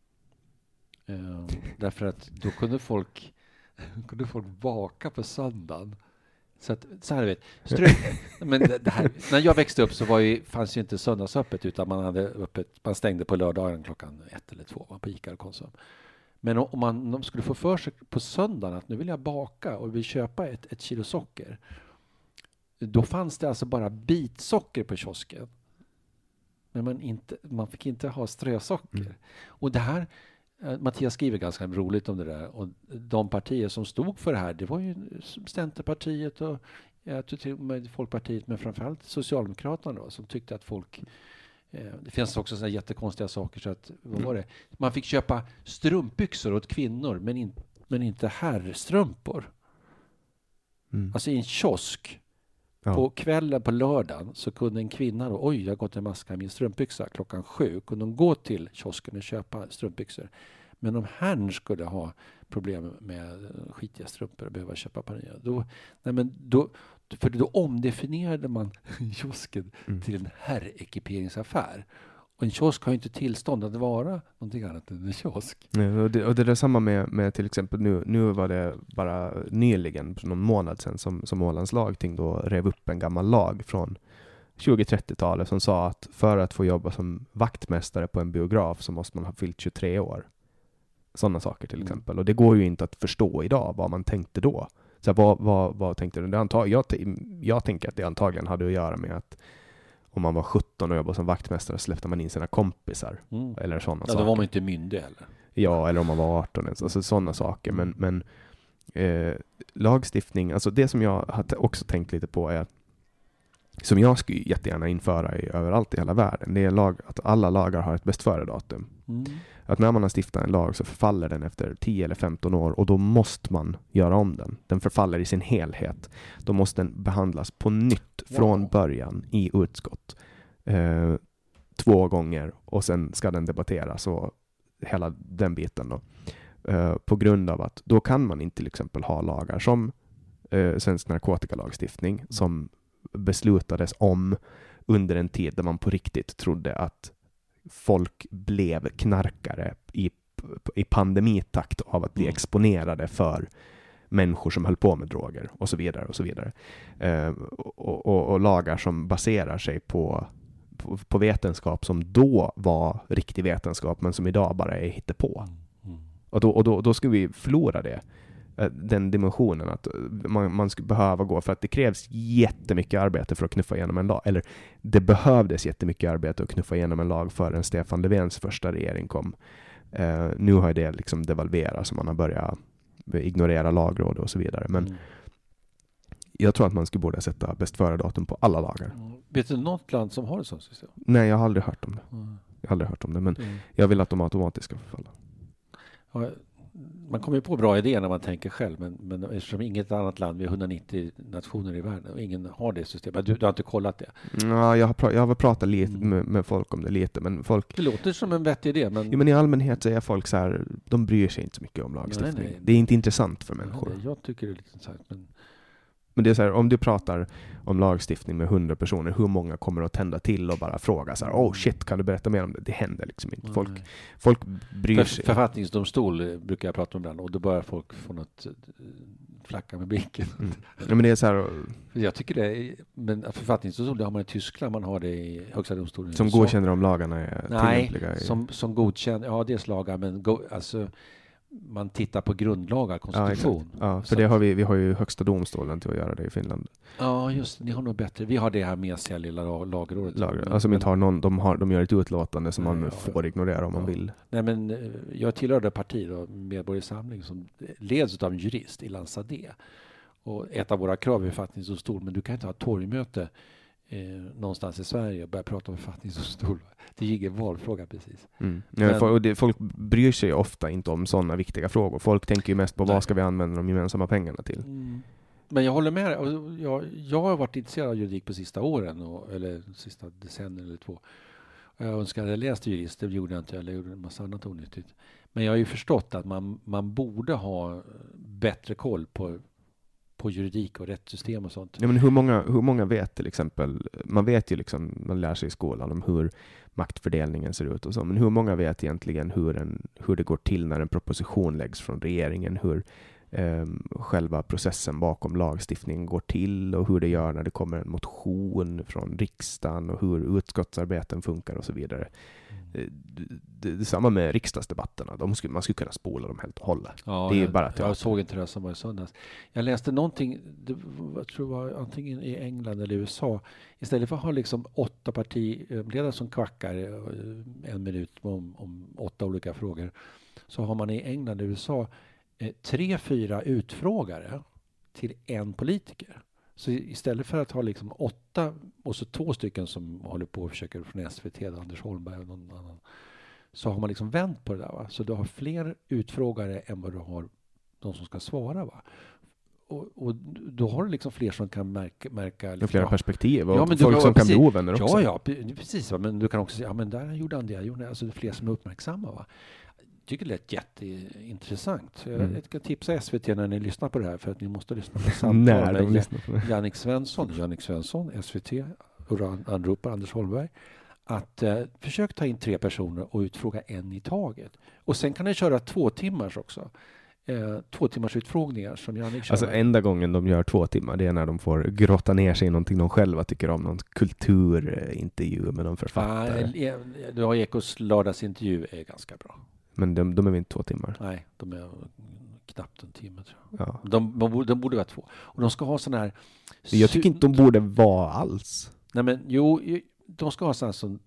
Uh, därför att då kunde folk kunde folk baka på söndagen. Så att, så här vet, strö, men det, det här, när jag växte upp så var ju, fanns ju inte söndagsöppet, utan man hade öppet, man stängde på lördagen klockan ett eller två, man på Ica och Konsum. Men om man om skulle få för sig på söndagen att nu vill jag baka och vill köpa ett, ett kilo socker, då fanns det alltså bara bitsocker på kiosken. Men man, inte, man fick inte ha strösocker. Mm. Och det här, Mattias skriver ganska roligt om det där. Och de partier som stod för det här, det var ju Centerpartiet och jag tror med Folkpartiet, men framförallt Socialdemokraterna då, som tyckte att folk... Eh, det finns också sådana jättekonstiga saker, så att, vad var det? Man fick köpa strumpbyxor åt kvinnor, men, in, men inte herrstrumpor. Mm. Alltså i en kiosk. Ja. På kvällen på lördagen så kunde en kvinna då, oj jag har gått en maska i min strumpbyxa klockan sju, kunde de gå till kiosken och köpa strumpbyxor. Men om herrn skulle ha problem med skitiga strumpor och behöva köpa på nya, då, nej men då, för då omdefinierade man kiosken mm. till en herrekiperingaffär. Och en kiosk har ju inte tillstånd att vara någonting annat än en kiosk. Ja, och, det, och det är samma med, med till exempel nu, nu var det bara nyligen, för någon månad sedan, som, som Ålands lagting då rev upp en gammal lag från tjugo-trettiotalet som sa att för att få jobba som vaktmästare på en biograf så måste man ha fyllt tjugotre år. Sådana saker till exempel. Mm. Och det går ju inte att förstå idag vad man tänkte då. Så vad, vad, vad tänkte du? Det antag, jag, jag tänker att det antagligen hade att göra med att om man var sjutton och jobbade som vaktmästare släppte man in sina kompisar. Mm. Eller sådana ja, saker. Då var man inte myndig heller. Ja, eller om man var arton. Alltså sådana saker. Men, men eh, lagstiftning, alltså det som jag har också tänkt lite på är som jag skulle jättegärna införa i, överallt i hela världen. Det är lag, att alla lagar har ett bäst före-datum. Mm. Att när man har stiftat en lag så förfaller den efter tio eller femton år och då måste man göra om den. Den förfaller i sin helhet. Då måste den behandlas på nytt från wow. början i utskott. Eh, två gånger och sen ska den debatteras och hela den biten då. Eh, på grund av att då kan man inte till exempel ha lagar som eh, svensk narkotikalagstiftning mm. som beslutades om under en tid där man på riktigt trodde att folk blev knarkare i, i pandemitakt av att bli mm. exponerade för människor som höll på med droger och så vidare och så vidare. Eh, och, och, och lagar som baserar sig på, på, på vetenskap som då var riktig vetenskap men som idag bara är hittepå. Mm. Och, då, och då, då skulle vi förlora det. Den dimensionen att man, man skulle behöva gå för att det krävs jättemycket arbete för att knuffa igenom en lag. Eller det behövdes jättemycket arbete att knuffa igenom en lag förrän Stefan Löfvens första regering kom. Uh, nu har det liksom devalverats så man har börjat ignorera lagråd och så vidare. Men mm. jag tror att man skulle borde sätta bäst före-datum på alla lagar. Mm. Vet du något land som har ett sånt system? Nej, jag har aldrig hört om det. Mm. Jag har aldrig hört om det, men mm. jag vill att de automatiskt ska förfalla. Ja, man kommer ju på bra idéer när man tänker själv, men, men eftersom inget annat land, vi har hundranittio nationer i världen och ingen har det systemet. Du, du har inte kollat det? Ja, jag har, pra- jag har väl pratat lite mm. med, med folk om det lite, men folk... Det låter som en vettig idé, men... Jo, men i allmänhet så är folk så här, de bryr sig inte så mycket om lagstiftning. Nej, nej. Det är inte intressant för människor. Nej, jag tycker det är lite intressant, men... Men det är så här, om du pratar om lagstiftning med hundra personer, hur många kommer att tända till och bara fråga så här, oh shit, kan du berätta mer om det? Det händer liksom inte. Folk, folk bryr för, sig. Författningsdomstol brukar jag prata om den och då börjar folk få något flacka med blicken. Mm. Ja, men det är så här, jag tycker det är, men författningsdomstol, det har man i Tyskland, man har det i högsta domstolen. Som godkänner om lagarna är tillämpliga? Nej, som, som godkänner, ja dels lagar, men go, alltså man tittar på grundlagar, konstitution. Ja, ja, för det har vi, vi har ju högsta domstolen till att göra det i Finland. Ja, just ni har nog bättre. Vi har det här med sig lilla lagrådet. Lagrådet. Alltså men, tar någon, de, har, de gör ett utlåtande som nej, man ja, får ignorera om ja. man vill. Nej, men jag tillhör det parti då, Medborgarsamling, som leds av en jurist, Ilan Sadeh. Och ett av våra krav är författningsdomstol, men du kan inte ha ett torgmöte eh, någonstans i Sverige och börja prata om författningsdomstol. Det är ingen valfråga precis. Mm. Men, ja, och det, folk bryr sig ofta inte om sådana viktiga frågor. Folk tänker ju mest på nej. vad ska vi använda de gemensamma pengarna till. Mm. Men jag håller med. Jag, jag har varit intresserad av juridik på sista åren, och, eller sista decennier eller två. Jag önskar att jag läste jurist, det gjorde jag inte. Jag gjorde en massa annat onyttigt. Men jag har ju förstått att man, man borde ha bättre koll på på juridik och rättssystem och sånt. Ja, men hur många, hur många vet till exempel, man vet ju liksom, man lär sig i skolan om hur maktfördelningen ser ut och så, men hur många vet egentligen hur, en, hur det går till när en proposition läggs från regeringen, hur eh, själva processen bakom lagstiftningen går till och hur det gör när det kommer en motion från riksdagen och hur utskottsarbeten funkar och så vidare. Mm. Det, det är samma med riksdagsdebatterna. De skulle, man skulle kunna spola dem helt och hållet. Ja, det är jag, bara jag såg inte det som var i söndags. Jag läste någonting, det, jag tror det var antingen i England eller U S A. Istället för att ha liksom åtta partiledare som kvackar en minut om, om åtta olika frågor, så har man i England och U S A eh, tre, fyra utfrågare till en politiker. Så istället för att ha liksom åtta och så två stycken som håller på och försöker från S V T, Anders Holmberg och någon annan, så har man liksom vänt på det där. Va? Så du har fler utfrågare än vad du har de som ska svara. Va? Och, och då har du liksom fler som kan märka... märka liksom, flera perspektiv och ja, men folk du, som precis, kan bli ovänner också. Ja, ja, precis. Va? Men du kan också säga, ja men där gjorde han det. Gjorde, alltså det är fler som är uppmärksamma. Va? Jag tycker det lät jätteintressant. Mm. Jag ska tipsa S V T när ni lyssnar på det här, för att ni måste lyssna på samtal med Jan- Jannik Svensson, Jannik Svensson, S V T, och anropar Anders Holmberg. Att eh, försök ta in tre personer och utfråga en i taget. Och sen kan ni köra två timmars också. Eh, två timmars utfrågningar som Jannik kör. Alltså enda gången de gör två timmar, det är när de får grotta ner sig i någonting de själva tycker om, någon kulturintervju med någon författare. Ah, du har Ekos lördagsintervju är ganska bra. Men de, de är väl inte två timmar? Nej, de är knappt en timme tror jag. Ja. De, de, de borde vara två. Och de ska ha sån här... Jag tycker inte de borde vara alls. Nej men jo, de ska ha sådana som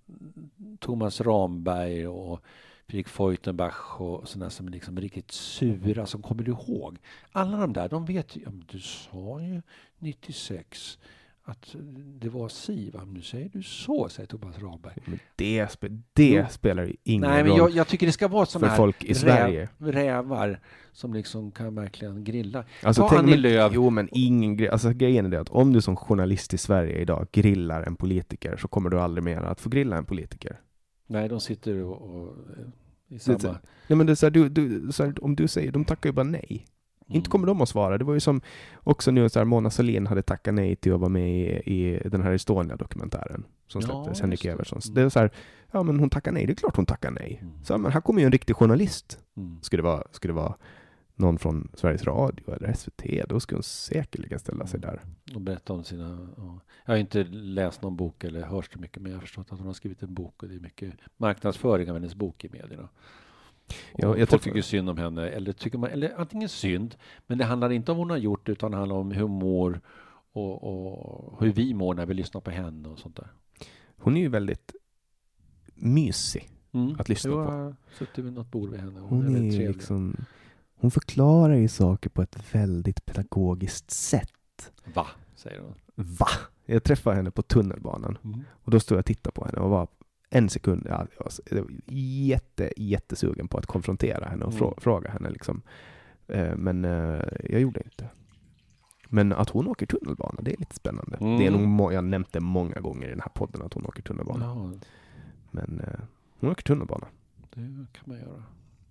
Thomas Ramberg och Fredrik Feutenbach och sådana som är liksom riktigt sura, som kommer du ihåg. Alla de där, de vet ju, ja, du sa ju nittiosex att det var si, va? Nu säger du så, säger Thomas Ramberg. Men det, spe- det mm. spelar ju ingen Nej, men roll jag, jag tycker det ska vara sådana för här folk i Sverige. Räv, rävar som liksom kan verkligen grilla. Alltså, Ta Annie Lööf. Jo, men ingen gre- alltså, grejen är det att om du som journalist i Sverige idag grillar en politiker så kommer du aldrig mer att få grilla en politiker. Nej, de sitter och, och i samma... Det, nej, men det är så här, du, du, så här, om du säger, de tackar ju bara nej. Mm. Inte kommer de att svara. Det var ju som också nu så här, Mona Sahlin hade tackat nej till att vara med i, i den här Estonia-dokumentären som släpptes, ja, Henrik Everssons. Mm. Det är så här, ja men hon tackar nej, det är klart hon tackar nej. Mm. Så men här kommer ju en riktig journalist. Mm. Skulle det vara, skulle det vara någon från Sveriges Radio eller S V T, då skulle hon säkerligen ställa sig där. Och berätta om sina... Ja. Jag har inte läst någon bok eller hört så mycket, men jag har förstått att hon har skrivit en bok och det är mycket marknadsföring av hennes bok i medierna. Ja, jag folk tycker synd om henne, eller, tycker man, eller antingen synd, men det handlar inte om vad hon har gjort, utan det handlar om hur hon mår och, och hur vi mår när vi lyssnar på henne och sånt där. Hon är ju väldigt mysig mm. att lyssna jag på. Jag har suttit vid något bord med henne. Hon, hon är, är liksom, hon förklarar ju saker på ett väldigt pedagogiskt sätt. Va? Säger hon. Va? Jag träffade henne på tunnelbanan mm. och då stod jag och tittade på henne och var en sekund, ja, jag var jätte, jättesugen på att konfrontera henne och mm. fråga henne liksom. Eh, men eh, jag gjorde inte. Men att hon åker tunnelbana, det är lite spännande. Mm. Det är nog må- jag nämnt det många gånger i den här podden att hon åker tunnelbana. Ja. Men eh, hon åker tunnelbana. Det kan man göra.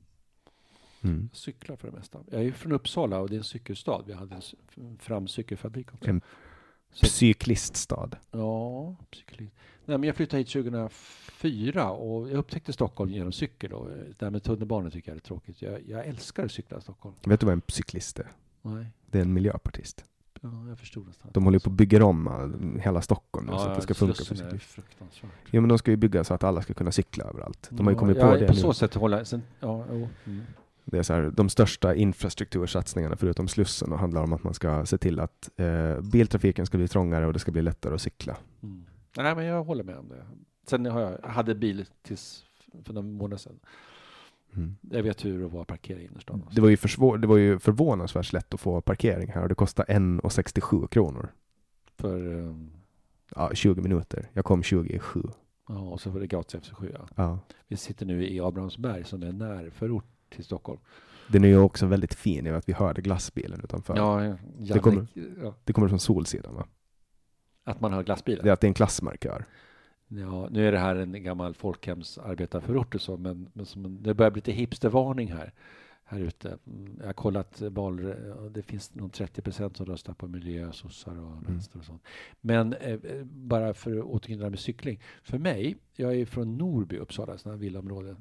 Mm. Cyklar för det mesta. Jag är från Uppsala och det är en cykelstad. Vi hade en framcykelfabrik också. En cykliststad. Ja, cyklist. Nej, men jag flyttade hit tjugohundrafyra och jag upptäckte Stockholm genom cykel. Och det här med tunnelbanan tycker jag är tråkigt. Jag, jag älskar att cykla i Stockholm. Vet du vad en cyklist är? Nej. Det är en miljöpartist. Ja, jag förstod nästan. De håller på att bygga om hela Stockholm nu, ja, så att det ska funka för cyklar. Ja, men de ska ju bygga så att alla ska kunna cykla överallt. De har ju kommit ja, på ja, det på nu. så sätt hålla. Sen, ja, oh, mm. Det är så här, de största infrastruktursatsningarna förutom Slussen och handlar om att man ska se till att eh, biltrafiken ska bli trångare och det ska bli lättare att cykla. Mm. Nej, men jag håller med om det. Sen har jag, jag hade bil tills för några månader sedan. Mm. Jag vet hur det var att parkera i innerstan. Det var ju, försvår, det var ju förvånansvärt lätt att få parkering här och det kostar en krona sextiosju kronor. För um... ja, tjugo minuter. Jag kom tjugo i sju. Ja, och så var det gratis efter sju. Ja. Ja. Vi sitter nu i Abrahamsberg som är närförort till Stockholm. Den är ju också väldigt fin i att vi hörde glassbilen utanför. Ja, Janne, det, kommer, ja. det kommer från Solsidan, va? Att man hör glassbilen? Det är att det är en klassmarkör. Ja, nu är det här en gammal folkhemsarbetarförort och så, men, men som en, det börjar bli lite hipstervarning här, här ute. Jag har kollat val, det finns någon trettio procent som röstar på miljö, sossar och mm. vänster och sånt. Men eh, bara för att återknyta med cykling. För mig, jag är från Norrby, Uppsala, sådana här villaområden.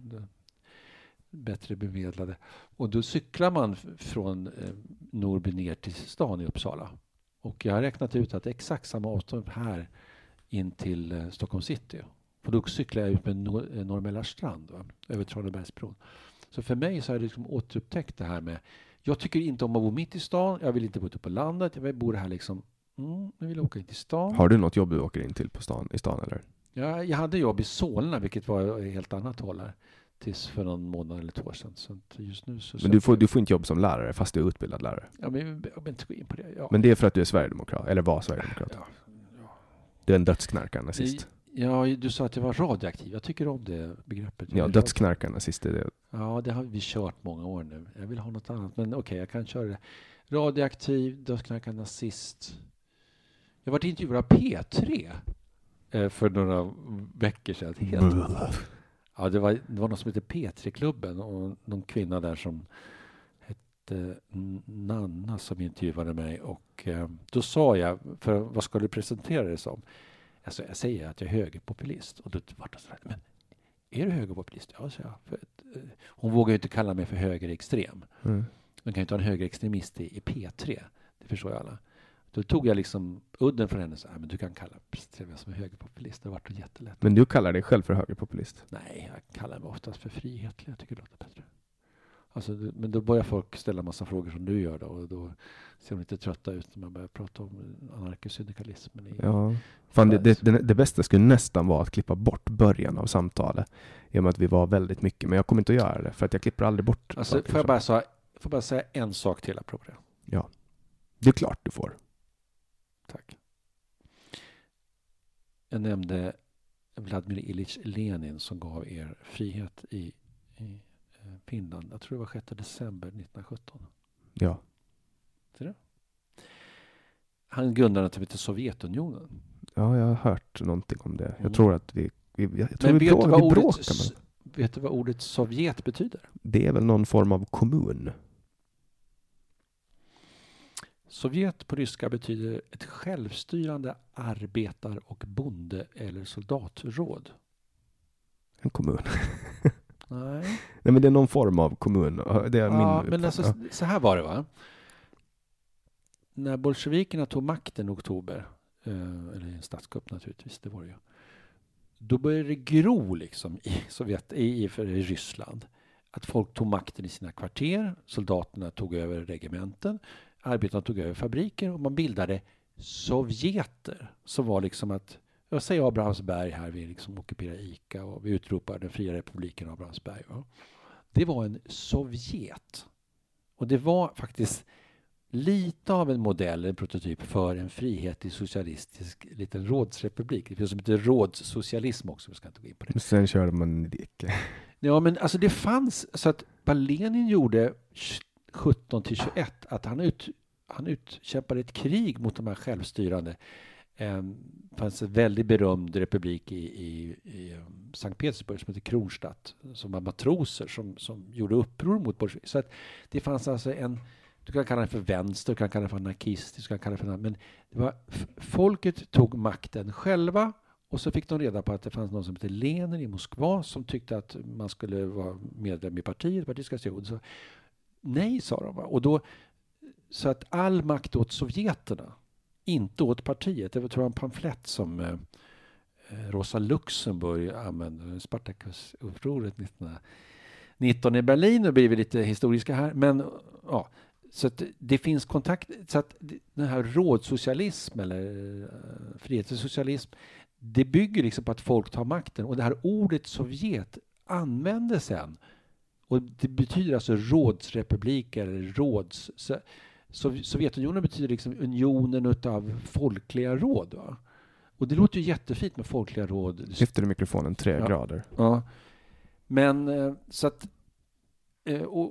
Bättre bemedlade. Och då cyklar man f- från eh, Norrby ner till stan i Uppsala. Och jag har räknat ut att det är exakt samma avstånd här in till eh, Stockholm city. För då cyklar jag ut med Nor- Norrmällarstrand, va? Över Tranebergsbron. Så för mig så har jag liksom återupptäckt det här med, jag tycker inte om att bo mitt i stan, jag vill inte bo ute på landet, jag vill bo här liksom, mm, jag vill åka in till stan. Har du något jobb du åker in till på stan, i stan eller? Ja, jag hade jobb i Solna, vilket var ett helt annat håll här. Tills för någon månad eller två år sedan. Så just nu så men du får, du får inte jobb som lärare fast du är utbildad lärare? Ja, men jag vill inte gå in på det. Ja. Men det är för att du är sverigedemokrat, eller var sverigedemokrat? Ja, ja. Du är en dödsknarkare nazist. Ja, du sa att jag var radioaktiv. Jag tycker om det begreppet. Ja, dödsknarkare nazist är det. Ja, det har vi kört många år nu. Jag vill ha något annat, men okej, okay, jag kan köra det. Radioaktiv, dödsknarkare nazist. Jag var intervjuad av P tre eh, för några veckor sedan. Helt Ja, det var, det var något som heter P tre-klubben och någon kvinna där som hette Nanna som intervjuade mig. Och eh, då sa jag, för vad ska du presentera det som? Alltså, jag säger att jag är högerpopulist. Och då var det så här, men är du högerpopulist? Ja, så jag. För att, eh, hon vågar ju inte kalla mig för högerextrem. Mm. Man kan ju inte ha en högerextremist i, i P tre. Det förstår jag alla. Då tog jag liksom udden från henne och sa, men du kan kalla mig som högerpopulist. Det har varit jättelätt. Men du kallar dig själv för högerpopulist? Nej, jag kallar mig oftast för frihetlig. Jag tycker det låter bättre. Alltså, men då börjar folk ställa massa frågor som du gör då. Och då ser de lite trötta ut när man börjar prata om anarkosyndikalismen. I, ja, fan det, det, det, det bästa skulle nästan vara att klippa bort början av samtalet. I och med att vi var väldigt mycket. Men jag kommer inte att göra det. För att jag klipper aldrig bort. Alltså, får jag bara, så, får bara säga en sak till apropå det? Ja, det är klart du får. Tack. jag nämnde Vladimir Ilyich Lenin som gav er frihet i, i Finland. Jag tror det var sjätte december nittonhundrasjutton. Ja. Ser du? Han grundade till Sovjetunionen. Ja, jag har hört någonting om det. Jag Mm. tror att vi... vi jag tror Men vi, vet, brå, du vad vi ordet, bråkar med. vet du vad ordet Sovjet betyder? Det är väl någon form av kommun. Sovjet på ryska betyder ett självstyrande arbetar- och bonde- eller soldatråd. En kommun. Nej. Nej, men det är någon form av kommun. Det är Ja, min men alltså, ja. så här var det, va? När bolsjevikerna tog makten i oktober, eh, eller i en statskupp naturligtvis, det var det ju. Då började det gro liksom i Sovjet, i, i, för i Ryssland. Att folk tog makten i sina kvarter, soldaterna tog över regementen, arbetarna tog över fabriker och man bildade sovjeter. Som var liksom att, jag säger Abrahamsberg här, vi liksom ockuperar Ica och vi utropar den fria republiken Abrahamsberg. Va? Det var en Sovjet. Och det var faktiskt lite av en modell, en prototyp för en frihetlig socialistisk liten rådsrepublik. Det finns som heter rådssocialism också, vi ska inte gå in på det. Sen körde man det. Ja, men alltså det fanns, så att vad Lenin gjorde sjutton till tjugoett, att han, ut, han utkämpade ett krig mot de här självstyrande. Det fanns en väldigt berömd republik i, i, i Sankt Petersburg som heter Kronstadt, som var matroser som, som gjorde uppror mot bolsjeviker. Så att det fanns alltså en, du kan kalla det för vänster, du kan kalla det för anarkistisk, du kan kalla det för, men det var, folket tog makten själva och så fick de reda på att det fanns någon som heter Lenin i Moskva som tyckte att man skulle vara medlem i partiet, partiska stöd. Så nej, sa de. Och då, så att all makt åt sovjeterna, inte åt partiet. Det var, tror jag, en pamflett som eh, Rosa Luxemburg använde, Spartakusupproret nittonhundranitton i Berlin. Nu blir vi lite historiska här, men ja, så att det finns kontakt, så att den här rådsocialism eller uh, frihetssocialism, det bygger liksom på att folk tar makten, och det här ordet Sovjet användes sen, och det betyder alltså rådsrepublik eller råds, så, Sovjetunionen betyder liksom unionen utav folkliga råd, va? Och det låter ju jättefint med folkliga råd. Lyfter du mikrofonen tre ja. grader. Ja. Men så att och,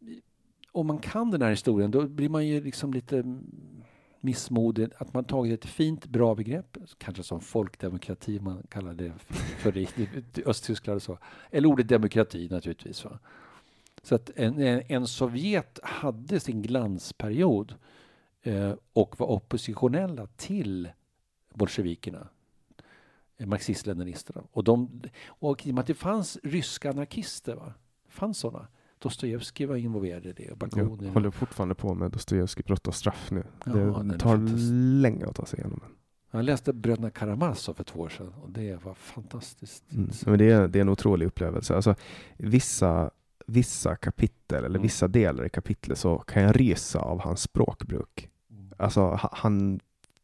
om man kan den här historien, då blir man ju liksom lite missmodig att man tagit ett fint, bra begrepp, kanske som folkdemokrati man kallar det för i Östtyskland och så. Eller ordet demokrati naturligtvis, va? Så att en, en, en Sovjet hade sin glansperiod eh, och var oppositionella till bolsjevikerna, eh, marxist-leninisterna. Och, de, och i och med att det fanns ryska anarkister, va? Fanns sådana. Dostojevskij var involverad i det. Och Jag håller fortfarande på med Dostojevskij, Brott och straff nu. Ja, det tar länge att ta sig igenom den. Jag läste Bröderna Karamazov för två år sedan och det var fantastiskt. Mm. Men det är, det är en otrolig upplevelse. Alltså, vissa vissa kapitel eller mm. vissa delar i kapitlet så kan jag resa av hans språkbruk. Mm. Alltså han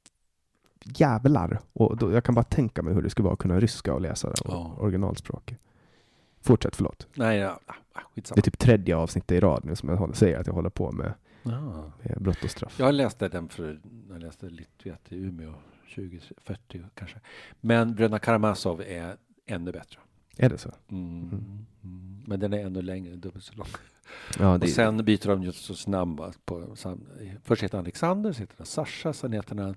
jävlar. Och då, jag kan bara tänka mig hur det skulle vara att kunna ryska och läsa det oh. originalspråket. Fortsätt, förlåt. Nej, ja, skitsamma. Det är typ tredje avsnittet i rad nu som jag håller, säger att jag håller på med, ah. med Brott och straff. Jag läste den för jag läste Litvet i Umeå tjugo fyrtio kanske. Men Bröderna Karamazov är ännu bättre. Är det så? Mm. Mm. Men den är ännu längre, dubbelt så lång. Ja, det... Och sen byter de ju så snabba. På, sam, först heter han Alexander, sen heter han Sasha, sen heter han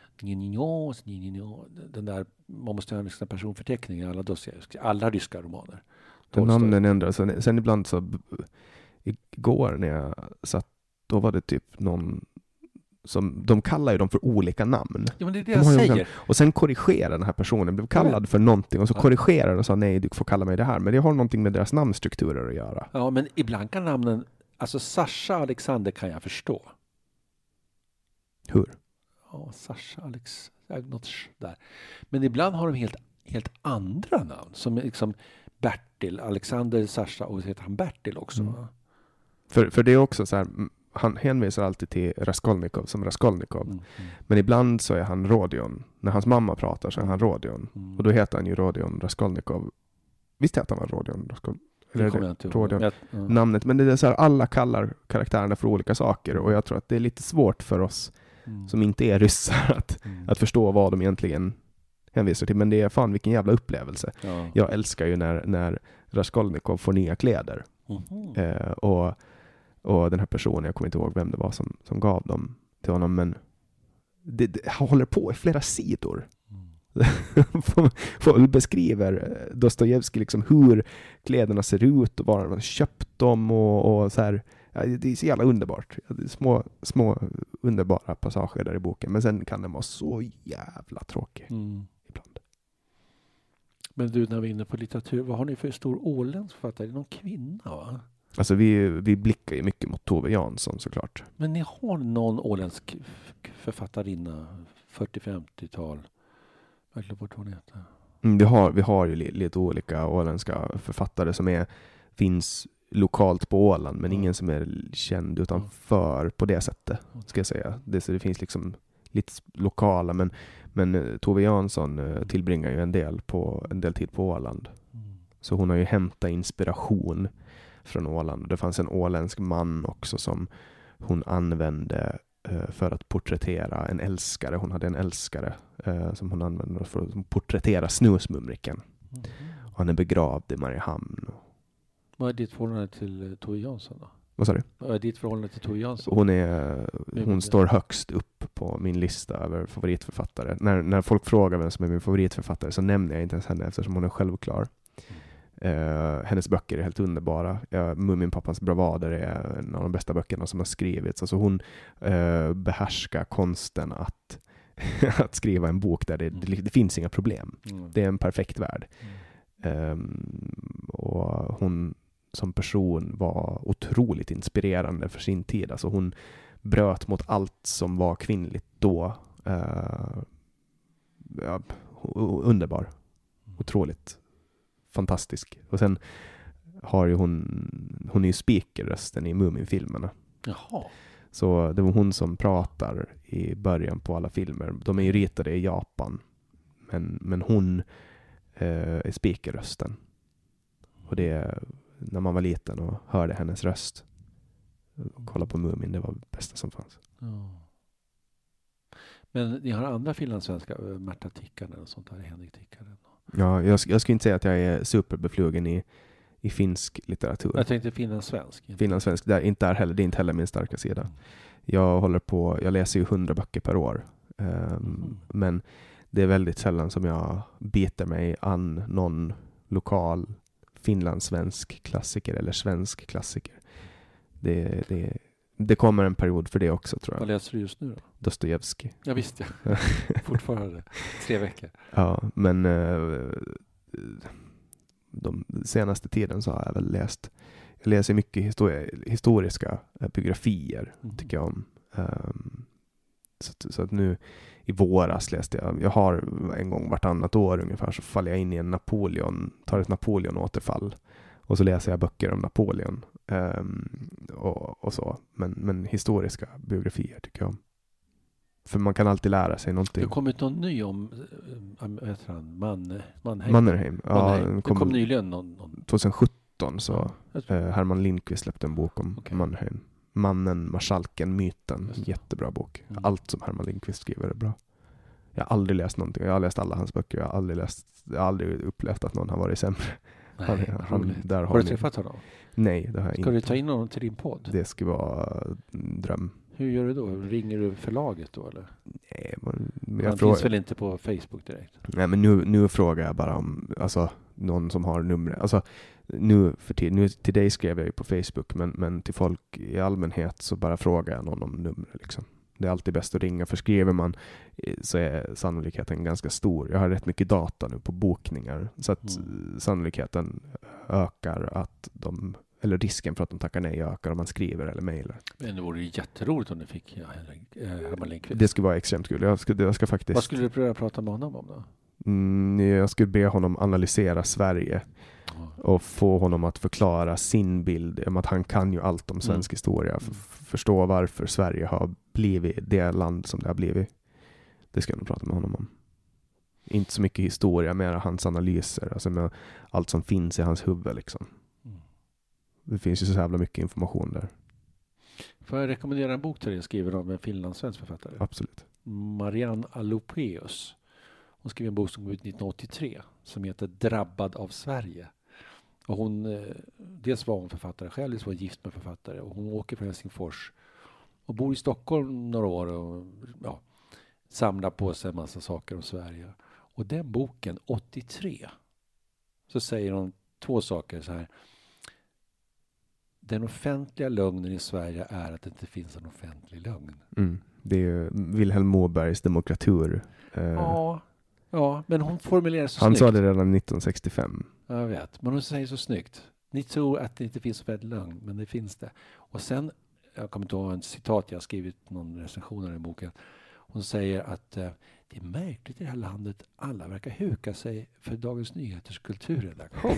den där, man måste ha en personförteckning i alla Dostojevskij, alla ryska romaner. Namnen ändras. Sen, sen ibland så igår när jag satt, då var det typ någon som, de kallar ju dem för olika namn. Ja, men det är det de jag säger. Olika, och sen korrigerar den här personen, blev kallad för någonting och så ja. korrigerar och sa nej, du får kalla mig det här. Men det har någonting med deras namnstrukturer att göra. Ja, men ibland kan namnen, alltså Sasha Alexander kan jag förstå. Hur? Ja, Sasha Alex, något där. Men ibland har de helt, helt andra namn som liksom Bertil, Alexander, Sasha och så heter han Bertil också. Mm. För, för det är också så här, han hänvisar alltid till Raskolnikov som Raskolnikov. Mm, mm. Men ibland så är han Rodion. När hans mamma pratar så är han Rodion. Mm. Och då heter han ju Rodion Raskolnikov. Visst heter han var Rodion Raskolnikov? Eller det det? Rodion. Jag, ja. Namnet. Men det är så här, alla kallar karaktärerna för olika saker. Och jag tror att det är lite svårt för oss mm. som inte är ryssar att, mm. att förstå vad de egentligen hänvisar till, men det är fan vilken jävla upplevelse. Ja. Jag älskar ju när, när Raskolnikov får nya kläder. Mm-hmm. Eh, och, och den här personen, jag kommer inte ihåg vem det var som, som gav dem till honom, men det, det håller på i flera sidor. Mm. Beskriver Dostojevskij liksom hur kläderna ser ut och var man köpt dem och, och så här. Ja, det är så jävla underbart. Det är små, små underbara passager där i boken, men sen kan den vara så jävla tråkig mm. ibland. Men du, när vi är inne på litteratur, vad har ni för stor åländsk författare? Är det någon kvinna, va? Alltså vi, vi blickar ju mycket mot Tove Jansson såklart. Men ni har någon åländsk författarinna fyrtio-femtiotal? Jag glömde bort vad hon heter. Mm, vi, har, vi har ju li, lite olika åländska författare som är, finns lokalt på Åland, men mm. ingen som är känd utanför mm. på det sättet, ska jag säga. Det, så det finns liksom lite lokala, men, men Tove Jansson tillbringar ju en del, på, en del tid på Åland. Mm. Så hon har ju hämtat inspiration från Åland. Det fanns en åländsk man också som hon använde uh, för att porträttera en älskare. Hon hade en älskare uh, som hon använde för att porträttera Snusmumriken. Mm. Och han är begravd i Mariehamn. Vad är ditt förhållande till Tove Jansson då? Vad sa du? Vad är ditt förhållande till Tove Jansson? Hon, är, hon står högst upp på min lista över favoritförfattare. När, när folk frågar vem som är min favoritförfattare så nämner jag inte ens henne eftersom hon är självklar. Uh, hennes böcker är helt underbara. Uh, Muminpappans bravader är en av de bästa böckerna som har skrivits. Alltså hon uh, behärskar konsten att, att skriva en bok där det, mm. det, det finns inga problem. Mm. Det är en perfekt värld. Mm. Um, och hon som person var otroligt inspirerande för sin tid. Alltså hon bröt mot allt som var kvinnligt då. Uh, ja, underbar. Otroligt fantastisk. Och sen har ju hon hon är ju speakerrösten i Mumin-filmerna. Jaha. Så det var hon som pratar i början på alla filmer. De är ju ritade i Japan. Men, men hon eh, är speakerrösten. Och det är när man var liten och hörde hennes röst och kolla på Mumin, det var det bästa som fanns. Ja. Men ni har andra finlandssvenska, Märta Tikkanen och sånt där, Henrik Tikkanen. Ja, jag, jag skulle inte säga att jag är superbeflugen i, i finsk litteratur. Jag tänkte finlandssvensk. Finlandssvensk, det är inte är heller, det är inte heller min starka sida. Mm. Jag håller på, jag läser ju hundra böcker per år. Um, mm. Men det är väldigt sällan som jag biter mig an någon lokal finlandssvensk klassiker eller svensk klassiker. Det, det, det kommer en period för det också, tror jag. Vad läser du just nu då? Dostojevskij. Ja, visst ja. Fortfarande. Tre veckor. Ja, men uh, de senaste tiden så har jag väl läst, jag läser mycket histori- historiska biografier, mm. tycker jag om. Um, så, så att nu i våras läste jag, jag har en gång vartannat år ungefär så faller jag in i en Napoleon, tar ett Napoleon-återfall och så läser jag böcker om Napoleon um, och, och så. Men, men historiska biografier tycker jag om. För man kan alltid lära sig någonting. Det har kommit någon ny om äh, heter han? Man, Mannerheim. Mannerheim. Ja, Mannerheim. Det kom, kom nyligen någon, någon. tjugosjutton så ja, eh, Herman Lindqvist släppte en bok om okay. Mannerheim. Mannen, marskalken, myten. Jättebra bok. Mm. Allt som Herman Lindqvist skriver är bra. Jag har aldrig läst någonting. Jag har läst alla hans böcker. Jag har aldrig, läst, jag har aldrig upplevt att någon har varit sämre. Nej, han, han, där har, har du ni... träffat honom? Nej, det har jag Ska inte. du ta in honom till din podd? Det ska vara en dröm. Hur gör du då? Ringer du förlaget då eller? Nej, men jag Han frågar... finns väl inte på Facebook direkt? Nej, men nu, nu frågar jag bara om alltså, någon som har numret. Alltså, nu, för till, nu till dig skrev jag ju på Facebook, men, men till folk i allmänhet så bara frågar jag någon om numret. Liksom. Det är alltid bäst att ringa, för skriver man så är sannolikheten ganska stor. Jag har rätt mycket data nu på bokningar, så att mm. sannolikheten ökar att de... Eller risken för att de tackar nej ökar om man skriver eller mejlar. Men det vore ju jätteroligt om du fick ja, Herman Lindqvist. Det skulle vara extremt kul. Jag ska, jag ska faktiskt... Vad skulle du börja prata med honom om då? Mm, jag skulle be honom analysera Sverige. Mm. Och få honom att förklara sin bild. Om att han kan ju allt om svensk mm. historia. F- förstå varför Sverige har blivit det land som det har blivit. Det ska jag nog prata med honom om. Inte så mycket historia, mer hans analyser. Alltså med allt som finns i hans huvud liksom. Det finns ju så jävla mycket information där. Får jag rekommendera en bok till dig skriven av en finlandssvensk författare? Absolut. Marianne Alopeus. Hon skrev en bok som kom ut nittonhundraåttiotre som heter Drabbad av Sverige. Och hon, eh, dels var hon författare själv, dels var hon gift med författare. Och hon åker från Helsingfors och bor i Stockholm några år och ja, samlar på sig en massa saker om Sverige. Och den boken, åttiotre, så säger hon två saker så här. Den offentliga lögnen i Sverige är att det inte finns en offentlig lögn. Mm. Det är ju Vilhelm Mobergs demokratur. Eh, ja, ja, men hon formulerar så han snyggt. sa det redan nittonhundrasextiofem. Jag vet, men hon säger så snyggt. Ni tror att det inte finns offentlig lögn, men det finns det. Och sen, jag kommer inte ihåg en citat, jag har skrivit någon recension i boken. Hon säger att eh, det är märkligt i det här landet. Alla verkar huka sig för Dagens Nyheters kulturredaktion.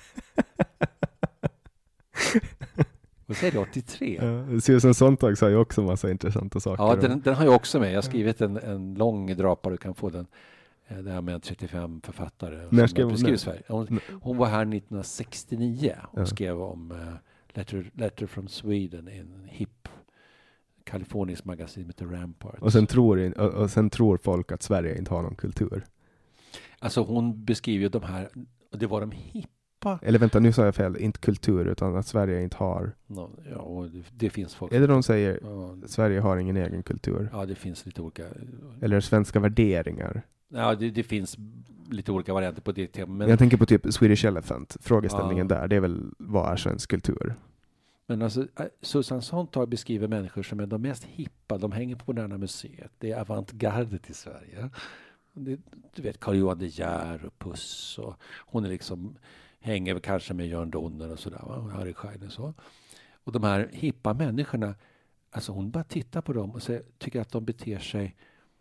Och så är det åttiotre. Ja, Susan Sontag sa ju också en massa intressanta saker. Ja, den, den har jag också med. Jag har skrivit en, en lång drapa, du kan få den. Det här med trettiofem författare. När skrev hon det? Sverige. Hon, hon var här nittonhundrasextionio och ja. skrev om uh, letter, letter from Sweden i en hip kalifornisk magasin med The Rampart. Och sen, tror, och, och sen tror folk att Sverige inte har någon kultur. Alltså hon beskriver ju de här, och det var de hippa. Eller vänta, nu sa jag fel. Inte kultur, utan att Sverige inte har. No, ja, och det, det finns folk. Är det de säger ja, Sverige har ingen egen kultur? Ja, det finns lite olika. Eller svenska värderingar? Ja, det, det finns lite olika varianter på det temat. Men jag tänker på typ Swedish Elephant. Frågeställningen ja. där, det är väl vad är svensk kultur? Men alltså, Susan Sontag beskriver människor som är de mest hippa. De hänger på Moderna Museet. Det är avantgardet i Sverige. Det, du vet, Carl-Johan De Geer och Puss. Och hon är liksom, hänger kanske med Jörn Donner och sådär. Va? Harry Schein och så. Och de här hippa människorna, alltså hon bara tittar på dem och säger, tycker att de beter sig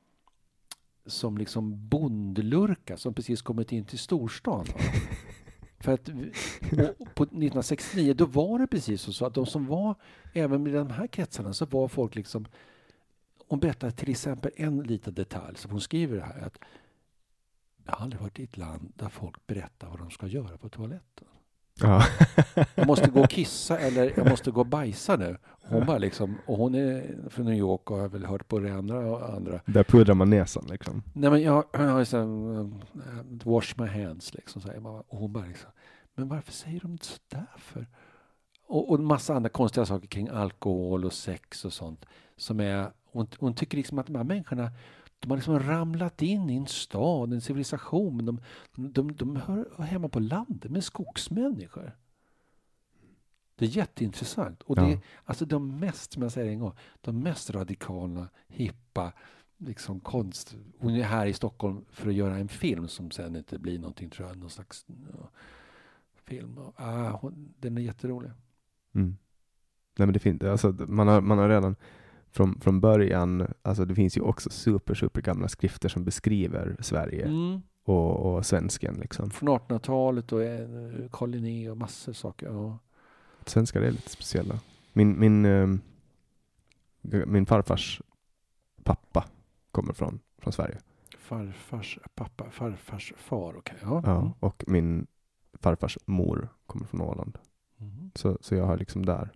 som liksom bondlurka som precis kommit in till storstan. För att på nittonhundrasextionio då var det precis så att de som var, även med de här kretsarna, så var folk liksom, hon berättar till exempel en liten detalj som hon skriver det här, att jag har aldrig varit i ett land där folk berättar vad de ska göra på toaletten. Ja. Jag måste gå och kissa eller jag måste gå och bajsa nu. Hon bara liksom, och hon är från New York och har väl hört på det andra och andra. Där puddrar man näsan liksom. Nej, men jag har liksom um, wash my hands liksom, säger man. Och hon bara liksom, men varför säger de så där för? Och, och en massa andra konstiga saker kring alkohol och sex och sånt. Som är, hon, hon tycker liksom att de här människorna, de har liksom ramlat in i en stad, en civilisation. Men de, de, de hör hemma på landet med skogsmänniskor. Det är jätteintressant. Och det är ja. alltså de mest, som jag säger en gång, de mest radikala, hippa, liksom konst. Hon är här i Stockholm för att göra en film som sen inte blir någonting, tror jag, någon slags ja, film. Ah, hon, den är jätterolig. Mm. Nej, men det finns, alltså man har, man har redan från, från början, alltså det finns ju också super, super gamla skrifter som beskriver Sverige mm. och, och svensken liksom. Från artonhundratalet och eh, Karl Linné och massor saker, ja. Svenskar är lite speciella. Min, min, eh, min farfars pappa kommer från, från Sverige. Farfars pappa, farfars far, okej. Okay, ja. Ja, och min farfars mor kommer från Åland. Mm. Så, så jag har liksom där.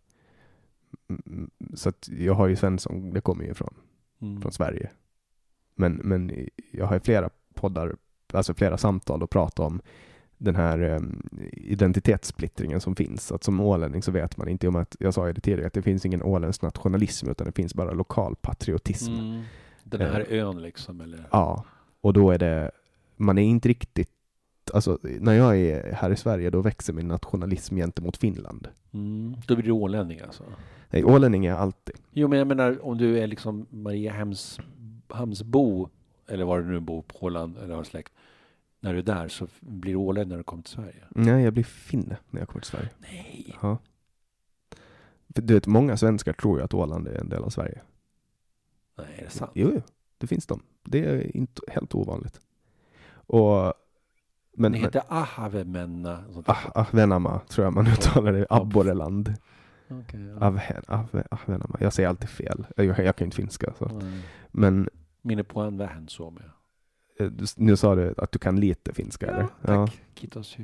Så att jag har ju Svensson, det kommer ju från, mm. från Sverige. Men, men jag har ju flera poddar, alltså flera samtal och prata om den här um, identitetssplittringen som finns. Att som ålänning så vet man inte, om att jag sa ju det tidigare, att det finns ingen åländsk nationalism utan det finns bara lokal patriotism. Mm. Den här uh, ön liksom, eller? Ja, och då är det, man är inte riktigt, alltså när jag är här i Sverige då växer min nationalism gentemot Finland. Mm. Då blir du ålänning alltså? Nej, ålänning är jag alltid. Jo, men jag menar om du är liksom Mariehamns Hamnsbo, eller var du nu bor på Åland eller har släkt, när du är där så blir du ålänning när du kommer till Sverige? Nej, jag blir finne när jag kommer till Sverige. Nej. Ja. För du vet, många svenskar tror ju att Åland är en del av Sverige. Nej, är det sant? Jo, jo. Det finns de. Det är inte helt ovanligt. Och men det heter Ahvenanma. Ah, Ahvenanma tror jag man uttalar det. Abborreland. Okay, ja. Ahven, Ahven, Ahvenanma. Jag säger alltid fel. Jag, jag kan inte finska. Så. Mm. Men minne på en vähn så med. Du, nu sa du att du kan lite finska, ja, eller? Tack. Ja. Kitos.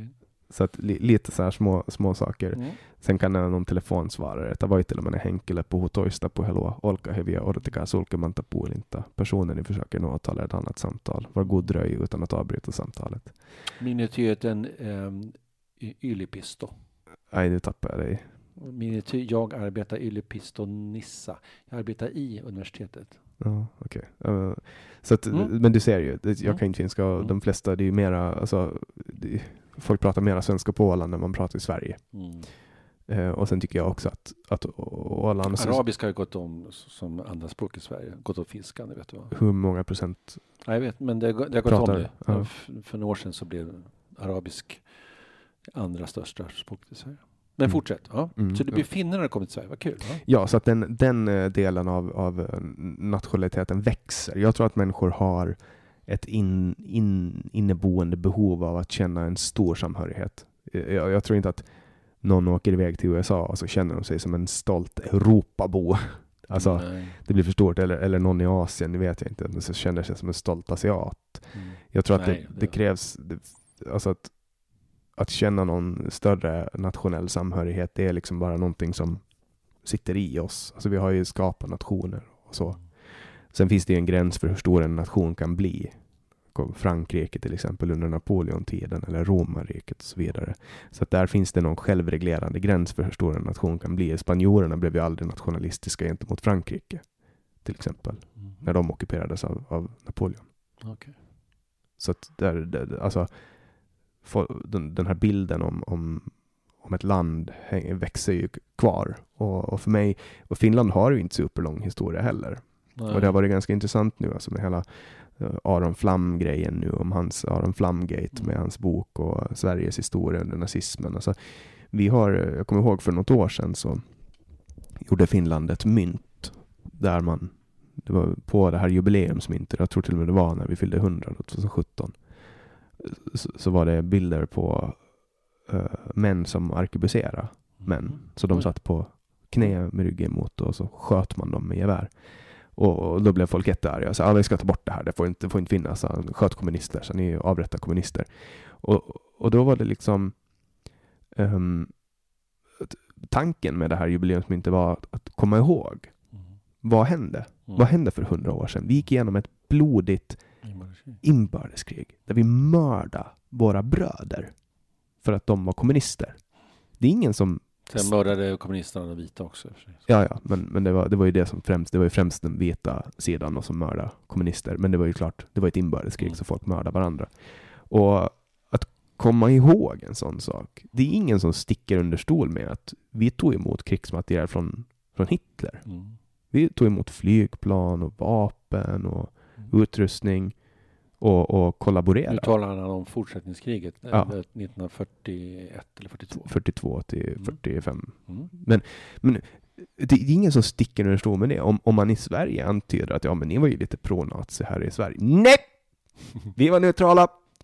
Så att li, lite så här små, små saker. Mm. Sen kan någon telefonsvarare, että voittelemme henkilö puhuu toista puhelua, olkaa hyviä, odottakaa sulkematta puolinta. Personen ni försöker nå tala ett annat samtal. Var god dröj utan att avbryta samtalet. Minityeten um, Yliopisto. Nej, nu tappar jag dig. Minity, jag arbetar Yliopisto Nissa. Jag arbetar i universitetet. Ja, okej. Okay. Uh, så att, mm. Men du ser ju, det, jag mm. kan inte finska och mm. de flesta, det är ju mera, alltså, det, folk pratar mera svenska på Åland än man pratar i Sverige. Mm. Uh, och sen tycker jag också att, att Åland... Arabiska har ju gått om som andra språk i Sverige. Gått om finskan, det vet du vad. Hur många procent? Ja, jag vet, men det, det har gått pratar, om det. ja. För, för några år sedan så blev arabisk andra största språk i Sverige. Men mm. fortsätt. Ja. Mm. Så det blir finnar när det kommer till Sverige. Vad kul. Ja, ja så att den, den delen av, av nationaliteten växer. Jag tror att människor har ett in, in, inneboende behov av att känna en stor samhörighet. Jag, jag tror inte att någon åker iväg till U S A och så känner de sig som en stolt Europabo. Alltså, Nej. det blir för stort. Eller, eller någon i Asien, det vet jag inte. Men så känner sig som en stolt asiat. Mm. Jag tror att Nej, det, det, det krävs... Det, alltså att Att känna någon större nationell samhörighet, det är liksom bara någonting som sitter i oss. Alltså vi har ju skapat nationer och så. Sen finns det ju en gräns för hur stor en nation kan bli. Frankrike till exempel under Napoleontiden eller romarriket och så vidare. Så att där finns det någon självreglerande gräns för hur stor en nation kan bli. Spanjorerna blev ju aldrig nationalistiska gentemot Frankrike till exempel. Mm. När de ockuperades av, av Napoleon. Okay. Så att där, där alltså Den, den här bilden om, om, om ett land häng, växer ju kvar. Och, och för mig, och Finland har ju inte superlång historia heller. Nej. Och det har varit ganska intressant nu alltså med hela uh, Aron Flam-grejen nu, om hans Aron Flam-gate mm. med hans bok och Sveriges historia under nazismen. Alltså, vi har, jag kommer ihåg för något år sedan så gjorde Finland ett mynt där man, det var på det här jubileumsmyntet, jag tror till och med det var när vi fyllde hundra tjugohundrasjutton. Så, så var det bilder på uh, män som arkebusera män. Så de satt på knä med ryggen emot och så sköt man dem med gevär. Och, och då blev folk jättearga. Så, ah, vi ska ta bort det här, det får inte, det får inte finnas. Så, sköt kommunister, så ni avrättar kommunister. Och, och då var det liksom um, tanken med det här jubileumsmyntet var att, att komma ihåg mm. vad hände? Mm. Vad hände för hundra år sedan? Vi gick igenom ett blodigt inbördeskrig där vi mördade våra bröder för att de var kommunister. Det är ingen som... Sen mördade kommunisterna de vita också. Ja, ja, men, men det, var, det var ju det som främst, det var ju främst den vita sidan och som mördade kommunister. Men det var ju klart, det var ett inbördeskrig mm. så folk mördade varandra. Och att komma ihåg en sån sak, det är ingen som sticker under stol med att vi tog emot krigsmateriel från, från Hitler. Mm. Vi tog emot flygplan och vapen och mm. utrustning och, och kollaborera. Nu talar han om fortsättningskriget ja. nittonhundrafyrtioett eller fyrtiotvå. fyrtiotvå till mm. fyrtiofem. Mm. Men, men det är ingen som sticker under stol med det. Om, om man i Sverige antyder att ja, men ni var ju lite pro-nazi här i Sverige. Nej! Vi var neutrala!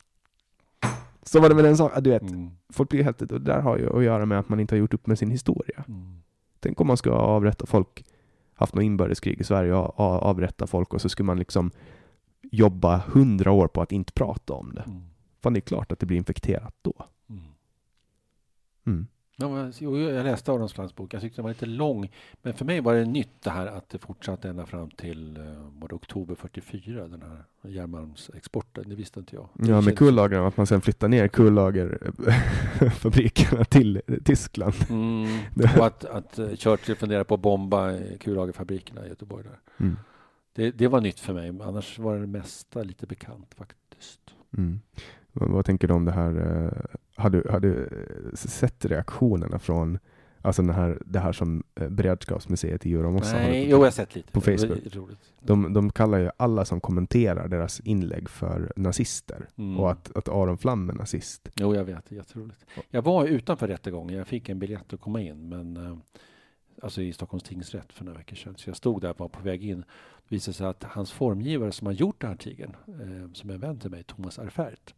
Så var det med den saken. Du vet, mm. folk blir helt... Och det där har ju att göra med att man inte har gjort upp med sin historia. Mm. Tänk om man ska avrätta folk, haft något inbördeskrig i Sverige och avrätta folk och så skulle man liksom jobba hundra år på att inte prata om det. Mm. Fan, det är klart att det blir infekterat då. Mm. Mm. Ja, men, jo, jag läste Aron Flams bok. Jag tyckte den var lite lång. Men för mig var det nytt det här att det fortsatte ända fram till uh, oktober fyrtiofyra, den här järnmalmsexporten. Det visste inte jag. Det ja, med kullager, att man sen flyttar ner kullagerfabrikerna till Tyskland. Mm. Och att, att Churchill funderar på att bomba kullagerfabrikerna i Göteborg där. Mm. Det, det var nytt för mig. Annars var det mesta lite bekant faktiskt. Mm. Vad tänker du om det här? Har du, har du sett reaktionerna från alltså den här, det här som beredskapsmuseet i Djurgården? Nej, jo, jag har sett lite. På Facebook. De, de kallar ju alla som kommenterar deras inlägg för nazister. Mm. Och att, att Aron Flam är nazist. Jo, jag vet. Jätteroligt. Jag var utanför rättegången. Jag fick en biljett att komma in. Men alltså i Stockholms tingsrätt för några veckor sedan. Så jag stod där och var på väg in. Det visade sig att hans formgivare som har gjort den här tigern, eh, som är en vän till mig, Thomas Arfert,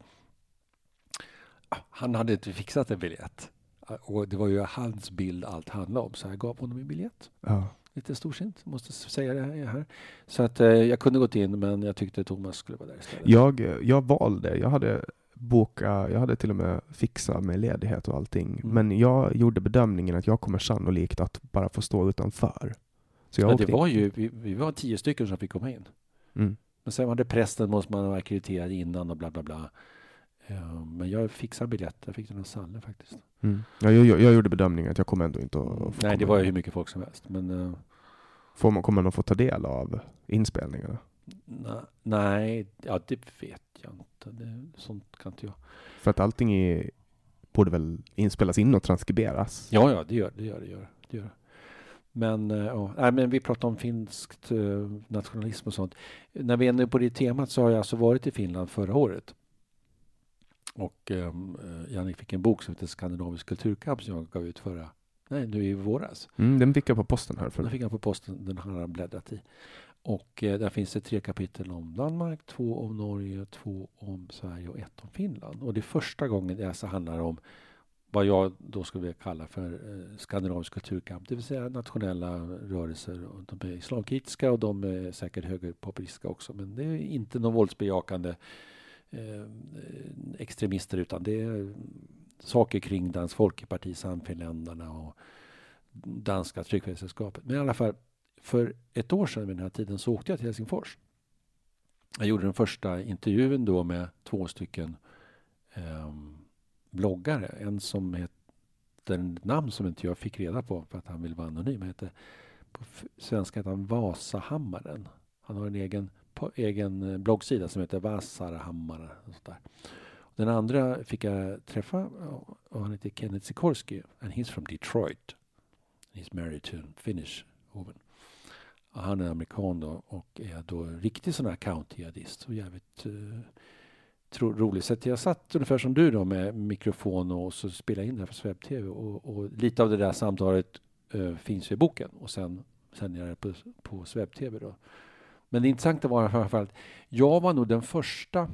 han hade inte fixat en biljett. Och det var ju hans bild allt handlade om. Så jag gav honom en biljett. Ja. Lite storsint, måste säga det här. Så att eh, jag kunde gått in, men jag tyckte Thomas skulle vara där istället. Jag, jag valde, jag hade boka, jag hade till och med fixat med ledighet och allting. Mm. Men jag gjorde bedömningen att jag kommer sannolikt att bara få stå utanför. Så jag ja, åkte det var in. ju, vi, vi var tio stycken som fick komma in. Mm. Men sen var det prästen, måste man vara akkrediterad innan och bla bla bla. Uh, men jag fixade biljetter, jag fick den av Salle faktiskt. Mm. Ja, jag, jag, jag gjorde bedömningen att jag kommer ändå inte att få Nej, det komma var in. ju hur mycket folk som helst. Men, uh, Får man, kommer man att få ta del av inspelningarna? na, nej, ja, det vet jag inte. Det, sånt kan inte jag. För att allting är, borde väl inspelas in och transkriberas? Ja, ja, det gör det. Gör, det, gör, det gör. Men, uh, ja, nej, men vi pratar om finskt uh, nationalism och sånt. När vi är inne på det temat så har jag alltså varit i Finland förra året. Och um, Jannik fick en bok som heter Skandinavisk kulturkamp som jag gav ut förra, nej nu i våras. Mm, den fick jag på posten här. För. Den fick jag på posten, den har han bläddrat i. Och eh, där finns det tre kapitel om Danmark, två om Norge, två om Sverige och ett om Finland. Och det är första gången det alltså handlar om vad jag då skulle vilja kalla för eh, skandinavisk kulturkamp. Det vill säga nationella rörelser. Och de är islamkritiska och de är säkert högerpopulistiska också. Men det är inte någon våldsbejakande eh, extremister utan det är saker kring Dansk Folkeparti, Samfinländarna och Danska tryckfrihetssällskapet. Men i alla fall, för ett år sedan vid den här tiden så åkte jag till Helsingfors. Jag gjorde den första intervjun då med två stycken eh, bloggare. En som heter en namn som inte jag fick reda på för att han vill vara anonym. Heter, på svenska heter han Vasahammaren. Han har en egen, på, egen bloggsida som heter Vasarahammar. Och sånt där. Den andra fick jag träffa och han heter Kenneth Sikorsky and he's from Detroit. He's married to a Finnish woman. Han är amerikan då och är då riktigt sån här county-jihadist. Så jävligt uh, tro, roligt. Så jag satt ungefär som du då med mikrofon och så spelade in det här för webb-tv. Och, och lite av det där samtalet uh, finns i boken. Och sen sänder jag det på, på webb-tv då. Men det intressanta var i alla fall att jag var nog den första.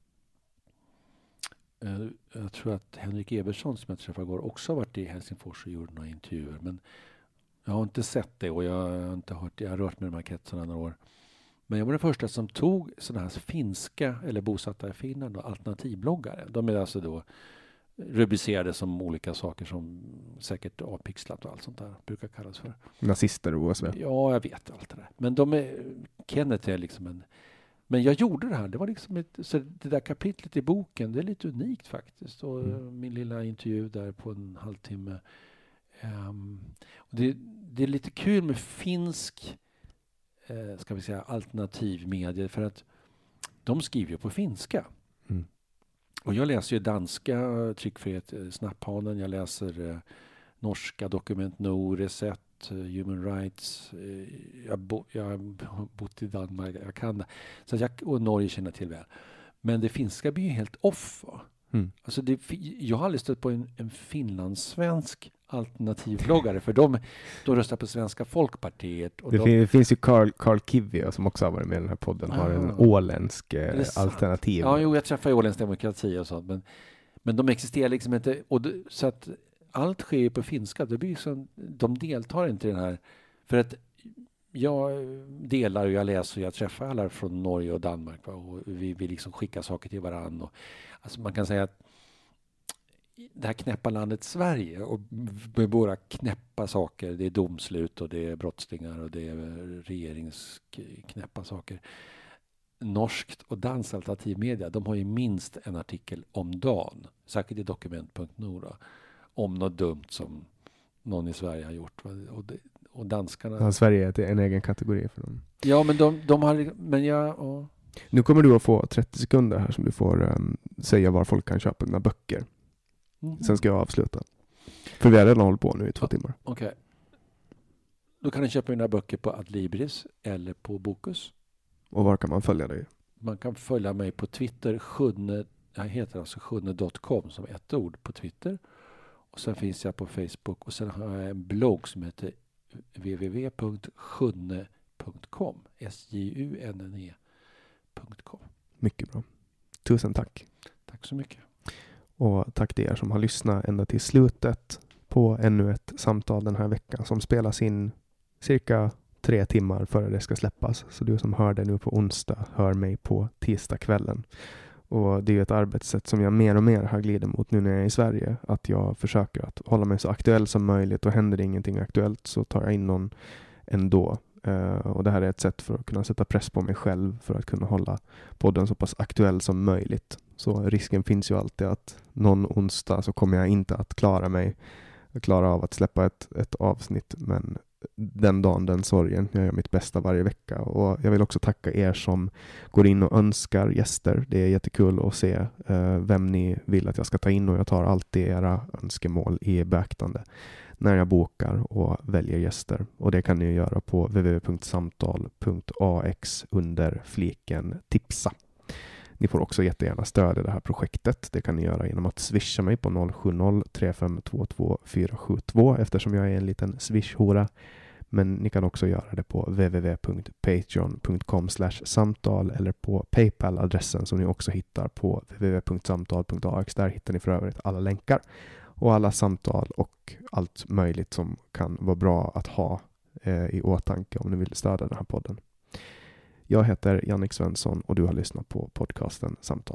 Uh, jag tror att Henrik Ebersson som jag träffade igår också har varit i Helsingfors och gjort några intervjuer. Men jag har inte sett det och jag har inte hört det. Jag har rört med de här kretsarna några år. Men jag var den första som tog sådana här finska eller bosatta i Finland och alternativbloggare. De är alltså då rubricerade som olika saker som säkert avpixlat och allt sånt där brukar kallas för. Nazister och så. Ja, jag vet allt det där. Men de är, Kenneth är liksom en... Men jag gjorde det här. Det var liksom ett, så det där kapitlet i boken, det är lite unikt faktiskt. Och mm. min lilla intervju där på en halvtimme. Um, och det, det är lite kul med finsk eh, ska vi säga alternativmedier för att de skriver ju på finska. Mm. Och jag läser ju danska tryckfrihet, eh, Snapphanen, jag läser eh, norska Dokument Nord, Reset, eh, Human Rights. Eh, jag, bo, jag har bott i Danmark, jag kan det. Så jag, och Norge känner till väl. Men det finska blir ju helt off. Mm. Alltså det, jag har aldrig stött på en, en finlandssvensk alternativbloggare för de, de röstar på Svenska Folkpartiet. Och det de, fin, finns ju Carl, Carl Kivio som också har varit med i den här podden. Ah, har en åländsk eh, alternativ. Ja, jo, jag träffar ju åländsk demokrati och sånt. Men, men de existerar liksom inte. Och det, så att allt sker på finska. Det blir som, de deltar inte i den här. För att jag delar och jag läser och jag träffar alla från Norge och Danmark. Va? Och vi, vi liksom skickar saker till varandra. Och, alltså man kan säga att det här knäppa landet Sverige och med våra knäppa saker, det är domslut och det är brottslingar och det är regeringsknäppa saker. Norskt och danskt alternativmedia, de har ju minst en artikel om dagen, säkert i dokument punkt nord om något dumt som någon i Sverige har gjort. Och, det, och danskarna... Ja, Sverige är en egen kategori för dem. Ja, men de, de har... Men jag, ja. Nu kommer du att få trettio sekunder här som du får um, säga var folk kan köpa dina böcker. Mm. Sen ska jag avsluta. För vi har redan hållit på nu i två ja, timmar. Okej. Okay. Då kan ni köpa mina böcker på Adlibris eller på Bokus. Och var kan man följa dig? Man kan följa mig på Twitter. Sjunne, jag heter alltså sjunne punkt com som ett ord på Twitter. Och sen finns jag på Facebook. Och sen har jag en blogg som heter w w w punkt sjunne punkt com. S J U N N E punkt com. Mycket bra. Tusen tack. Tack så mycket. Och tack till er som har lyssnat ända till slutet på ännu ett samtal den här veckan som spelas in cirka tre timmar före det ska släppas. Så du som hör det nu på onsdag hör mig på tisdagskvällen. Och det är ett arbetssätt som jag mer och mer har glidit mot nu när jag är i Sverige. Att jag försöker att hålla mig så aktuell som möjligt, och händer det ingenting aktuellt så tar jag in någon ändå. Uh, och det här är ett sätt för att kunna sätta press på mig själv för att kunna hålla podden så pass aktuell som möjligt. Så risken finns ju alltid att någon onsdag så kommer jag inte att klara mig, klara av att släppa ett, ett avsnitt, men den dagen, den sorgen. Jag gör mitt bästa varje vecka, och jag vill också tacka er som går in och önskar gäster. Det är jättekul att se uh, vem ni vill att jag ska ta in, och jag tar alltid era önskemål i beaktande när jag bokar och väljer gäster. Och det kan ni göra på w w w punkt samtal punkt a x under fliken tipsa. Ni får också jättegärna stödja det här projektet. Det kan ni göra genom att swisha mig på noll sju noll tre fem två två fyra sju två, eftersom jag är en liten swish-hora. Men ni kan också göra det på w w w punkt patreon punkt com slash samtal eller på PayPal-adressen som ni också hittar på w w w punkt samtal punkt a x. Där hittar ni för övrigt alla länkar och alla samtal och allt möjligt som kan vara bra att ha eh, i åtanke om ni vill stödja den här podden. Jag heter Jannik Svensson och du har lyssnat på podcasten Samtal.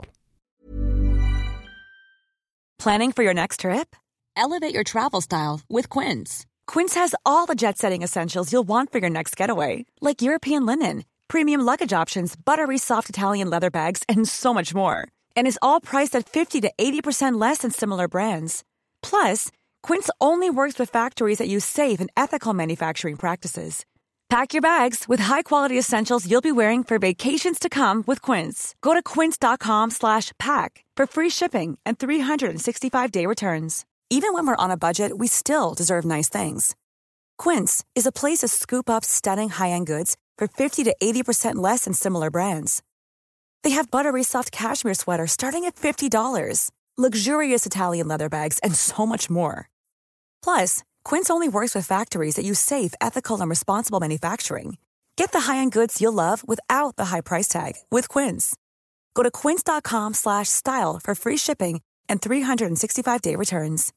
Planning for your next trip? Elevate your travel style with Quince. Quince has all the jet-setting essentials you'll want for your next getaway, like European linen, premium luggage options, buttery soft Italian leather bags, and so much more. And is all priced at fifty to eighty percent less than similar brands. Plus, Quince only works with factories that use safe and ethical manufacturing practices. Pack your bags with high-quality essentials you'll be wearing for vacations to come with Quince. Go to quince.com slash pack for free shipping and three sixty-five day returns. Even when we're on a budget, we still deserve nice things. Quince is a place to scoop up stunning high-end goods for fifty to eighty percent less than similar brands. They have buttery soft cashmere sweaters starting at fifty dollars, luxurious Italian leather bags, and so much more. Plus, Quince only works with factories that use safe, ethical, and responsible manufacturing. Get the high-end goods you'll love without the high price tag with Quince. Go to quince.com slash style for free shipping and three sixty-five day returns.